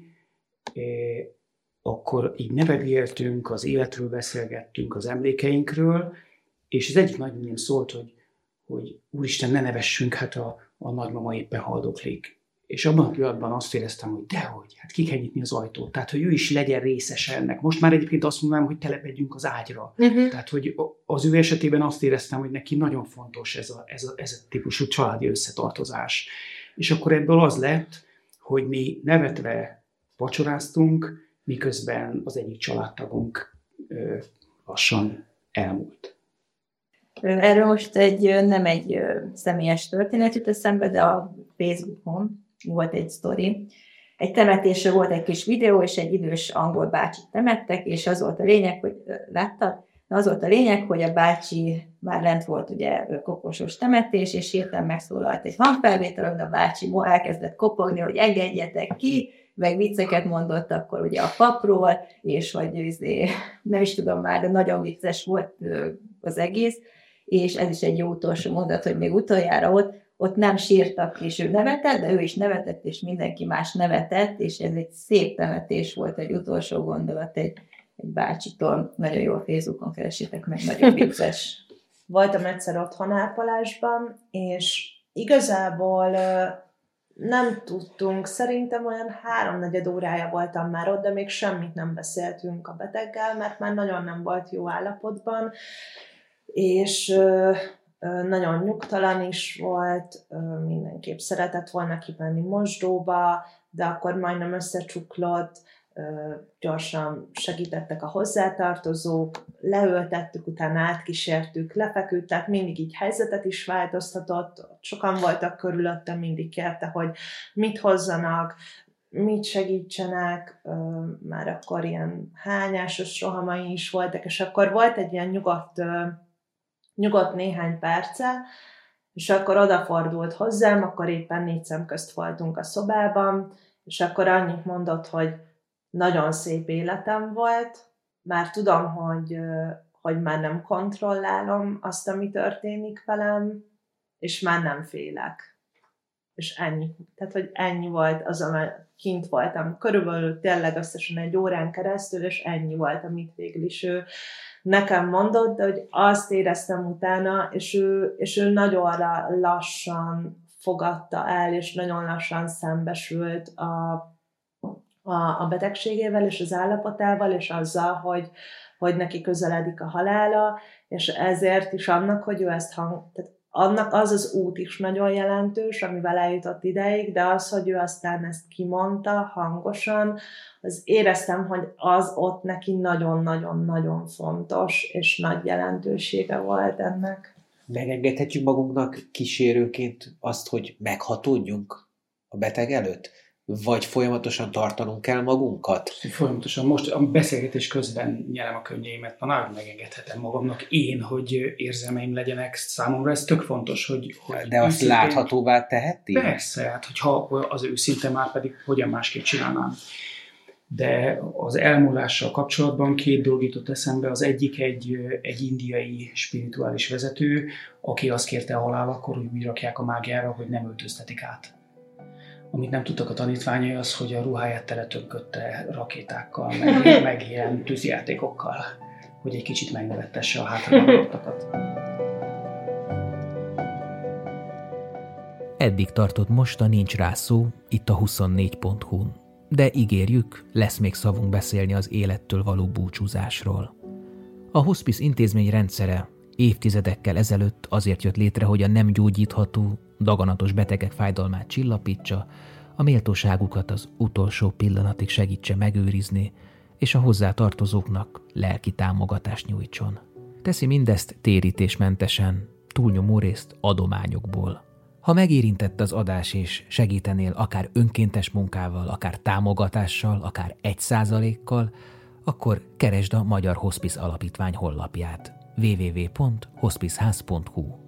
[SPEAKER 1] akkor így nevetgéltünk, az életről beszélgettünk, az emlékeinkről, és az egyik nagymamám szólt, hogy, hogy úristen, ne nevessünk, hát a, a nagymama éppen haldoklik. És abban a pillanatban azt éreztem, hogy dehogy, hát ki kell nyitni az ajtót, tehát hogy ő is legyen részes ennek. Most már egyébként azt mondanám, hogy telepedjünk az ágyra. Uh-huh. Tehát, hogy az ő esetében azt éreztem, hogy neki nagyon fontos ez a, ez a, ez a típusú családi összetartozás. És akkor ebből az lett, hogy mi nevetve vacsoráztunk, miközben az egyik családtagunk ö, lassan elmúlt.
[SPEAKER 3] Erről most egy, nem egy személyes történet jut eszembe, de a Facebookon volt egy sztori. egy temetésre volt egy kis videó, és egy idős angol bácsit temettek, és az volt a lényeg, hogy láttad? Az volt a lényeg, hogy a bácsi már lent volt ugye koposos temetés, és hirtelen megszólalt egy hangfelvétel, hogy a bácsi elkezdett kopogni, hogy engedjetek ki, meg vicceket mondott akkor ugye a papról, és vagy izé, nem is tudom már, de nagyon vicces volt az egész, és ez is egy jó utolsó mondat, hogy még utoljára ott, ott nem sírtak, és ő nevetett, de ő is nevetett, és mindenki más nevetett, és ez egy szép temetés volt, egy utolsó gondolat, egy, egy bácsitól. Nagyon jó, a Facebookon keresitek meg, nagyon vicces.
[SPEAKER 2] Voltam egyszer otthon ápolásban, és igazából nem tudtunk, szerintem olyan háromnegyed órája voltam már ott, de még semmit nem beszéltünk a beteggel, mert már nagyon nem volt jó állapotban, és nagyon nyugtalan is volt, mindenképp szeretett volna kimenni mosdóba, de akkor majdnem összecsuklott, gyorsan segítettek a hozzátartozók, leültettük, utána átkísértük, lefeküdt, tehát mindig így helyzetet is változtatott, sokan voltak körülötte, mindig kérte, hogy mit hozzanak, mit segítsenek, már akkor ilyen hányásos rohamai is voltak, és akkor volt egy ilyen nyugodt, nyugodt néhány perce, és akkor odafordult hozzám, akkor éppen négy szem közt voltunk a szobában, és akkor annyit mondott, hogy nagyon szép életem volt, már tudom, hogy, hogy már nem kontrollálom azt, ami történik velem, és már nem félek. És ennyi. Tehát, hogy ennyi volt az, amely kint voltam. Körülbelül tényleg összesen egy órán keresztül, és ennyi volt, amit végül is ő nekem mondott, de hogy azt éreztem utána, és ő, és ő nagyon lassan fogadta el, és nagyon lassan szembesült a, a, a betegségével, és az állapotával, és azzal, hogy, hogy neki közeledik a halála, és ezért is annak, hogy ő ezt hang... Tehát annak az az út is nagyon jelentős, amivel eljutott ideig, de az, hogy ő aztán ezt kimondta hangosan, az éreztem, hogy az ott neki nagyon-nagyon-nagyon fontos, és nagy jelentősége volt ennek.
[SPEAKER 7] Megengedhetjük magunknak kísérőként azt, hogy meghatódjunk a beteg előtt? Vagy folyamatosan tartanunk kell magunkat?
[SPEAKER 1] Folyamatosan. Most a beszélgetés közben nyelem a könnyeimet, na nagyon megengedhetem magamnak én, hogy érzelmeim legyenek. Számomra ez tök fontos, hogy... hogy
[SPEAKER 7] De azt őszintén... láthatóvá teheti?
[SPEAKER 1] Persze, hát hogyha az őszinte, már pedig hogyan másképp csinálnám. De az elmúlással kapcsolatban két dolog jutott eszembe. Az egyik egy, egy indiai spirituális vezető, aki azt kérte a halálakor, hogy úgy rakják a mágiára, hogy nem öltöztetik át. Amit nem tudtak a tanítványai, az, hogy a ruháját teletönkötte rakétákkal, meg, meg ilyen tűzjátékokkal, hogy egy kicsit megnevettesse a hátramaradtakat.
[SPEAKER 4] Eddig tartott most a Nincs rá szó, itt a huszonnégy pont hu-n. De ígérjük, lesz még szavunk beszélni az élettől való búcsúzásról. A hospice intézmény rendszere évtizedekkel ezelőtt azért jött létre, hogy a nem gyógyítható, daganatos betegek fájdalmát csillapítsa, a méltóságukat az utolsó pillanatig segítse megőrizni, és a hozzátartozóknak lelki támogatást nyújtson. Teszi mindezt térítésmentesen, túlnyomó részt adományokból. Ha megérintett az adás és segítenél akár önkéntes munkával, akár támogatással, akár egy százalékkal, akkor keresd a Magyar Hospice Alapítvány honlapját double-u double-u double-u pont hospiceház pont hu.